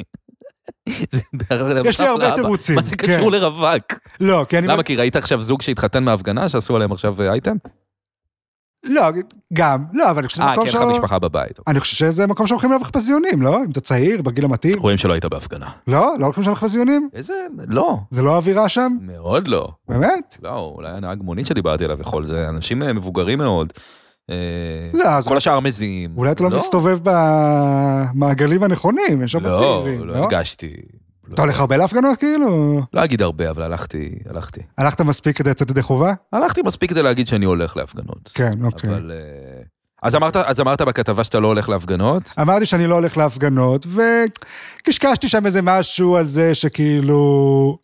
יש לי הרבה תירוצים. מה זה קשור לרווק? לא, כי אני... למה? כי ראית עכשיו זוג שהתחתן מההפגנה, שעשו עליהם עכשיו אייטם? לא, גם, לא, אבל אני חושב שזה מקום ש... אה, כן, לך משפחה בבית. אני חושב שזה מקום שהולכים להלך פזיונים, לא? אם אתה צעיר, בגיל המתאים. רואים שלא היית בהפגנה. לא? לא הולכים להלך פזיונים? איזה? לא. זה לא האווירה שם? מאוד לא. באמת? לא, אולי הנהג מונית שדיברתי עליו וכל זה, אנשים מבוגרים מאוד. לא, כל השאר מזיעים. אולי אתה לא מסתובב במעגלים הנכונים, יש הרבה צעירים, לא? לא, לא הגשתי. אתה הולך הרבה להפגנות כאילו? לא אגיד הרבה, אבל הלכתי, הלכתי. הלכת מספיק כדי לצאת ידי חובה? הלכתי מספיק כדי להגיד שאני הולך להפגנות. כן, אוקיי. אבל... אז אמרת, אז אמרת בכתבה שאתה לא הולך להפגנות? אמרתי שאני לא הולך להפגנות, וקשקשתי שם איזה משהו על זה שכאילו...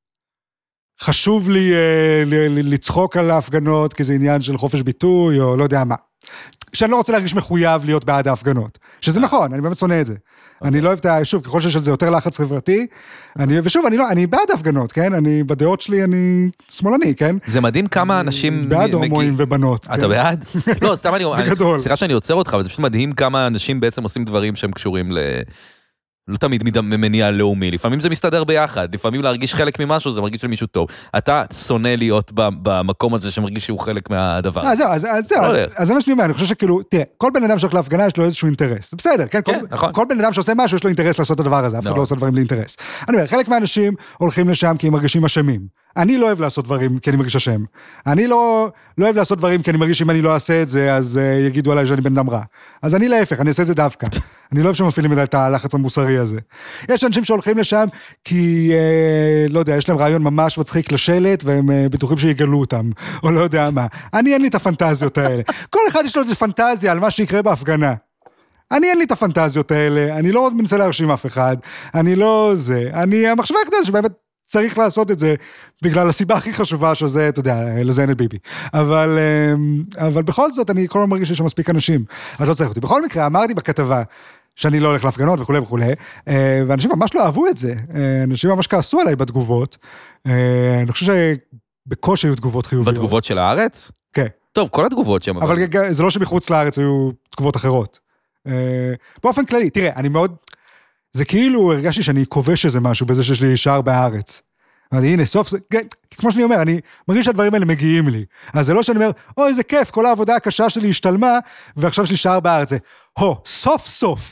חשוב לי לצחוק על ההפגנות, כי זה עניין של חופש ביטוי, או לא יודע מה. שאני לא רוצה להרגיש מחויב להיות בעד ההפגנות. שזה נכון, אני באמת שונא את זה. אני לא אוהב את ה... שוב, ככל שיש על זה יותר לחץ חברתי, אני, ושוב, אני לא, אני בעד ההפגנות, כן? אני, בדעות שלי, אני שמאלני, כן? זה מדהים כמה אנשים... בעד הומואים ובנות. אתה בעד? לא, סתם אני... בגדול. סליחה שאני עוצר אותך, אבל זה פשוט מדהים כמה אנשים בעצם עושים דברים שהם קשורים ל... לא תמיד ממניע לאומי, לפעמים זה מסתדר ביחד, לפעמים להרגיש חלק ממשהו, זה מרגיש למישהו טוב. אתה שונא להיות במקום הזה שמרגיש שהוא חלק מהדבר. אז זהו, אז זהו, אז זה מה שאני אומר, אני חושב שכאילו, תראה, כל בן אדם שהולך להפגנה יש לו איזשהו אינטרס, בסדר, כן? כל בן אדם שעושה משהו יש לו אינטרס לעשות את הדבר הזה, אף אחד לא עושה דברים לאינטרס. אני אומר, חלק מהאנשים הולכים לשם כי הם מרגישים אשמים. אני לא אוהב לעשות דברים כי אני מרגיש אשם. אני לא, לא אוהב לעשות דברים כי אני מרגיש שאם אני לא אעשה את זה, אז uh, יגידו עליי שאני בן אדם רע. אז אני להפך, אני אעשה את זה דווקא. אני לא אוהב שמפעילים את הלחץ המוסרי הזה. יש אנשים שהולכים לשם כי, uh, לא יודע, יש להם רעיון ממש מצחיק לשלט, והם uh, בטוחים שיגלו אותם, או לא יודע מה. אני אין לי את הפנטזיות האלה. כל אחד יש לו איזו פנטזיה על מה שיקרה בהפגנה. אני אין לי את הפנטזיות האלה, אני לא עוד מנסה להרשים אף אחד, אני לא זה, אני המחשבה הקטנה שבאמת צריך לעשות את זה, בגלל הסיבה הכי חשובה שזה, אתה יודע, לזיין את ביבי. אבל, אבל בכל זאת, אני כל הזמן מרגיש שיש שם מספיק אנשים, אז לא צריך אותי. בכל מקרה, אמרתי בכתבה, שאני לא הולך להפגנות וכו' וכו', ואנשים ממש לא אהבו את זה, אנשים ממש כעסו עליי בתגובות, אני חושב שבקושי היו תגובות חיוביות. בתגובות של הארץ? כן. טוב, כל התגובות שם. אבל זה לא שמחוץ לארץ היו תגובות אחרות. באופן כללי, תראה, אני מאוד... זה כאילו הרגשתי שאני כובש איזה משהו בזה שיש לי שער בארץ. אז הנה, סוף, כמו שאני אומר, אני מרגיש שהדברים האלה מגיעים לי. אז זה לא שאני אומר, אוי, איזה כיף, כל העבודה הקשה שלי השתלמה, ועכשיו יש לי שער בארץ. זה, הו, סוף סוף,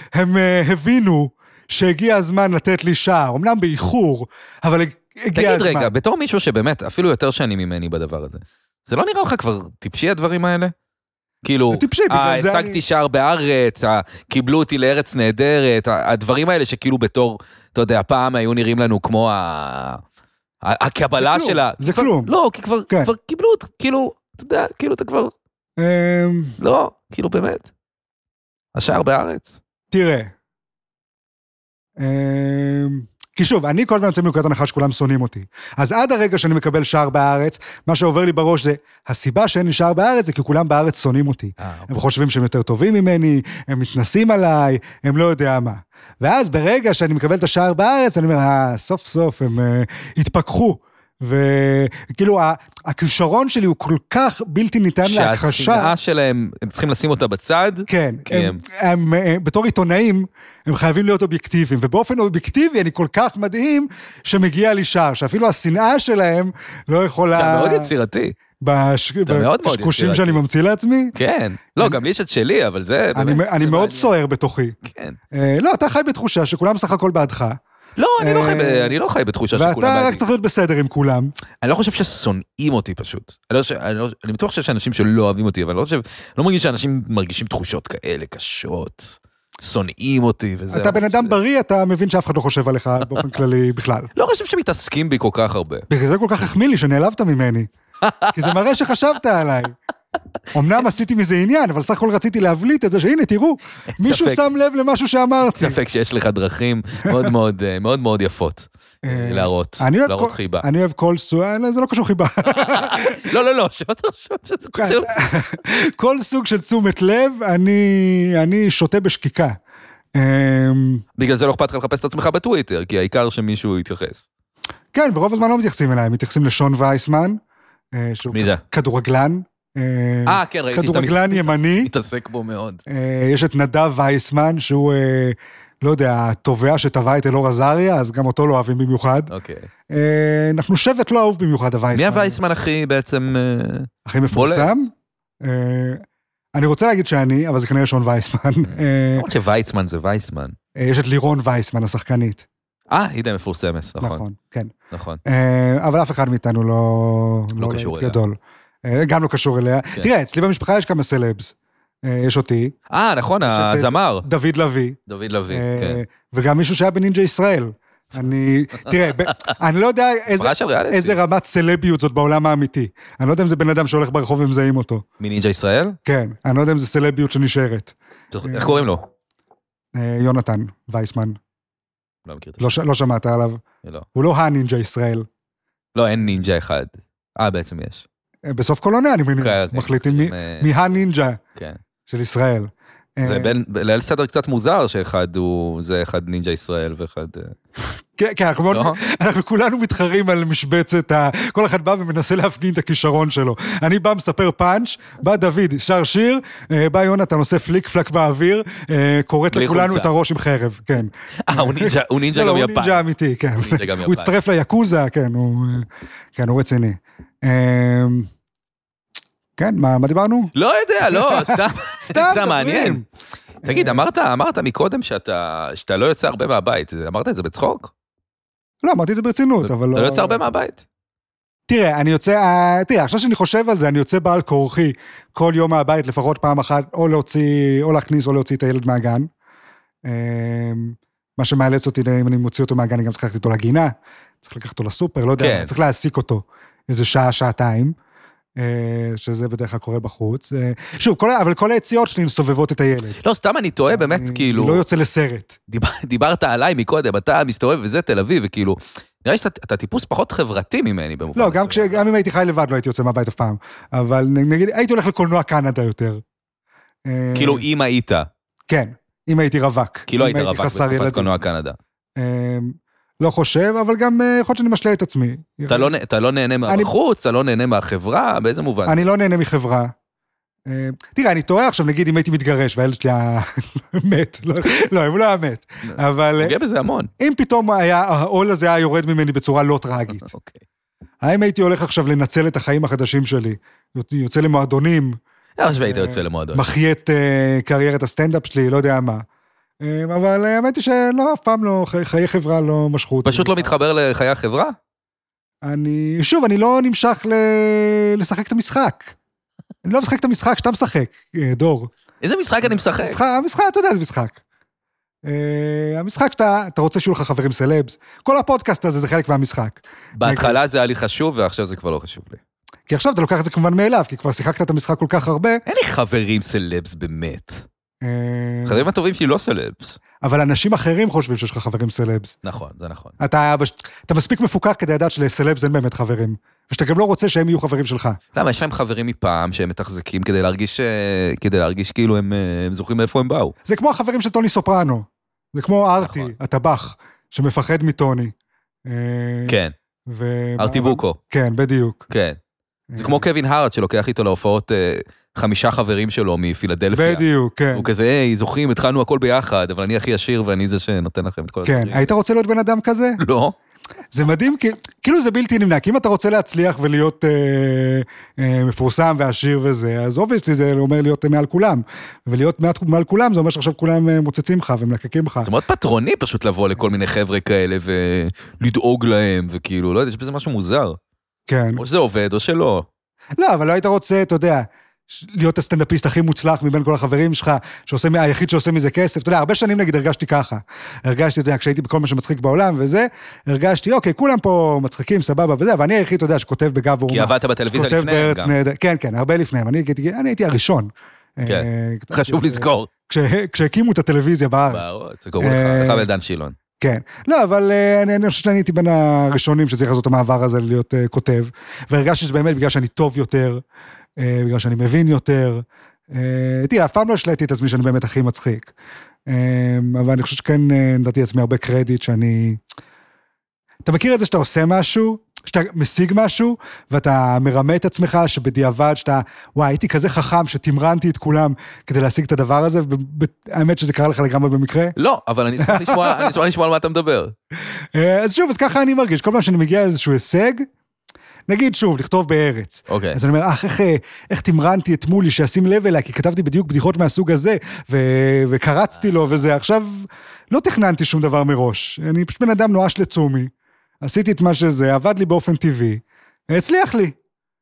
הם uh, הבינו שהגיע הזמן לתת לי שער, אמנם באיחור, אבל הגיע הזמן. תגיד רגע, בתור מישהו שבאמת, אפילו יותר שנים ממני בדבר הזה, זה לא נראה לך כבר טיפשי הדברים האלה? כאילו, טיפשי, בגלל זה השגתי שער בארץ, קיבלו אותי לארץ נהדרת, הדברים האלה שכאילו בתור, אתה יודע, פעם היו נראים לנו כמו הקבלה שלה. זה כלום. לא, כי כבר קיבלו, כאילו, אתה יודע, כאילו אתה כבר... לא, כאילו באמת. השער בארץ. תראה. כי שוב, אני כל פעם יוצא מנקודת הנחה שכולם שונאים אותי. אז עד הרגע שאני מקבל שער בארץ, מה שעובר לי בראש זה, הסיבה שאין לי שער בארץ זה כי כולם בארץ שונאים אותי. הם חושבים שהם יותר טובים ממני, הם מתנסים עליי, הם לא יודע מה. ואז ברגע שאני מקבל את השער בארץ, אני אומר, אה, סוף סוף הם התפכחו. וכאילו, הכישרון שלי הוא כל כך בלתי ניתן להכחשה. שהשנאה שלהם, הם צריכים לשים אותה בצד. כן, הם, הם, הם, בתור עיתונאים, הם חייבים להיות אובייקטיביים, ובאופן אובייקטיבי אני כל כך מדהים, שמגיע לי שער, שאפילו השנאה שלהם לא יכולה... אתה מאוד יצירתי. בקשקושים שאני ממציא לעצמי? כן. לא, גם לי יש את שלי, אבל זה... אני מאוד סוער בתוכי. כן. לא, אתה חי בתחושה שכולם סך הכל בעדך. לא, אני לא חי, אני לא חי בתחושה שכולם בעדי. ואתה רק צריך להיות בסדר עם כולם. אני לא חושב ששונאים אותי פשוט. אני בטוח שיש אנשים שלא אוהבים אותי, אבל אני לא חושב, לא מרגיש שאנשים מרגישים תחושות כאלה קשות, שונאים אותי וזה. אתה בן אדם בריא, אתה מבין שאף אחד לא חושב עליך באופן כללי בכלל. לא חושב שמתעסקים בי כל כך הרבה. בגלל זה כל כך החמיא לי שנעלבת ממני. כי זה מראה שחשבת עליי. אמנם עשיתי מזה עניין, אבל סך הכל רציתי להבליט את זה, שהנה, תראו, מישהו שם לב למשהו שאמרתי. ספק שיש לך דרכים מאוד מאוד, מאוד מאוד יפות להראות, להראות חיבה. אני אוהב כל סוג, זה לא קשור חיבה. לא, לא, לא, שאתה חושב שזה קשור. כל סוג של תשומת לב, אני שותה בשקיקה. בגלל זה לא אכפת לך לחפש את עצמך בטוויטר, כי העיקר שמישהו יתייחס. כן, ברוב הזמן לא מתייחסים אליי, מתייחסים לשון וייסמן, מי זה? כדורגלן. אה, כן, ראיתי. כדורגלן ימני. מתעסק בו מאוד. יש את נדב וייסמן, שהוא, לא יודע, התובע שטבע את אלאור עזריה, אז גם אותו לא אוהבים במיוחד. אוקיי. אנחנו שבט לא אהוב במיוחד, הווייסמן. מי הווייסמן הכי בעצם... הכי מפורסם? אני רוצה להגיד שאני, אבל זה כנראה שון וייסמן. למרות שווייסמן זה וייסמן. יש את לירון וייסמן, השחקנית. אה, היא די מפורסמת, נכון. נכון, כן. נכון. אבל אף אחד מאיתנו לא... לא קשור אליה. גדול. גם לא קשור אליה. תראה, אצלי במשפחה יש כמה סלבס. יש אותי. אה, נכון, הזמר. דוד לוי. דוד לוי, כן. וגם מישהו שהיה בנינג'ה ישראל. אני, תראה, אני לא יודע איזה רמת סלביות זאת בעולם האמיתי. אני לא יודע אם זה בן אדם שהולך ברחוב ומזהים אותו. מנינג'ה ישראל? כן, אני לא יודע אם זה סלביות שנשארת. איך קוראים לו? יונתן וייסמן. לא מכיר את זה. לא שמעת עליו. הוא לא הנינג'ה ישראל. לא, אין נינג'ה אחד. אה, בעצם יש. בסוף כל עונה, אני מבין, מחליטים מהנינג'ה של ישראל. זה ליל סדר קצת מוזר, שאחד הוא, זה אחד נינג'ה ישראל ואחד... כן, כן, אנחנו כולנו מתחרים על משבצת, כל אחד בא ומנסה להפגין את הכישרון שלו. אני בא מספר פאנץ', בא דוד, שר שיר, בא יונתן עושה פליק פלק באוויר, קוראת לכולנו את הראש עם חרב, כן. אה, הוא נינג'ה גם יפן. הוא נינג'ה אמיתי, כן. הוא הצטרף ליקוזה, כן, הוא רציני. כן, מה דיברנו? לא יודע, לא, סתם, סתם מעניין. תגיד, אמרת, אמרת מקודם שאתה לא יוצא הרבה מהבית, אמרת את זה בצחוק? לא, אמרתי את זה ברצינות, אבל לא... אתה לא יוצא הרבה מהבית? תראה, אני יוצא, תראה, עכשיו שאני חושב על זה, אני יוצא בעל כורחי כל יום מהבית, לפחות פעם אחת, או להוציא, או להכניס, או להוציא את הילד מהגן. מה שמאלץ אותי, אם אני מוציא אותו מהגן, אני גם צריך לקחת אותו לגינה, צריך לקחת אותו לסופר, לא יודע, צריך להעסיק אותו איזה שעה, שעתיים. שזה בדרך כלל קורה בחוץ. שוב, אבל כל היציאות שלי מסובבות את הילד. לא, סתם אני טועה באמת, כאילו... לא יוצא לסרט. דיברת עליי מקודם, אתה מסתובב וזה תל אביב, וכאילו... נראה לי שאתה טיפוס פחות חברתי ממני במובן. לא, גם אם הייתי חי לבד לא הייתי יוצא מהבית אף פעם. אבל נגיד, הייתי הולך לקולנוע קנדה יותר. כאילו, אם היית. כן, אם הייתי רווק. כי לא היית רווק בתקופת קולנוע קנדה. לא חושב, אבל גם יכול שאני משלה את עצמי. אתה לא נהנה מהחוץ, אתה לא נהנה מהחברה, באיזה מובן? אני לא נהנה מחברה. תראה, אני טועה עכשיו, נגיד, אם הייתי מתגרש, והילד שלי היה מת, לא, הוא לא היה מת, אבל... נגיע בזה המון. אם פתאום העול הזה היה יורד ממני בצורה לא טרגית. האם הייתי הולך עכשיו לנצל את החיים החדשים שלי, יוצא למועדונים, לא חושב היית יוצא למועדונים. מחיה את קריירת הסטנדאפ שלי, לא יודע מה. אבל האמת היא שלא, אף פעם לא, חיי חברה לא משכו אותי. פשוט לא מתחבר לחיי החברה? אני, שוב, אני לא נמשך לשחק את המשחק. אני לא משחק את המשחק שאתה משחק, דור. איזה משחק אני משחק? המשחק, אתה יודע איזה משחק. המשחק שאתה, אתה רוצה שיהיו לך חברים סלבס, כל הפודקאסט הזה זה חלק מהמשחק. בהתחלה זה היה לי חשוב, ועכשיו זה כבר לא חשוב לי. כי עכשיו אתה לוקח את זה כמובן מאליו, כי כבר שיחקת את המשחק כל כך הרבה. אין לי חברים סלבס באמת. חברים הטובים שלי לא סלבס. אבל אנשים אחרים חושבים שיש לך חברים סלבס. נכון, זה נכון. אתה, אתה מספיק מפוקח כדי לדעת שלסלבס אין באמת חברים, ושאתה גם לא רוצה שהם יהיו חברים שלך. למה, יש להם חברים מפעם שהם מתחזקים כדי להרגיש, כדי להרגיש כאילו הם, הם זוכרים מאיפה הם באו. זה כמו החברים של טוני סופרנו. זה כמו ארטי, נכון. הטבח, שמפחד מטוני. כן. ו... ארטי בוקו. כן, בדיוק. כן. זה כמו קווין הארט שלוקח איתו להופעות חמישה חברים שלו מפילדלפיה. בדיוק, כן. הוא כזה, היי, זוכרים, התחלנו הכל ביחד, אבל אני הכי עשיר ואני זה שנותן לכם את כל הדברים. כן, היית רוצה להיות בן אדם כזה? לא. זה מדהים, כאילו זה בלתי נמנע, כי אם אתה רוצה להצליח ולהיות אה, אה, מפורסם ועשיר וזה, אז אובייסטי זה אומר להיות מעל כולם, ולהיות מעל כולם זה אומר שעכשיו כולם מוצצים לך ומלקקים לך. זה מאוד פטרוני פשוט לבוא לכל מיני חבר'ה כאלה ולדאוג להם, וכאילו, לא יודע, יש בזה משהו מוזר. כן. או שזה עובד או שלא. לא, אבל לא היית רוצה, אתה יודע, להיות הסטנדאפיסט הכי מוצלח מבין כל החברים שלך, שעושה, היחיד שעושה מזה כסף, אתה יודע, הרבה שנים נגיד הרגשתי ככה, הרגשתי, אתה יודע, כשהייתי בכל מה שמצחיק בעולם וזה, הרגשתי, אוקיי, כולם פה מצחיקים, סבבה וזה, אבל אני היחיד, אתה יודע, שכותב בגב ואומה. כי עבדת בטלוויזיה לפניהם גם. נהדר, כן, כן, הרבה לפניהם, אני, אני הייתי הראשון. כן, חשוב לזכור. כשהקימו את הטלוויזיה בארץ. בארץ, זה קראו לך, לך ולדן שילון. כן, לא, אבל אני, אני חושב שאני הייתי בין הראשונים שצריך לעשות את המעבר הזה להיות כותב, והרגשתי שזה באמת בגלל שאני טוב יותר, בגלל שאני מבין יותר, תראה, אף פעם לא השלטתי את עצמי שאני באמת הכי מצחיק, אבל אני חושב שכן נתתי לעצמי הרבה קרדיט שאני, אתה מכיר את זה שאתה עושה משהו, שאתה משיג משהו, ואתה מרמה את עצמך שבדיעבד שאתה, וואי, הייתי כזה חכם שתמרנתי את כולם כדי להשיג את הדבר הזה, והאמת שזה קרה לך לגמרי במקרה? לא, אבל אני אשמח לשמוע, אני אשמח לשמוע על מה אתה מדבר. אז שוב, אז ככה אני מרגיש, כל פעם שאני מגיע לאיזשהו הישג, נגיד שוב, לכתוב בארץ. אוקיי. אז אני אומר, אך, איך, איך תמרנתי את מולי, שישים לב אליה, כי כתבתי בדיוק בדיחות מהסוג הזה, ו- וקרצתי לו וזה. עכשיו, לא תכננתי שום דבר מראש. אני פשוט בן אדם נואש לצומי. עשיתי את מה שזה, עבד לי באופן טבעי, הצליח לי.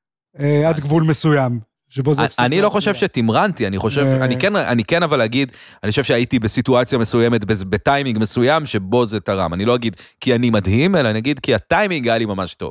עד גבול מסוים. אני לא חושב שתמרנתי, אני חושב, אני כן, אני כן אבל אגיד, אני חושב שהייתי בסיטואציה מסוימת, בטיימינג מסוים, שבו זה תרם. אני לא אגיד כי אני מדהים, אלא אני אגיד כי הטיימינג היה לי ממש טוב.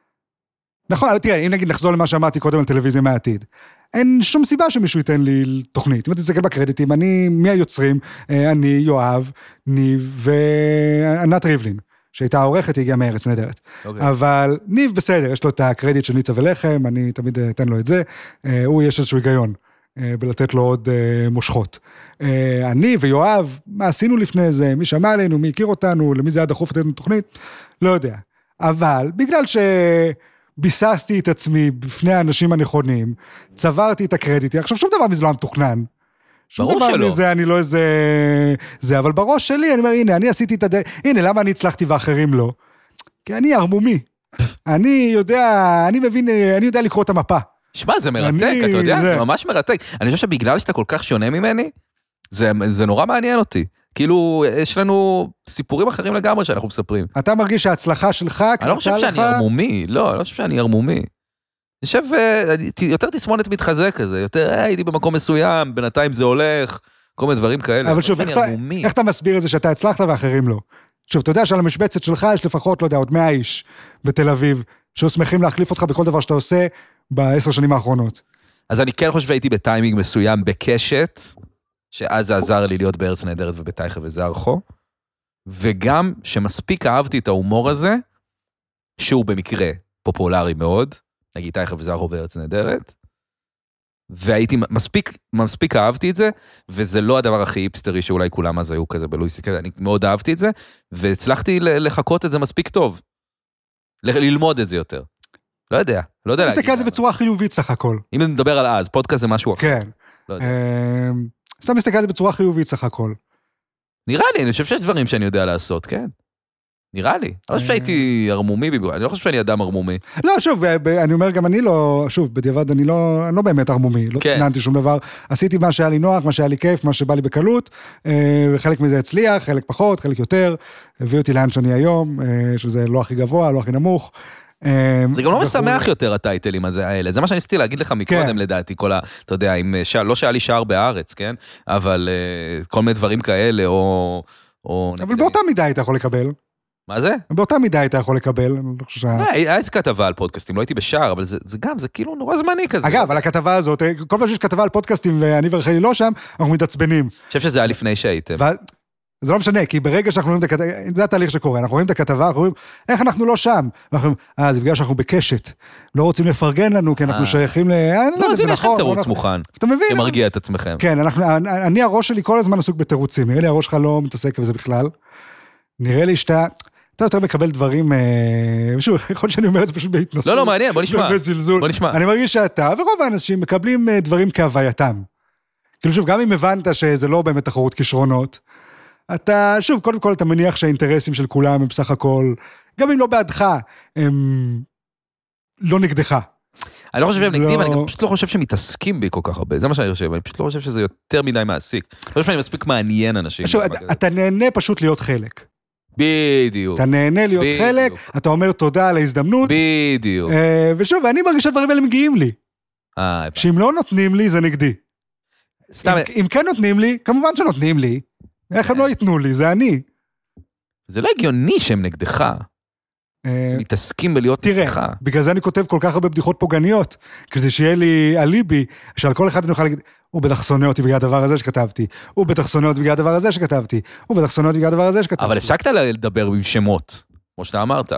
נכון, תראה, אם נגיד נחזור למה שאמרתי קודם על טלוויזיה מהעתיד, אין שום סיבה שמישהו ייתן לי תוכנית. אם אתה תסתכל בקרדיטים, אני, מי היוצרים? אני, יואב, ניב וענת ריבלין, שהייתה עורכת, היא הגיעה מארץ נהדרת. Okay. אבל ניב בסדר, יש לו את הקרדיט של ניצה ולחם, אני תמיד אתן לו את זה, הוא יש איזשהו היגיון, בלתת לו עוד מושכות. אני ויואב, מה עשינו לפני זה? מי שמע עלינו? מי הכיר אותנו? למי זה היה דחוף לתת לנו תוכנית? לא יודע. אבל בגלל ש... ביססתי את עצמי בפני האנשים הנכונים, צברתי את הקרדיטי, עכשיו שום דבר מזה לא מתוכנן. שום דבר שלא. מזה אני לא איזה... זה, אבל בראש שלי אני אומר, הנה, אני עשיתי את הד... הנה, למה אני הצלחתי ואחרים לא? כי אני ערמומי. אני יודע, אני מבין, אני יודע לקרוא את המפה. שמע, זה מרתק, אני... אתה יודע, זה... זה ממש מרתק. אני חושב שבגלל שאתה כל כך שונה ממני, זה, זה נורא מעניין אותי. כאילו, יש לנו סיפורים אחרים לגמרי שאנחנו מספרים. אתה מרגיש שההצלחה שלך... אני לא חושב שאני ערמומי, לא, אני לא חושב שאני ערמומי. אני חושב, יותר תסמונת מתחזק כזה, יותר הייתי במקום מסוים, בינתיים זה הולך, כל מיני דברים כאלה. אבל שוב, איך אתה מסביר את זה שאתה הצלחת ואחרים לא? שוב, אתה יודע שעל המשבצת שלך יש לפחות, לא יודע, עוד מאה איש בתל אביב, שהיו שמחים להחליף אותך בכל דבר שאתה עושה בעשר שנים האחרונות. אז אני כן חושב שהייתי בטיימינג מסוים בקשת, שאז זה עזר לי להיות בארץ נהדרת ובתייכה וזרחו, וגם שמספיק אהבתי את ההומור הזה, שהוא במקרה פופולרי מאוד, נגיד תייכה וזרחו בארץ נהדרת, והייתי מספיק, מספיק אהבתי את זה, וזה לא הדבר הכי היפסטרי שאולי כולם אז היו כזה בלואיסי, אני מאוד אהבתי את זה, והצלחתי לחכות את זה מספיק טוב, ללמוד את זה יותר. לא יודע, לא יודע להגיד. מסתכל על זה בצורה חיובית סך הכל. אם נדבר על אז, פודקאסט זה משהו אחר. כן. לא יודע. סתם מסתכל על זה בצורה חיובית סך הכל. נראה לי, אני חושב שיש דברים שאני יודע לעשות, כן. נראה לי. אני לא חושב שהייתי הרמומי, אני לא חושב שאני אדם הרמומי. לא, שוב, אני אומר גם אני לא, שוב, בדיעבד אני לא, אני לא באמת הרמומי, לא תכננתי שום דבר, עשיתי מה שהיה לי נוח, מה שהיה לי כיף, מה שבא לי בקלות, וחלק מזה הצליח, חלק פחות, חלק יותר, הביא אותי לאן שאני היום, שזה לא הכי גבוה, לא הכי נמוך. זה גם לא משמח יותר הטייטלים האלה, זה מה שאני ניסיתי להגיד לך מקודם לדעתי, כל ה, אתה יודע, לא שהיה לי שער בארץ, כן? אבל כל מיני דברים כאלה, או... אבל באותה מידה היית יכול לקבל. מה זה? באותה מידה היית יכול לקבל. היה איזה כתבה על פודקאסטים, לא הייתי בשער, אבל זה גם, זה כאילו נורא זמני כזה. אגב, על הכתבה הזאת, כל פעם שיש כתבה על פודקאסטים ואני ורחלי לא שם, אנחנו מתעצבנים. אני חושב שזה היה לפני שהייתם. זה לא משנה, כי ברגע שאנחנו רואים את הכתבה, זה התהליך שקורה, אנחנו רואים את הכתבה, אנחנו רואים, איך אנחנו לא שם? אנחנו אומרים, אה, זה בגלל שאנחנו בקשת, לא רוצים לפרגן לנו, כי אנחנו שייכים ל... לא, אז הנה לכם תירוץ מוכן. אתה מבין? שמרגיע את עצמכם. כן, אני, הראש שלי כל הזמן עסוק בתירוצים, נראה לי הראש שלך לא מתעסק בזה בכלל. נראה לי שאתה, אתה יותר מקבל דברים, ושוב, יכול להיות שאני אומר את זה פשוט בהתנסות. לא, לא, מעניין, בוא נשמע. בוא נשמע. אני מרגיש שאתה, ורוב האנשים מקבלים דברים כהווייתם. כאילו שוב, גם אם הבנת שזה לא באמת תחרות כישרונות, אתה, שוב, קודם כל אתה מניח שהאינטרסים של כולם הם בסך הכל, גם אם לא בעדך, הם לא נגדך. אני לא חושב שהם נגדים, אני פשוט לא חושב שהם מתעסקים בי כל כך הרבה, זה מה שאני חושב, אני פשוט לא חושב שזה יותר מדי מעסיק. אני חושב שאני מספיק מעניין אנשים. אתה נהנה פשוט להיות חלק. בדיוק. אתה נהנה להיות חלק, אתה אומר תודה על ההזדמנות. בדיוק. ושוב, אני מרגיש שהדברים האלה מגיעים לי. שאם לא נותנים לי, זה נגדי. אם כן נותנים לי, כמובן שנותנים לי. איך הם לא ייתנו לי, זה אני. זה לא הגיוני שהם נגדך. מתעסקים בלהיות נגדך. תראה, בגלל זה אני כותב כל כך הרבה בדיחות פוגעניות, כדי שיהיה לי אליבי, שעל כל אחד אני אוכל להגיד, הוא בטח שונא אותי בגלל הדבר הזה שכתבתי, הוא בטח שונא אותי בגלל הדבר הזה שכתבתי, הוא בטח שונא אותי בגלל הדבר הזה שכתבתי. אבל הפסקת לדבר עם שמות, כמו שאתה אמרת.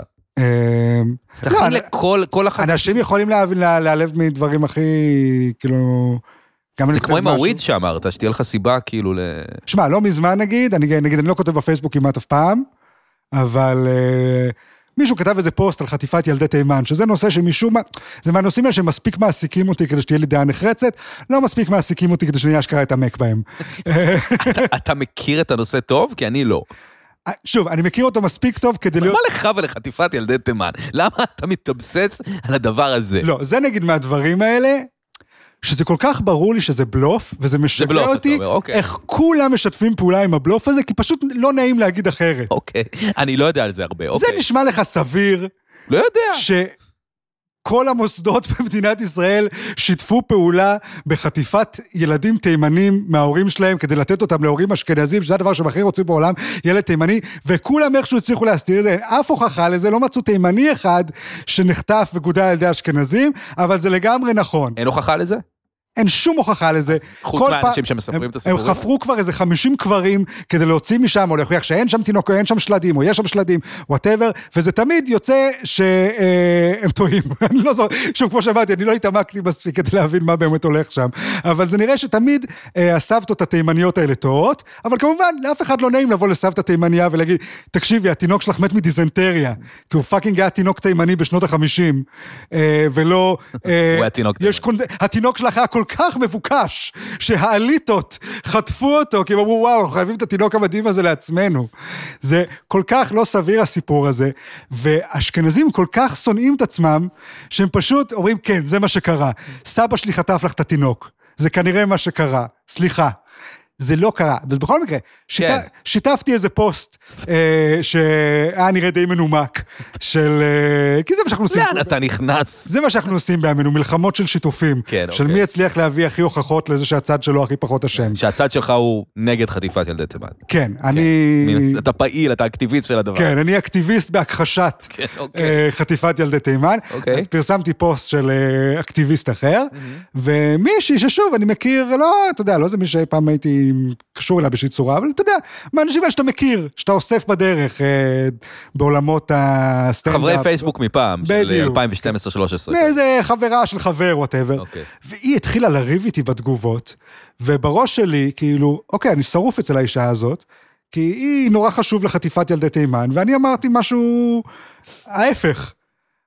אז תכין לכל אחת... אנשים יכולים להעלב מדברים הכי, כאילו... זה כמו עם הוויד שאמרת, שתהיה לך סיבה כאילו ל... שמע, לא מזמן נגיד, אני, נגיד, אני לא כותב בפייסבוק כמעט אף פעם, אבל uh, מישהו כתב איזה פוסט על חטיפת ילדי תימן, שזה נושא שמשום מה, זה מהנושאים האלה שמספיק מעסיקים אותי כדי שתהיה לי דעה נחרצת, לא מספיק מעסיקים אותי כדי שאני אשכרה את המק בהם. אתה, אתה מכיר את הנושא טוב? כי אני לא. שוב, אני מכיר אותו מספיק טוב כדי להיות... מה לך ולחטיפת ילדי תימן? למה אתה מתאבסס על הדבר הזה? לא, זה נגיד מהדברים האלה, שזה כל כך ברור לי שזה בלוף, וזה משגע אותי, אוקיי. איך כולם משתפים פעולה עם הבלוף הזה, כי פשוט לא נעים להגיד אחרת. אוקיי, אני לא יודע על זה הרבה, אוקיי. זה נשמע לך סביר. לא יודע. שכל המוסדות במדינת ישראל שיתפו פעולה בחטיפת ילדים תימנים מההורים שלהם, כדי לתת אותם להורים אשכנזים, שזה הדבר שהם הכי רוצים בעולם, ילד תימני, וכולם איכשהו הצליחו להסתיר את זה, אין אף הוכחה לזה, לא מצאו תימני אחד שנחטף וגודל על ידי אשכנזים, אבל זה לגמרי נכון. אין הוכחה לזה? אין שום הוכחה לזה. חוץ מהאנשים שמספרים את הסיפורים. הם חפרו כבר איזה חמישים קברים כדי להוציא משם, או להוכיח שאין שם תינוק, או אין שם שלדים, או יש שם שלדים, whatever, וזה תמיד יוצא שהם טועים. אני לא זוכר, שוב, כמו שאמרתי, אני לא התעמקתי מספיק כדי להבין מה באמת הולך שם, אבל זה נראה שתמיד הסבתות התימניות האלה טועות, אבל כמובן, לאף אחד לא נעים לבוא לסבתא תימניה ולהגיד, תקשיבי, התינוק שלך מת מדיזנטריה, כי הוא פאקינג היה תינוק תימני בשנות החמישים, ולא... התינוק שלך היה כל כך מבוקש, שהאליטות חטפו אותו, כי הם אמרו, וואו, אנחנו חייבים את התינוק המדהים הזה לעצמנו. זה כל כך לא סביר הסיפור הזה, ואשכנזים כל כך שונאים את עצמם, שהם פשוט אומרים, כן, זה מה שקרה. סבא שלי חטף לך את התינוק. זה כנראה מה שקרה. סליחה. זה לא קרה. ובכל מקרה, שיט... שיתפתי איזה פוסט, אה, שהיה נראה די מנומק, של... אה, כי זה מה שאנחנו עושים... לאן אתה נכנס? זה מה שאנחנו עושים בימינו, מלחמות של שיתופים. כן, של אוקיי. מי יצליח להביא הכי הוכחות לזה שהצד שלו הכי פחות אשם. שהצד שלך הוא נגד חטיפת ילדי תימן. כן, אני... כן. אתה פעיל, אתה אקטיביסט של הדבר. כן, אני אקטיביסט בהכחשת כן, אוקיי. אה, חטיפת ילדי תימן. אוקיי. אז פרסמתי פוסט של אה, אקטיביסט אחר, ומישהי ששוב, אני מכיר, לא, אתה יודע, לא זה מי שפעם הייתי קשור אליה בשביל צורה, אבל אתה יודע, מהאנשים האלה שאתה מכיר, שאתה אוסף בדרך אה, בעולמות הסטנדאפ. חברי פייסבוק מפעם, בדיוק. של אלפיים ושתים עשרה שלוש עשרה. מאיזה חברה של חבר, whatever. אוקיי. והיא התחילה לריב איתי בתגובות, ובראש שלי, כאילו, אוקיי, אני שרוף אצל האישה הזאת, כי היא נורא חשוב לחטיפת ילדי תימן, ואני אמרתי משהו ההפך.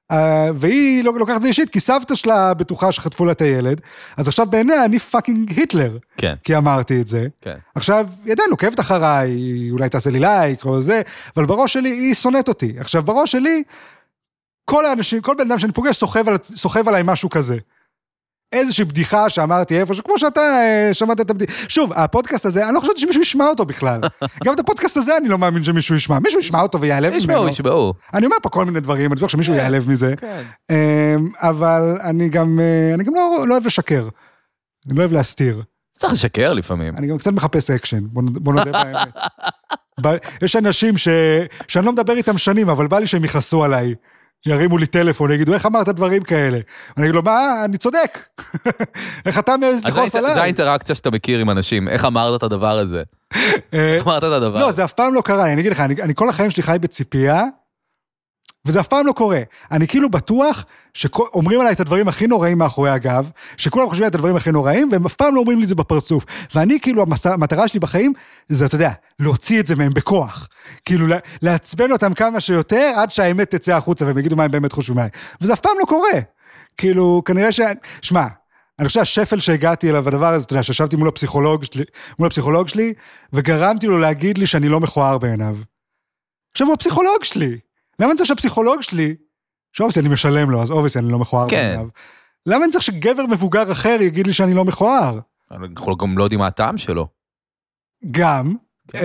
והיא לוקחת זה אישית, כי סבתא שלה בטוחה שחטפו לה את הילד, אז עכשיו בעיניה אני פאקינג היטלר, כן. כי אמרתי את זה. כן. עכשיו, ידענו, עוקבת אחריי, אולי תעשה לי לייק או זה, אבל בראש שלי היא שונאת אותי. עכשיו, בראש שלי, כל האנשים, כל בן אדם שאני פוגש סוחב, על, סוחב עליי משהו כזה. איזושהי בדיחה שאמרתי איפה, כמו שאתה שמעת את הבדיחה. שוב, הפודקאסט הזה, אני לא חושבת שמישהו ישמע אותו בכלל. גם את הפודקאסט הזה אני לא מאמין שמישהו ישמע. מישהו ישמע אותו ויעלב ממנו. ישמעו, ישמעו. אני אומר פה כל מיני דברים, אני בטוח שמישהו יעלב מזה. אבל אני גם, אני גם לא אוהב לשקר. אני לא אוהב להסתיר. צריך לשקר לפעמים. אני גם קצת מחפש אקשן, בוא נודה באמת. יש אנשים שאני לא מדבר איתם שנים, אבל בא לי שהם יכעסו עליי. ירימו לי טלפון, יגידו, איך אמרת דברים כאלה? אני אגיד לו, מה? אני צודק. איך אתה מעז לכעוס עליי? זו האינטראקציה שאתה מכיר עם אנשים, איך אמרת את הדבר הזה? איך אמרת את הדבר? לא, זה אף פעם לא קרה, אני אגיד לך, אני כל החיים שלי חי בציפייה, וזה אף פעם לא קורה. אני כאילו בטוח שאומרים עליי את הדברים הכי נוראים מאחורי הגב, שכולם חושבים את הדברים הכי נוראים, והם אף פעם לא אומרים לי את זה בפרצוף. ואני כאילו, המטרה שלי בחיים, זה, אתה יודע, להוציא את זה מהם בכוח. כאילו, לעצבן אותם כמה שיותר, עד שהאמת תצא החוצה, והם יגידו מה הם באמת חושבים עליי. וזה אף פעם לא קורה. כאילו, כנראה ש... שמע, אני חושב שהשפל שהגעתי אליו, הדבר הזה, אתה יודע, שישבתי מול הפסיכולוג שלי, מול הפסיכולוג שלי, וגרמתי לו להגיד לי שאני לא מכוער בעיניו. עכשיו, הוא הפסיכולוג שלי. למה אני צריך שהפסיכולוג שלי, שאובסי אני משלם לו, אז אובסי אני לא מכוער בעיניו. למה אני צריך שגבר מבוגר אחר יגיד לי שאני לא מכוער? אנחנו גם לא יודעים מה הטעם שלו. גם,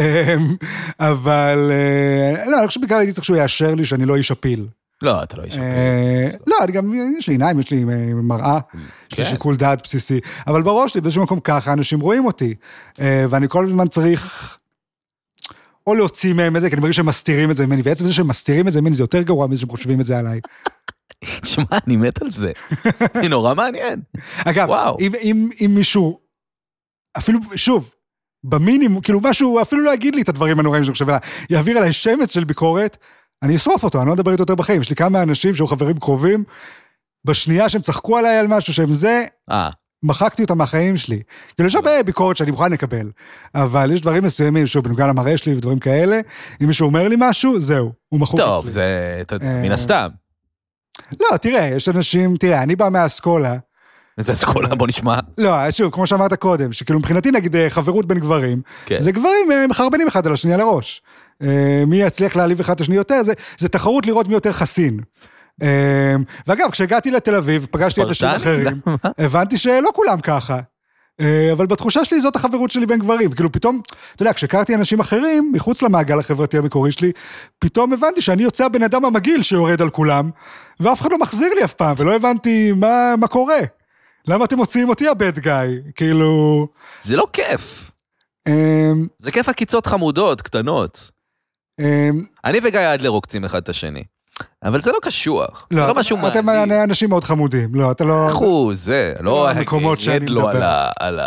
אבל, לא, אני חושב שבעיקר הייתי צריך שהוא יאשר לי שאני לא איש אפיל. לא, אתה לא איש אפיל. לא, אני גם, יש לי עיניים, יש לי מראה, יש לי שיקול דעת בסיסי, אבל בראש לי, באיזשהו מקום ככה, אנשים רואים אותי, ואני כל הזמן צריך... או להוציא מהם את זה, כי אני מרגיש שהם מסתירים את זה ממני, ועצם זה שהם מסתירים את זה ממני, זה יותר גרוע מזה שהם חושבים את זה עליי. שמע, אני מת על זה. זה נורא מעניין. אגב, אם, אם, אם מישהו, אפילו, שוב, במינימום, כאילו משהו, אפילו לא יגיד לי את הדברים הנוראים שאני חושב עליי, יעביר עליי שמץ של ביקורת, אני אשרוף אותו, אני לא אדבר איתו יותר בחיים. יש לי כמה אנשים שהיו חברים קרובים, בשנייה שהם צחקו עליי על משהו, שהם זה... אה. מחקתי אותם מהחיים שלי. כאילו יש הרבה ביקורת שאני מוכן לקבל, אבל יש דברים מסוימים, שוב, בנוגע למראה שלי ודברים כאלה, אם מישהו אומר לי משהו, זהו, הוא מחוק אצלי. טוב, זה מן הסתם. לא, תראה, יש אנשים, תראה, אני בא מהאסכולה. איזה אסכולה, בוא נשמע. לא, שוב, כמו שאמרת קודם, שכאילו מבחינתי נגיד חברות בין גברים, זה גברים מחרבנים אחד על השני על הראש. מי יצליח להעליב אחד השני יותר, זה תחרות לראות מי יותר חסין. ואגב, כשהגעתי לתל אביב, פגשתי אנשים אחרים, הבנתי שלא כולם ככה, אבל בתחושה שלי זאת החברות שלי בין גברים, כאילו פתאום, אתה יודע, כשהכרתי אנשים אחרים, מחוץ למעגל החברתי המקורי שלי, פתאום הבנתי שאני יוצא הבן אדם המגעיל שיורד על כולם, ואף אחד לא מחזיר לי אף פעם, ולא הבנתי מה, מה קורה. למה אתם מוציאים אותי הבד גאי? כאילו... זה לא כיף. זה כיף הקיצות חמודות, קטנות. אני וגיא אדלר עוקצים אחד את השני. אבל זה לא קשוח, זה לא משהו מעניין. אתם אנשים מאוד חמודים, לא, אתה לא... אחו, זה, לא ירד לו על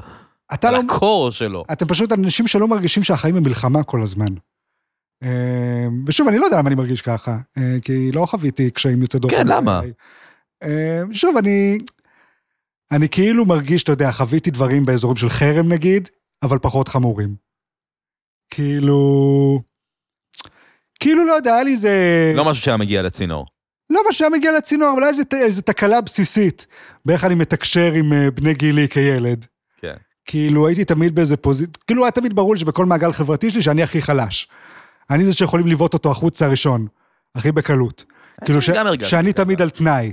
הקור שלו. אתם פשוט אנשים שלא מרגישים שהחיים הם מלחמה כל הזמן. ושוב, אני לא יודע למה אני מרגיש ככה, כי לא חוויתי קשיים יותר דופן. כן, למה? שוב, אני... אני כאילו מרגיש, אתה יודע, חוויתי דברים באזורים של חרם נגיד, אבל פחות חמורים. כאילו... כאילו לא יודע, היה לי זה... לא משהו שהיה מגיע לצינור. לא משהו שהיה מגיע לצינור, אבל היה איזו תקלה בסיסית, באיך אני מתקשר עם בני גילי כילד. כן. כאילו הייתי תמיד באיזה פוזיט, כאילו היה תמיד ברור שבכל מעגל חברתי שלי שאני הכי חלש. אני זה שיכולים לבוא אותו החוץ הראשון, הכי בקלות. כאילו שאני תמיד על תנאי.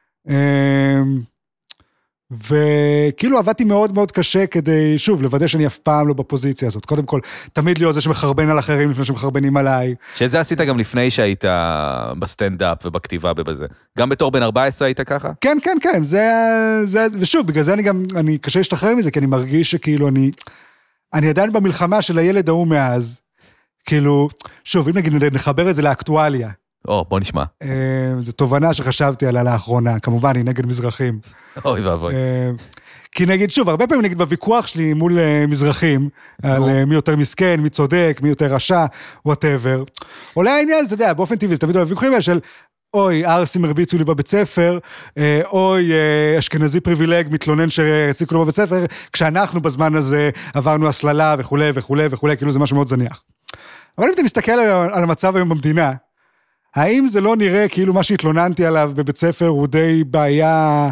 וכאילו עבדתי מאוד מאוד קשה כדי, שוב, לוודא שאני אף פעם לא בפוזיציה הזאת. קודם כל, תמיד להיות זה שמחרבן על אחרים לפני שמחרבנים עליי. שזה עשית גם לפני שהיית בסטנד-אפ ובכתיבה ובזה. גם בתור בן ארבע עשרה היית ככה? כן, כן, כן. זה, זה, ושוב, בגלל זה אני גם, אני קשה להשתחרר מזה, כי אני מרגיש שכאילו אני, אני עדיין במלחמה של הילד ההוא מאז. כאילו, שוב, אם נגיד נחבר את זה לאקטואליה. או, בוא נשמע. זו תובנה שחשבתי עליה לאחרונה, כמובן, היא נגד מזרחים. אוי ואבוי. כי נגיד, שוב, הרבה פעמים נגיד בוויכוח שלי מול מזרחים, על מי יותר מסכן, מי צודק, מי יותר רשע, whatever. עולה העניין, אתה יודע, באופן טבעי, זה תמיד הוויכוחים האלה של, אוי, ארסים הרביצו לי בבית ספר, אוי, אשכנזי פריבילג מתלונן שהציקו לו בבית ספר, כשאנחנו בזמן הזה עברנו הסללה וכו' וכו' וכו', כאילו זה משהו מאוד זניח. אבל אם אתה מסתכל על המצב היום במדינה, האם זה לא נראה כאילו מה שהתלוננתי עליו בבית ספר הוא די בעיה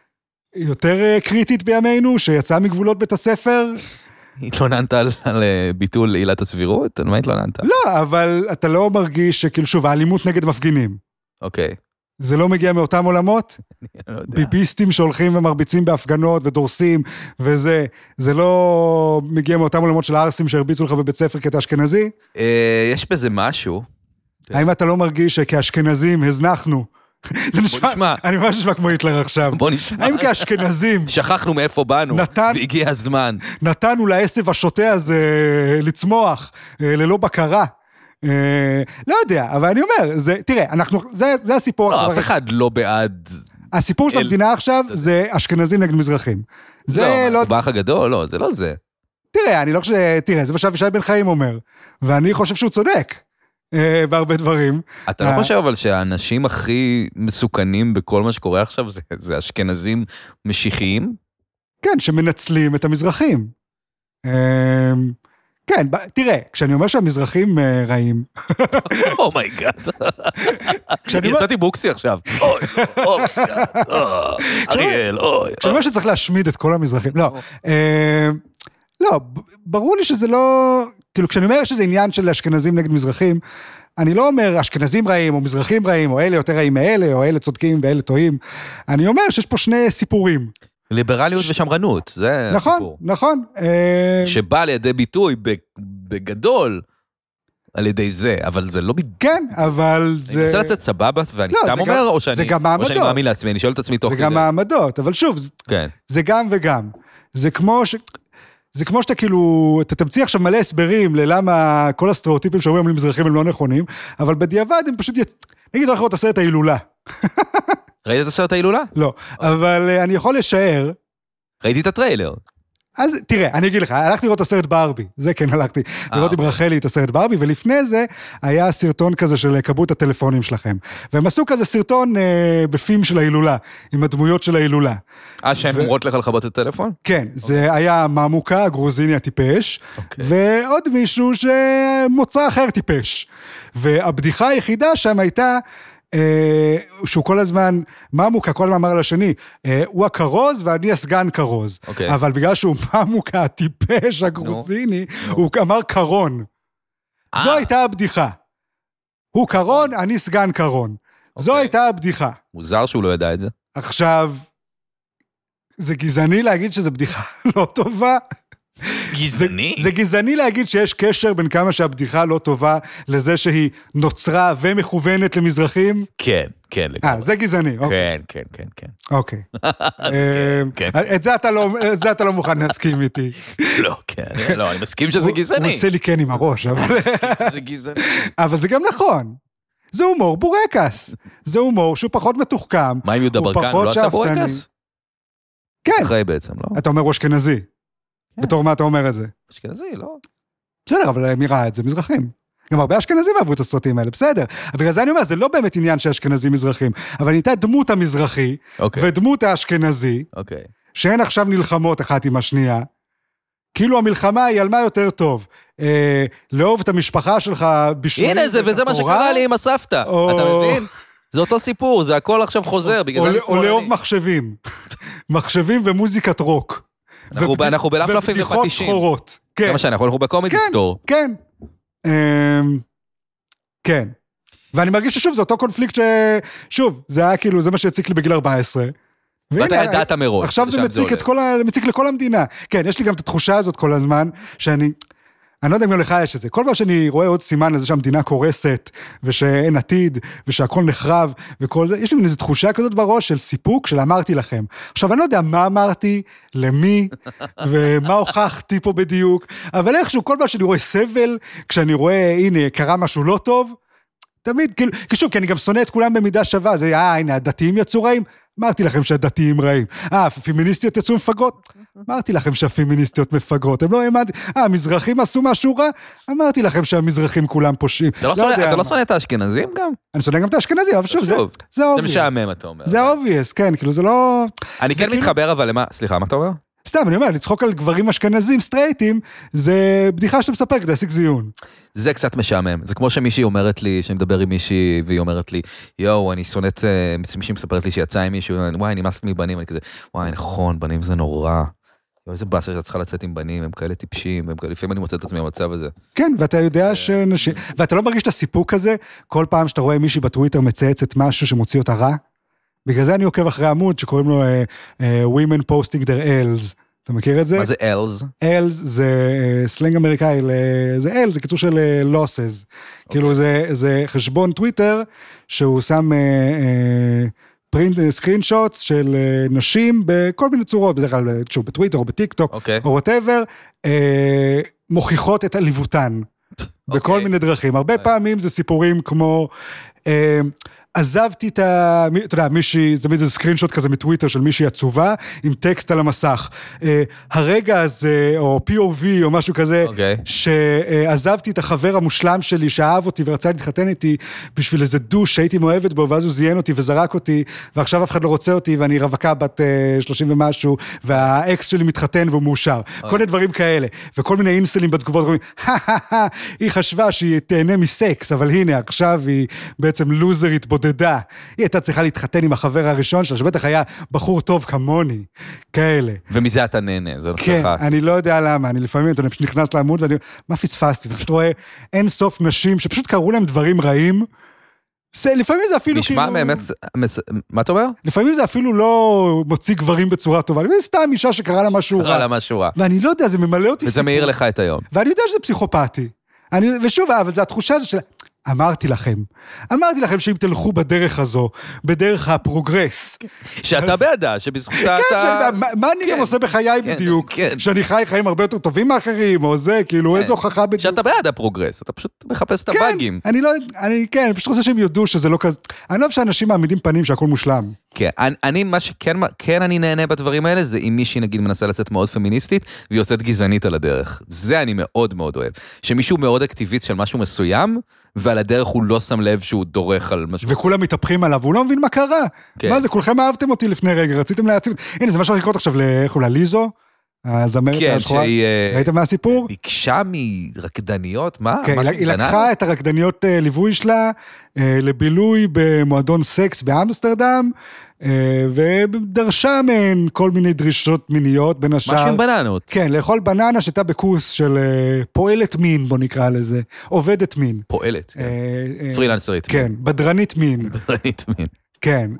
יותר קריטית בימינו, שיצא מגבולות בית הספר? התלוננת על, על ביטול עילת הסבירות? על מה התלוננת? לא, אבל אתה לא מרגיש שכאילו שוב, האלימות נגד מפגינים. אוקיי. זה לא מגיע מאותם עולמות? אני לא יודע. ביביסטים שהולכים ומרביצים בהפגנות ודורסים, וזה, זה לא מגיע מאותם עולמות של הארסים שהרביצו לך בבית ספר כתה אשכנזי? אה, יש בזה משהו. האם אתה לא מרגיש שכאשכנזים הזנחנו? זה נשמע, אני ממש נשמע כמו היטלר עכשיו. בוא נשמע. האם כאשכנזים שכחנו מאיפה באנו, נתן- והגיע הזמן. נתנו לעשב השוטה הזה לצמוח, אה, ללא בקרה? אה, לא יודע, אבל אני אומר, זה, תראה, אנחנו, זה, זה הסיפור. לא, עכשיו, אף אחד לא בעד... הסיפור של אל- המדינה עכשיו זה אשכנזים נגד מזרחים. זה לא, לא, באח הגדול, לא, זה לא זה. תראה, אני לא חושב, תראה, זה מה שאבישי בן חיים אומר, ואני חושב שהוא צודק אה, בהרבה דברים. אתה לא אה, חושב אבל שהאנשים הכי מסוכנים בכל מה שקורה עכשיו זה, זה אשכנזים משיחיים? כן, שמנצלים את המזרחים. אה, כן, ב- תראה, כשאני אומר שהמזרחים אה, רעים, אומייגאד. כשאני אומר- יצאתי בוקסי עכשיו. אוי, אומייגאד. אריאל, אוי. כשאני אומר שצריך להשמיד את כל המזרחים, לא, אה, לא, ב- ברור לי שזה לא, כאילו כשאני אומר שזה עניין של אשכנזים נגד מזרחים, אני לא אומר אשכנזים רעים או מזרחים רעים, או אלה יותר רעים מאלה, או אלה צודקים ואלה טועים, אני אומר שיש פה שני סיפורים. ליברליות ושמרנות, זה נכון, הסיפור. נכון. אה, שבא לידי ביטוי בגדול על ידי זה, אבל זה לא בדיוק. כן, אבל אני זה... מנסה לצאת סבבה, ואני לא, סתם זה אומר, גם- או זה שאני גם או מעמדות. שאני מאמין לעצמי, אני שואל את עצמי תוך זה כדי. גם מעמדות, אבל שוב, זה- כן. זה גם וגם. זה כמו ש... זה כמו שאתה כאילו, אתה תמציא עכשיו מלא הסברים ללמה כל הסטריאוטיפים שאומרים על מזרחים הם לא נכונים, אבל בדיעבד הם פשוט, ית... נגיד, הולך לראות את הסרט ההילולה. ראית את הסרט ההילולה? לא, אבל אה, אני יכול לשער, ראיתי את הטריילר. אז תראה, אני אגיד לך, הלכתי לראות את הסרט ברבי, זה כן הלכתי, לראות עם אוקיי. רחלי את הסרט ברבי, ולפני זה היה סרטון כזה של כבות הטלפונים שלכם, והם עשו כזה סרטון אה, בפים של ההילולה, עם הדמויות של ההילולה. אה, שהן ו- אומרות לך לכבות את הטלפון? כן, זה היה ממוקה, הגרוזיני הטיפש, אוקיי. ועוד מישהו שמוצא אחר טיפש. והבדיחה היחידה שם הייתה, אה, שהוא כל הזמן, ממוקה כל הזמן אמר על השני, אה, הוא הכרוז ואני הסגן כרוז. אוקיי. אבל בגלל שהוא ממוקה הטיפש הגרוזיני, הוא אמר קרון. אה. זו הייתה הבדיחה. הוא קרון, אני סגן קרון. זו אוקיי. הייתה הבדיחה. מוזר שהוא לא ידע את זה. עכשיו, זה גזעני להגיד שזו בדיחה לא טובה. גזעני? זה גזעני להגיד שיש קשר בין כמה שהבדיחה לא טובה לזה שהיא נוצרה ומכוונת למזרחים? כן, כן. אה, לגמרי. זה גזעני, אוקיי. כן, כן, כן, כן. אוקיי. אה, כן. את זה אתה לא, את זה אתה לא מוכן להסכים איתי. לא, כן. לא, אני מסכים שזה הוא גזעני. עושה לי כן עם הראש, אבל... זה גזעני. אבל זה גם נכון. זה הומור בורקס. זה הומור שהוא פחות מתוחכם. מה עם יהודה הוא ברקן? פחות לא עשה שאפתני. בורקס? כן. אחרי בעצם, לא? אתה אומר הוא אשכנזי. כן. בתור מה אתה אומר את זה? אשכנזי, לא? בסדר, אבל מי ראה את זה? מזרחים. גם הרבה אשכנזים אהבו את הסרטים האלה, בסדר. בגלל זה אני אומר, זה לא באמת עניין של אשכנזים מזרחים, אבל הייתה דמות המזרחי, אוקיי. ודמות האשכנזי, אוקיי. שהן עכשיו נלחמות אחת עם השנייה, כאילו המלחמה היא על מה יותר טוב, אה, לאהוב את המשפחה שלך בשביל... הנה זה, וזה מה שקרה לי עם הסבתא. או- אתה מבין? זה אותו סיפור, זה הכל עכשיו חוזר, בגלל או, זה אני או לאהוב שמאלני. מחשבים. מחשבים ומוזיקת רוק. אנחנו ב- אנחנו בלפלפים ובדיחות ופטישים. שחורות. זה כן, מה שאנחנו, אנחנו בקומדי כן, סטור. כן. אמ, כן. ואני מרגיש ששוב, זה אותו קונפליקט ש... שוב, זה היה כאילו, זה מה שהציק לי בגיל ארבע עשרה. ואתה והנה, ידעת מראש. עכשיו זה לשם מציק את הולך. כל ה... מציק לכל המדינה. כן, יש לי גם את התחושה הזאת כל הזמן, שאני... אני לא יודע אם גם לך יש את זה. כל פעם שאני רואה עוד סימן לזה שהמדינה קורסת, ושאין עתיד, ושהכל נחרב, וכל זה, יש לי איזו תחושה כזאת בראש של סיפוק, של אמרתי לכם. עכשיו, אני לא יודע מה אמרתי, למי, ומה הוכחתי פה בדיוק, אבל איכשהו, כל פעם שאני רואה סבל, כשאני רואה, הנה, קרה משהו לא טוב, תמיד, כאילו, כי שוב, כי אני גם שונא את כולם במידה שווה, זה, אה, הנה, הדתיים יצאו רעים, אמרתי לכם שהדתיים רעים. אה, הפמיניסטיות יצאו מפגרות? אמרתי לכם שהפמיניסטיות מפגרות. הם לא האמנתי. אה, המזרחים עשו משהו רע? אמרתי לכם שהמזרחים כולם פושעים. אתה לא שונא- יודע אתה לא מה. שונא את האשכנזים גם? אני שונא גם את האשכנזים, אבל שוב, זה שוב, זה זה obvious. משעמם, אתה אומר. זה obvious, כן, כאילו זה לא... אני זה כן כאילו- מתחבר אבל למה, סליחה, מה אתה אומר? סתם, אני אומר, לצחוק על גברים אשכנזים סטרייטים, זה בדיחה שאתה מספר כדי להשיג זיון. זה קצת משעמם, זה כמו שמישהי אומרת לי, שאני מדבר עם מישהי, והיא אומרת לי, יואו, אני שונאת, מישהי מספרת לי שיצא עם מישהו, וואי, נמאס לי מבנים, אני כזה, וואי, נכון, בנים זה נורא. איזה באסה שאתה צריכה לצאת עם בנים, הם כאלה טיפשים, הם כאלה, לפעמים אני מוצא את עצמי במצב הזה. כן, ואתה יודע שנשים, ואתה לא מרגיש את הסיפוק הזה, כל פעם שאתה רואה מישהי בטוויטר מצייצת משהו שמוציא אותה רע, בגלל זה אני עוקב אחרי עמוד שקוראים לו uh, uh, Women Posting Their L's. אתה מכיר את זה? מה זה L's? L's זה uh, סלנג אמריקאי, זה L, זה קיצור של uh, losses. Okay. כאילו זה, זה חשבון טוויטר, שהוא שם פרינט, סקרין שוטס של uh, נשים בכל מיני צורות, בדרך כלל שוב, בטוויטר או בטיקטוק, okay. או whatever, uh, מוכיחות את עליבותן. Okay. בכל מיני דרכים. הרבה okay. פעמים זה סיפורים כמו... Uh, עזבתי את ה... אתה יודע, מישהי, זה תמיד איזה סקרינשוט כזה מטוויטר של מישהי עצובה, עם טקסט על המסך. הרגע הזה, או פי או וי, או משהו כזה, שעזבתי את החבר המושלם שלי, שאהב אותי ורצה להתחתן איתי, בשביל איזה דוש שהייתי מאוהבת בו, ואז הוא זיין אותי וזרק אותי, ועכשיו אף אחד לא רוצה אותי, ואני רווקה בת שלושים ומשהו, והאקס שלי מתחתן והוא מאושר. כל מיני דברים כאלה. וכל מיני אינסלים בתגובות, אומרים, היא חשבה שהיא תהנה מסקס, אבל הנה, עכשיו היא בעצם לוזרית בודדה. היא הייתה צריכה להתחתן עם החבר הראשון שלה, שבטח היה בחור טוב כמוני, כאלה. ומזה אתה נהנה, זה נושא כן, חס. אני לא יודע למה, אני לפעמים, אתה פשוט נכנס לעמוד ואני, מה פספסתי? ופשוט רואה אין סוף נשים שפשוט קראו להם דברים רעים, זה, לפעמים זה אפילו נשמע כאילו... באמת, מה אתה אומר? לפעמים זה אפילו לא מוציא גברים בצורה טובה, לפעמים זה סתם אישה שקרא לה משהו רע. קרא לה משהו רע. ואני לא יודע, זה ממלא אותי וזה סיפור. מאיר לך את היום. ואני יודע שזה פסיכופתי. אני, ושוב, אבל זה התחושה הזו של... אמרתי לכם, אמרתי לכם שאם תלכו בדרך הזו, בדרך הפרוגרס. שאתה בעדה, שבזכותה אתה... כן, מה אני גם עושה בחיי בדיוק? שאני חי חיים הרבה יותר טובים מאחרים, או זה, כאילו, איזו הוכחה בדיוק. שאתה בעד הפרוגרס, אתה פשוט מחפש את הבאגים. כן, אני לא, אני, כן, אני פשוט רוצה שהם יודעו שזה לא כזה, אני לא אוהב שאנשים מעמידים פנים שהכל מושלם. כן, אני, מה שכן, כן אני נהנה בדברים האלה, זה אם מישהי נגיד מנסה לצאת מאוד פמיניסטית, והיא יוצאת גזענית על הדרך. זה אני מאוד מאוד אוהב. שמישהו מאוד אקטיביסט של משהו מסוים, ועל הדרך הוא לא שם לב שהוא דורך על משהו. וכולם מתהפכים עליו, והוא לא מבין מה קרה. כן. מה זה, כולכם אהבתם אותי לפני רגע, רציתם להציב, הנה, זה מה שאני קורא עכשיו, איך הוא לליזו, הזמרת כן, השחורה, שהיא... ראיתם מה הסיפור? ביקשה מרקדניות, מה? כן, היא לקחה את הרקדניות ליווי שלה, לבילוי במועדון סקס באמסטרדם, ודרשה מהן כל מיני דרישות מיניות, בין השאר. משהו עם בננות. כן, לאכול בננה שהייתה בקורס של פועלת מין, בוא נקרא לזה, עובדת מין. פועלת, פרילנסרית. כן, בדרנית מין. בדרנית מין. כן,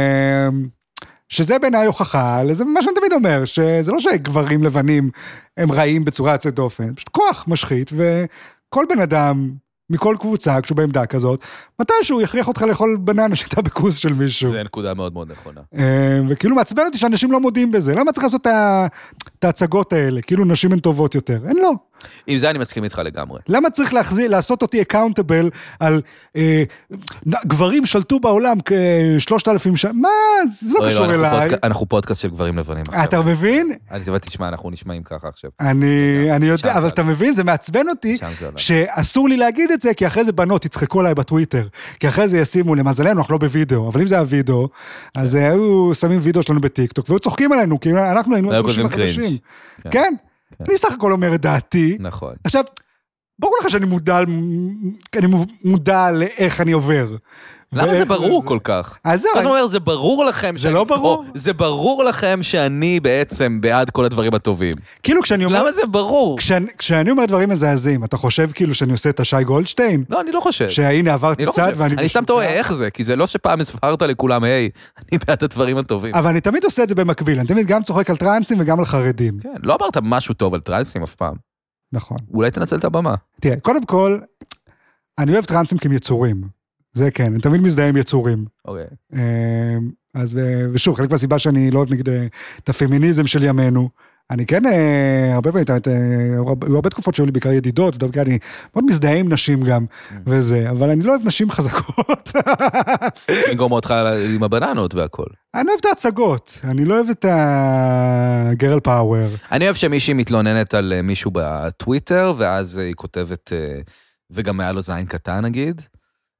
שזה בעיניי הוכחה, זה מה שאני תמיד אומר, שזה לא שגברים לבנים הם רעים בצורה יוצאת דופן, פשוט כוח משחית, וכל בן אדם מכל קבוצה, כשהוא בעמדה כזאת, מתישהו יכריח אותך לאכול בננה שאתה בקורס של מישהו. זה נקודה מאוד מאוד נכונה. וכאילו מעצבן אותי שאנשים לא מודיעים בזה, למה צריך לעשות את ההצגות האלה? כאילו נשים הן טובות יותר, אין לא. עם זה אני מסכים איתך לגמרי. למה צריך להחזיר, לעשות אותי אקאונטבל על אה, גברים שלטו בעולם כשלושת אלפים שנה? מה? זה לא קשור לא, אליי. פודק, אנחנו פודקאסט של גברים לבנים. אתה מבין? אני תשמע, אנחנו נשמעים ככה עכשיו. אני, אני יודע, אבל אתה מבין, זה מעצבן אותי, שאסור לי להגיד את זה, כי אחרי זה בנות יצחקו עליי בטוויטר, כי אחרי זה ישימו, למזלנו, אנחנו לא בווידאו, אבל אם זה הווידאו, אז היו שמים וידאו שלנו בטיקטוק, והיו צוחקים עלינו, כי אנחנו היינו אנשים החדשים. כן? אני סך הכל אומר את דעתי. נכון. עכשיו, ברור לך שאני מודע, אני מודע לאיך אני עובר. למה זה ברור כל כך? אז זהו. אז אומר, זה ברור לכם... זה לא ברור? זה ברור לכם שאני בעצם בעד כל הדברים הטובים. כאילו כשאני אומר... למה זה ברור? כשאני אומר דברים מזעזעים, אתה חושב כאילו שאני עושה את השי גולדשטיין? לא, אני לא חושב. שהנה עברתי צד ואני... אני סתם טועה איך זה, כי זה לא שפעם הספרת לכולם, היי, אני בעד הדברים הטובים. אבל אני תמיד עושה את זה במקביל, אני תמיד גם צוחק על טרנסים וגם על חרדים. כן, לא אמרת משהו טוב על טרנסים אף פעם. נכון. אולי תנצל את הבמה. תראה, קודם כל, אני אוהב טרנסים כיצורים. זה כן, אני תמיד מזדהה עם יצורים. אוקיי. אז, ושוב, חלק מהסיבה שאני לא אוהב נגד את הפמיניזם של ימינו, אני כן, הרבה פעמים, היו הרבה תקופות שהיו לי בעיקר ידידות, ודווקא אני מאוד מזדהה עם נשים גם, וזה, אבל אני לא אוהב נשים חזקות. אני גורם אותך עם הבננות והכל. אני אוהב את ההצגות, אני לא אוהב את הגרל פאוור. אני אוהב שמישהי מתלוננת על מישהו בטוויטר, ואז היא כותבת, וגם היה לו זין קטן נגיד,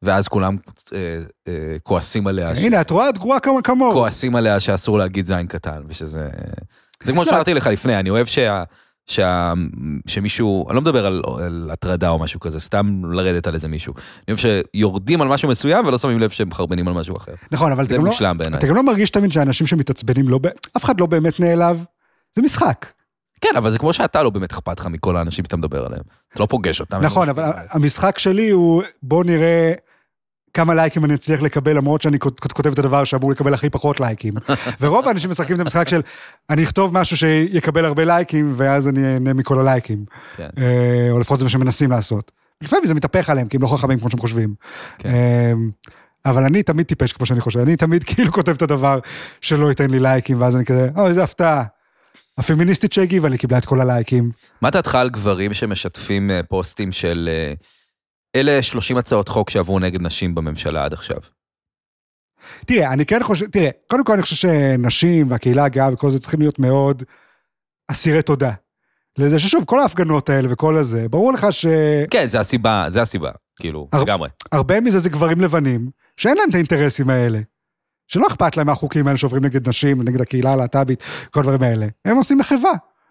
ואז כולם אה, אה, כועסים עליה. הנה, את רואה, את גרועה כמוהו. כועסים עליה שאסור להגיד זין קטן, ושזה... זה כמו שאמרתי לך לפני, אני אוהב שה... שה... שמישהו, אני לא מדבר על, על הטרדה או משהו כזה, סתם לרדת על איזה מישהו. אני אוהב שיורדים על משהו מסוים, ולא שמים לב שהם מחרבנים על משהו אחר. נכון, אבל זה מושלם בעיניי. אתה גם לא מרגיש תמיד שאנשים שמתעצבנים, לא, אף אחד לא באמת נעלב, זה משחק. כן, אבל זה כמו שאתה לא באמת אכפת לך מכל האנשים שאתה מדבר עליהם. אתה לא פוגש אותם. נכון, אבל המשחק שלי הוא, בוא נראה כמה לייקים אני אצליח לקבל, למרות שאני כותב את הדבר שאמור לקבל הכי פחות לייקים. ורוב האנשים משחקים את המשחק של, אני אכתוב משהו שיקבל הרבה לייקים, ואז אני אהנה מכל הלייקים. או לפחות זה מה שמנסים לעשות. לפעמים זה מתהפך עליהם, כי הם לא חכמים כמו שהם חושבים. אבל אני תמיד טיפש כמו שאני חושב. אני תמיד כאילו כותב את הדבר שלא ייתן לי לייקים, ואז אני כזה, אוי, איזה הפתעה. הפמיניסטית שהגיבה לי קיבלה את כל הלייקים. מה דעתך על גברים שמשתפים פוסטים של אלה שלושים הצעות חוק שעברו נגד נשים בממשלה עד עכשיו? תראה, אני כן חושב, תראה, קודם כל אני חושב שנשים והקהילה הגאה וכל זה צריכים להיות מאוד אסירי תודה. לזה ששוב, כל ההפגנות האלה וכל הזה, ברור לך ש... כן, זה הסיבה, זה הסיבה, כאילו, הר... לגמרי. הרבה מזה זה גברים לבנים, שאין להם את האינטרסים האלה. שלא אכפת להם מהחוקים האלה שעוברים נגד נשים, נגד הקהילה הלהט"בית, כל דברים האלה. הם עושים מחווה.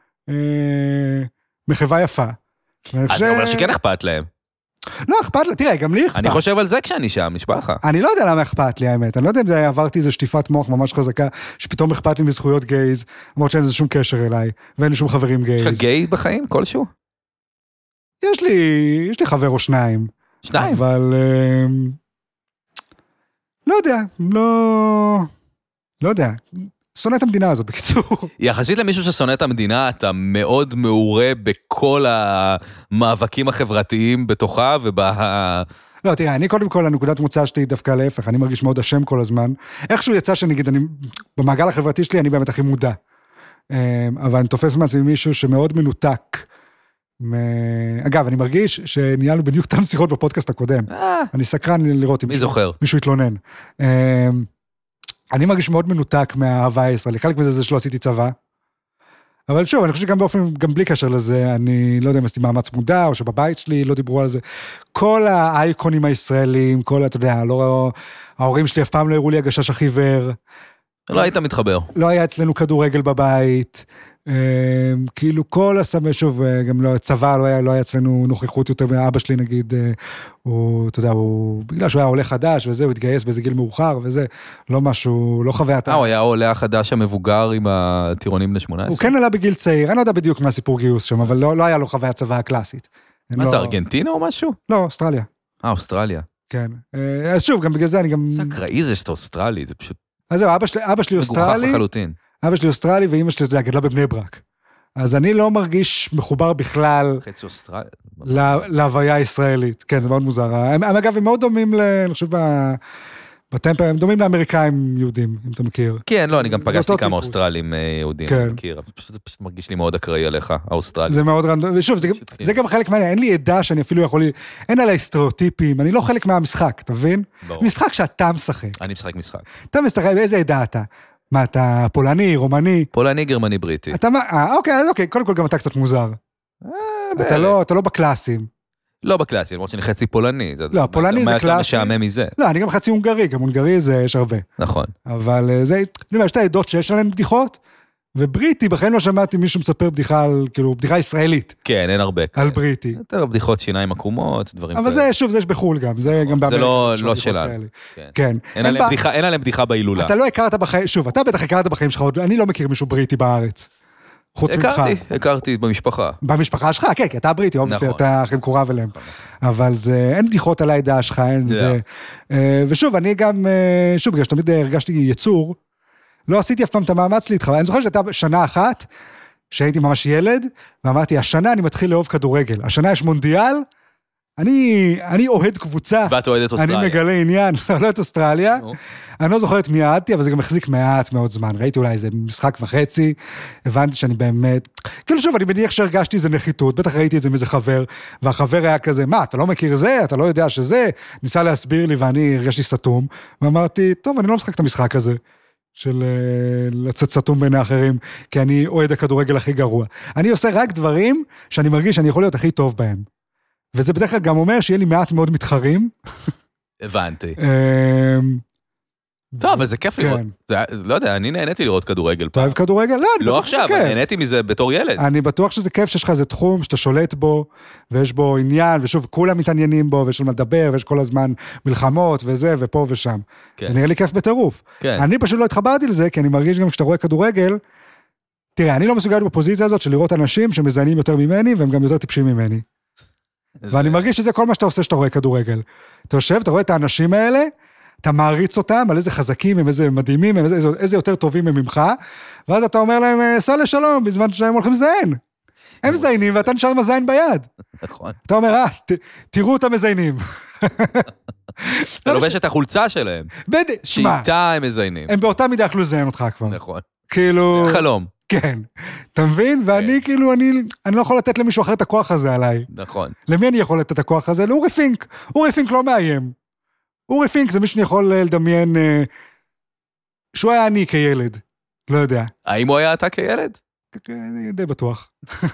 מחווה יפה. אז זה אומר שכן אכפת להם. לא, אכפת לה, תראה, גם לי אכפת. אני חושב על זה כשאני שם, נשבע לך. אני לא יודע למה אכפת לי, האמת. אני לא יודע אם זה עברתי איזו שטיפת מוח ממש חזקה, שפתאום אכפת לי מזכויות גייז, למרות שאין איזה שום קשר אליי, ואין לי שום חברים גייז. יש לך גיי בחיים, כלשהו? יש לי, יש לי חבר או שניים. שניים? אבל... לא יודע, לא... לא יודע. שונא את המדינה הזאת, בקיצור. יחסית למישהו ששונא את המדינה, אתה מאוד מעורה בכל המאבקים החברתיים בתוכה ובה... לא, תראה, אני קודם כל, הנקודת מוצא שלי דווקא להפך, אני מרגיש מאוד אשם כל הזמן. איכשהו יצא שנגיד, אני, במעגל החברתי שלי, אני באמת הכי מודע. אבל אני תופס מעצמי מישהו שמאוד מנותק. אגב, אני מרגיש שניהלנו בדיוק אותן שיחות בפודקאסט הקודם. אני סקרן לראות אם מישהו יתלונן. אני מרגיש מאוד מנותק מהאהבה הישראלית. חלק מזה זה שלא עשיתי צבא. אבל שוב, אני חושב שגם באופן, גם בלי קשר לזה, אני לא יודע אם עשיתי מאמץ מודע, או שבבית שלי לא דיברו על זה. כל האייקונים הישראלים, כל, אתה יודע, לא, ההורים שלי אף פעם לא הראו לי הגשש החיוור. לא היית מתחבר. לא היה אצלנו כדורגל בבית. כאילו כל הסמי, שוב, גם לא, צבא לא היה, לא היה אצלנו נוכחות יותר מאבא שלי, נגיד, הוא, אתה יודע, הוא, בגלל שהוא היה עולה חדש וזה, הוא התגייס באיזה גיל מאוחר וזה, לא משהו, לא חוויית. אה, הוא היה עולה החדש המבוגר עם הטירונים בני שמונה עשרה? הוא כן עלה בגיל צעיר, אני לא יודע בדיוק מה סיפור גיוס שם, אבל לא, לא היה לו חוויית צבא הקלאסית. מה זה, ארגנטינה או משהו? לא, אוסטרליה. אה, אוסטרליה. כן. אז שוב, גם בגלל זה אני גם... זה אקראי זה שאתה אוסטרלי, זה פשוט... אז זהו, אבא שלי, אבא שלי אוסטרלי. אבא שלי אוסטרלי, ואמא שלי, אתה יודע, גדלה בבני ברק. אז אני לא מרגיש מחובר בכלל להוויה הישראלית. כן, זה מאוד מוזר. הם, אגב, הם מאוד דומים, אני חושב, בטמפה, הם דומים לאמריקאים יהודים, אם אתה מכיר. כן, לא, אני גם פגשתי כמה אוסטרלים יהודים, אני מכיר, זה פשוט מרגיש לי מאוד אקראי עליך, האוסטרלי. זה מאוד רנדום, ושוב, זה גם חלק מעניין, אין לי עדה שאני אפילו יכול, אין עליי סטריאוטיפים, אני לא חלק מהמשחק, אתה מבין? משחק שאתה משחק. אני משחק משחק. אתה משחק, באיזה עדה אתה? מה, אתה פולני, רומני? פולני, גרמני, בריטי. אתה מה, אה, אוקיי, אוקיי, קודם כל גם אתה קצת מוזר. אתה לא, אתה לא בקלאסים. לא בקלאסי, למרות שאני חצי פולני. לא, פולני זה קלאסי. מה יותר משעמם מזה? לא, אני גם חצי הונגרי, גם הונגרי זה יש הרבה. נכון. אבל זה, אני אומר, יש את העדות שיש עליהן בדיחות, ובריטי, בכלל לא שמעתי מישהו מספר בדיחה על, כאילו, בדיחה ישראלית. כן, אין הרבה. על בריטי. יותר בדיחות שיניים עקומות, דברים כאלה. אבל זה, שוב, זה יש בחול גם, זה גם זה לא, לא שלנו. כן. אין עליהם בדיחה בהילולה. אתה לא הכרת בחיים, שוב, אתה בטח הכרת בחיים שלך, אני לא מכיר מישהו בריטי בארץ. הכרתי, הכרתי במשפחה. במשפחה שלך, כן, כי אתה בריטי, אתה הכי מקורב אליהם. אבל זה, אין בדיחות על העדה שלך, אין זה. ושוב, אני גם, שוב, בגלל שתמיד הרגשתי יצור, לא עשיתי אף פעם את המאמץ להתחבר. אני זוכר שהייתה שנה אחת, שהייתי ממש ילד, ואמרתי, השנה אני מתחיל לאהוב כדורגל. השנה יש מונדיאל, אני, אני אוהד קבוצה. ואת אוהדת אוסטרליה. אני מגלה עניין, לא את אוסטרליה. אני לא זוכרת מי אהדתי, אבל זה גם החזיק מעט מאוד זמן. ראיתי אולי איזה משחק וחצי, הבנתי שאני באמת... כאילו שוב, אני מניח שהרגשתי איזה נחיתות, בטח ראיתי את זה מאיזה חבר, והחבר היה כזה, מה, אתה לא מכיר זה? אתה לא יודע שזה? ניסה להסביר לי, ואני הרגשתי סתום, ואמרתי, טוב, אני לא משחק את המשחק הזה. של לצאת סתום בין האחרים, כי אני אוהד הכדורגל הכי גרוע. אני עושה רק דברים שאני מרגיש שאני יכול להיות הכי טוב בהם. וזה בדרך כלל גם אומר שיהיה לי מעט מאוד מתחרים. הבנתי. אה, טוב, אבל זה כיף לראות. לא יודע, אני נהניתי לראות כדורגל. אתה אוהב כדורגל? לא עכשיו, אני נהניתי מזה בתור ילד. אני בטוח שזה כיף שיש לך איזה תחום שאתה שולט בו, ויש בו עניין, ושוב, כולם מתעניינים בו, ויש על מה לדבר, ויש כל הזמן מלחמות וזה, ופה ושם. זה נראה לי כיף בטירוף. אני פשוט לא התחברתי לזה, כי אני מרגיש גם כשאתה רואה כדורגל, תראה, אני לא מסוגל בפוזיציה הזאת של לראות אנשים שמזיינים יותר ממני, והם גם יותר טיפשים ממני. ואני מרגיש שזה כל מה שאתה עושה שאתה רואה כדורגל. אתה יושב, אתה רואה את האנשים האלה, אתה מעריץ אותם על איזה חזקים הם, איזה מדהימים הם, איזה, איזה יותר טובים הם ממך, ואז אתה אומר להם, סע לשלום, בזמן שהם הולכים לזיין. הם זיינים, ואתה נשאר עם הזיין ביד. נכון. אתה אומר, אה, ת, תראו אותם מזיינים. אתה לובש את החולצה שלהם. בדיוק, שמע. שאיתה הם מזיינים. הם באותה מידה יכלו לזיין אותך כבר. נכון. כאילו... חלום. כן. אתה מבין? ואני כאילו, אני, אני לא יכול לתת למישהו אחר את הכוח הזה עליי. נכון. למי אני יכול לתת את הכוח הזה? לאורי פינק. אורי פינק לא מאיים. אורי פינק זה מי שאני יכול לדמיין שהוא היה אני כילד, לא יודע. האם הוא היה אתה כילד? אני די בטוח.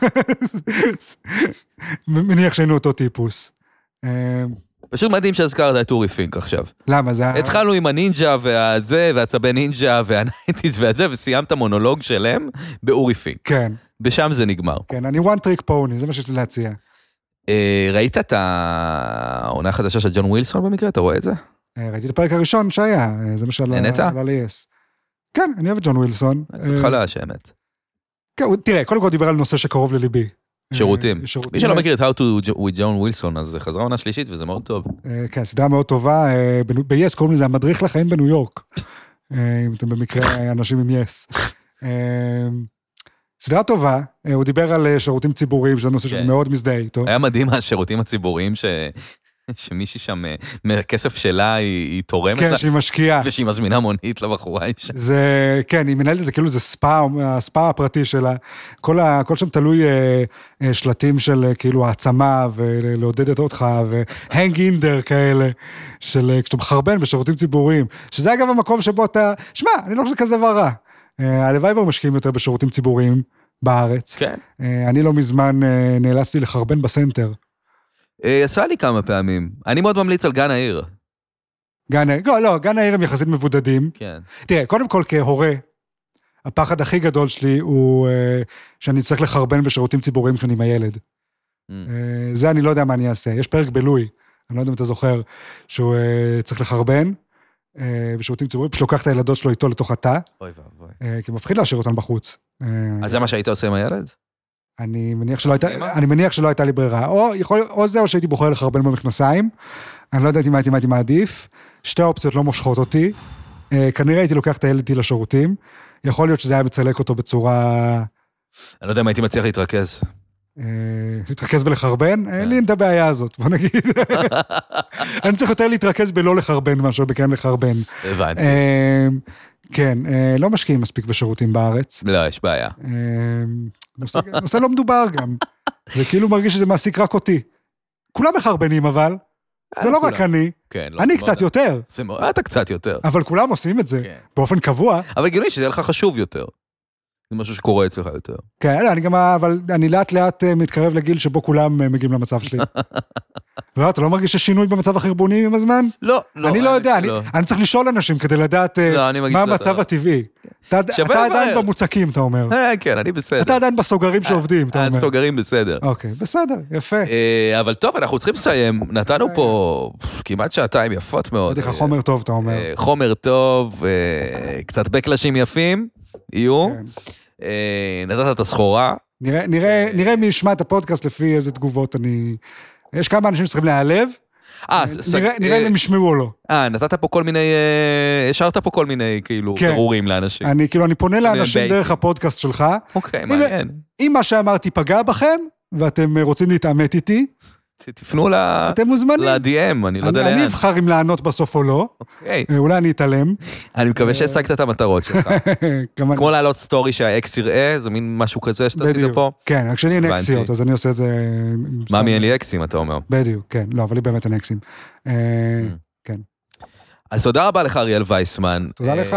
מניח שהיינו אותו טיפוס. פשוט מדהים שהזכרת את אורי פינק עכשיו. למה זה... התחלנו עם הנינג'ה והזה, והצבי נינג'ה והנייטיז והזה, וסיימת מונולוג שלם באורי פינק. כן. בשם זה נגמר. כן, אני one trick pony, זה מה שיש לי להציע. ראית את העונה החדשה של ג'ון ווילסון במקרה? אתה רואה את זה? ראיתי את הפרק הראשון שהיה, זה מה שעלה... נהנית? כן, אני אוהב את ג'ון ווילסון. קצת חלש, האמת. כן, תראה, קודם כל דיבר על נושא שקרוב לליבי. שירותים. מי שלא מכיר את How to with John Wilson, אז זה חזרה עונה שלישית וזה מאוד טוב. כן, סדרה מאוד טובה. ב-Yes קוראים לזה המדריך לחיים בניו יורק. אם אתם במקרה אנשים עם Yes. סדרה טובה, הוא דיבר על שירותים ציבוריים, שזה נושא שמאוד מזדהה איתו. היה מדהים השירותים הציבוריים ש... שמישהי שם, מהכסף שלה היא תורמת לה. כן, שהיא משקיעה. ושהיא מזמינה מונית לבחורה אישה. זה, כן, היא מנהלת את זה, כאילו זה ספא, הספא הפרטי שלה. כל, ה, כל שם תלוי שלטים של כאילו העצמה, ולעודד אותך, והנג אינדר כאלה, של כשאתה מחרבן בשירותים ציבוריים, שזה אגב המקום שבו אתה, שמע, אני לא חושב כזה דבר רע. הלוואי בו משקיעים יותר בשירותים ציבוריים בארץ. כן. אני לא מזמן נאלצתי לחרבן בסנטר. יצא לי כמה פעמים. אני מאוד ממליץ על גן העיר. גן העיר, לא, לא, גן העיר הם יחסית מבודדים. כן. תראה, קודם כל כהורה, הפחד הכי גדול שלי הוא שאני צריך לחרבן בשירותים ציבוריים כשאני עם הילד. זה אני לא יודע מה אני אעשה. יש פרק בלוי, אני לא יודע אם אתה זוכר, שהוא צריך לחרבן בשירותים ציבוריים, פשוט לוקח את הילדות שלו איתו לתוך התא. אוי ואבוי. כי מפחיד להשאיר אותן בחוץ. אז זה מה שהיית עושה עם הילד? אני מניח שלא הייתה, אני מניח שלא הייתה לי ברירה, או, יכול, או זה או שהייתי בוחר לחרבן במכנסיים, אני לא יודעת אם הייתי, מה הייתי מעדיף, שתי האופציות לא מושכות אותי, כנראה הייתי לוקח את הילד איתי לשירותים, יכול להיות שזה היה מצלק אותו בצורה... אני לא יודע אם הייתי מצליח להתרכז. להתרכז ולחרבן? אין לי את הבעיה הזאת, בוא נגיד. אני צריך יותר להתרכז בלא לחרבן משהו, בכן לחרבן. הבנתי. כן, לא משקיעים מספיק בשירותים בארץ. לא, יש בעיה. נושא לא מדובר גם. זה כאילו מרגיש שזה מעסיק רק אותי. כולם מחרבנים אבל, זה לא רק אני. אני קצת יותר. אתה קצת יותר. אבל כולם עושים את זה, באופן קבוע. אבל גילי שזה יהיה לך חשוב יותר. זה משהו שקורה אצלך יותר. כן, אני גם, אבל אני לאט לאט מתקרב לגיל שבו כולם מגיעים למצב שלי. לא, אתה לא מרגיש ששינוי במצב החרבוני עם הזמן? לא, לא. אני לא יודע, אני צריך לשאול אנשים כדי לדעת מה המצב הטבעי. אתה עדיין במוצקים, אתה אומר. כן, אני בסדר. אתה עדיין בסוגרים שעובדים, אתה אומר. הסוגרים בסדר. אוקיי, בסדר, יפה. אבל טוב, אנחנו צריכים לסיים. נתנו פה כמעט שעתיים יפות מאוד. הייתי לך חומר טוב, אתה אומר. חומר טוב, קצת בקלשים יפים, יהיו. נתת את הסחורה. נראה מי ישמע את הפודקאסט לפי איזה תגובות אני... יש כמה אנשים שצריכים להיעלב, נראה אם הם ישמעו או לא. אה, נתת פה כל מיני, השארת פה כל מיני כאילו ברורים לאנשים. אני כאילו, אני פונה לאנשים דרך הפודקאסט שלך. אוקיי, מעניין. אם מה שאמרתי פגע בכם, ואתם רוצים להתעמת איתי, תפנו ל-די אם, אני לא יודע לאן. אני אבחר אם לענות בסוף או לא, אולי אני אתעלם. אני מקווה שהשגת את המטרות שלך. כמו לעלות סטורי שהאקס יראה, זה מין משהו כזה שאתה עשית פה. כן, רק שלי אין אקסיות, אז אני עושה את זה... מה מי אין לי אקסים, אתה אומר? בדיוק, כן, לא, אבל לי באמת אין אקסים. כן. אז תודה רבה לך, אריאל וייסמן. תודה לך.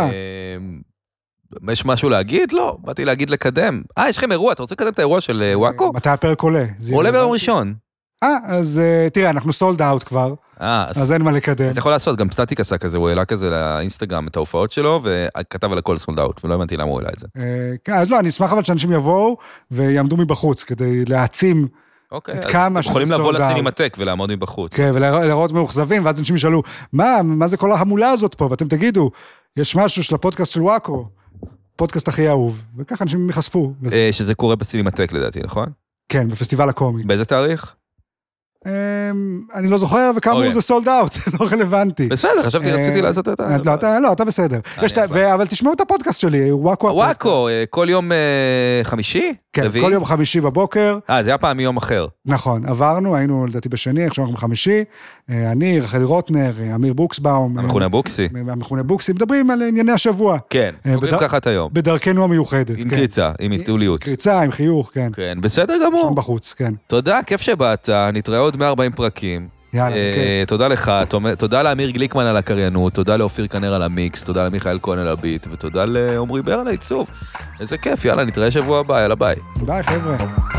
יש משהו להגיד? לא, באתי להגיד לקדם. אה, יש לכם אירוע, אתה רוצה לקדם את האירוע של וואקו? מתי הפרק עולה? עולה ביום ראשון. אה, אז תראה, אנחנו סולד אאוט כבר. אה, אז אין מה לקדם. אתה יכול לעשות, גם סטטיק עשה כזה, הוא העלה כזה לאינסטגרם את ההופעות שלו, וכתב על הכל סולד אאוט, ולא הבנתי למה הוא העלה את זה. כן, אז לא, אני אשמח אבל שאנשים יבואו, ויעמדו מבחוץ, כדי להעצים את כמה שזה יכולים לבוא סולד אאוט. לסינמטק ולעמוד מבחוץ. כן, ולראות מאוכזבים, ואז אנשים ישאלו, מה, מה זה כל ההמולה הזאת פה? ואתם תגידו, יש משהו של הפודקאסט של וואקו, פודקאסט הכי אהוב, וככה אנשים יחשפו. שזה קורה בסינמטק לדעתי, נכון? כן, בפסטיבל הקומיקס. באיזה תאריך? אני לא זוכר, וכאמור זה סולד אאוט, זה לא רלוונטי. בסדר, חשבתי, רציתי לעשות את זה. לא, אתה בסדר. אבל תשמעו את הפודקאסט שלי, וואקו. וואקו, כל יום חמישי? כן, כל יום חמישי בבוקר. אה, זה היה פעם מיום אחר. נכון, עברנו, היינו לדעתי בשני, עכשיו אנחנו בחמישי. אני, רחלי רוטנר, אמיר בוקסבאום. המכונה בוקסי. המכונה בוקסי, מדברים על ענייני השבוע. כן, סוגרים ככה את היום. בדרכנו המיוחדת. עם קריצה, עם איטוליות. קריצה, עם חיוך, כן. כן, בסדר גמור. שם בחוץ, כן. תודה, כיף שבאת, נתראה עוד מאה וארבעים פרקים. יאללה, אה, תודה לך, תודה לאמיר גליקמן על הקריינות, תודה לאופיר כנר על המיקס, תודה למיכאל כהן על הביט, ותודה לעומרי בר על העיצוב. איזה כיף, יאללה, נתראה שבוע הבא, יאללה ביי. ביי חבר'ה.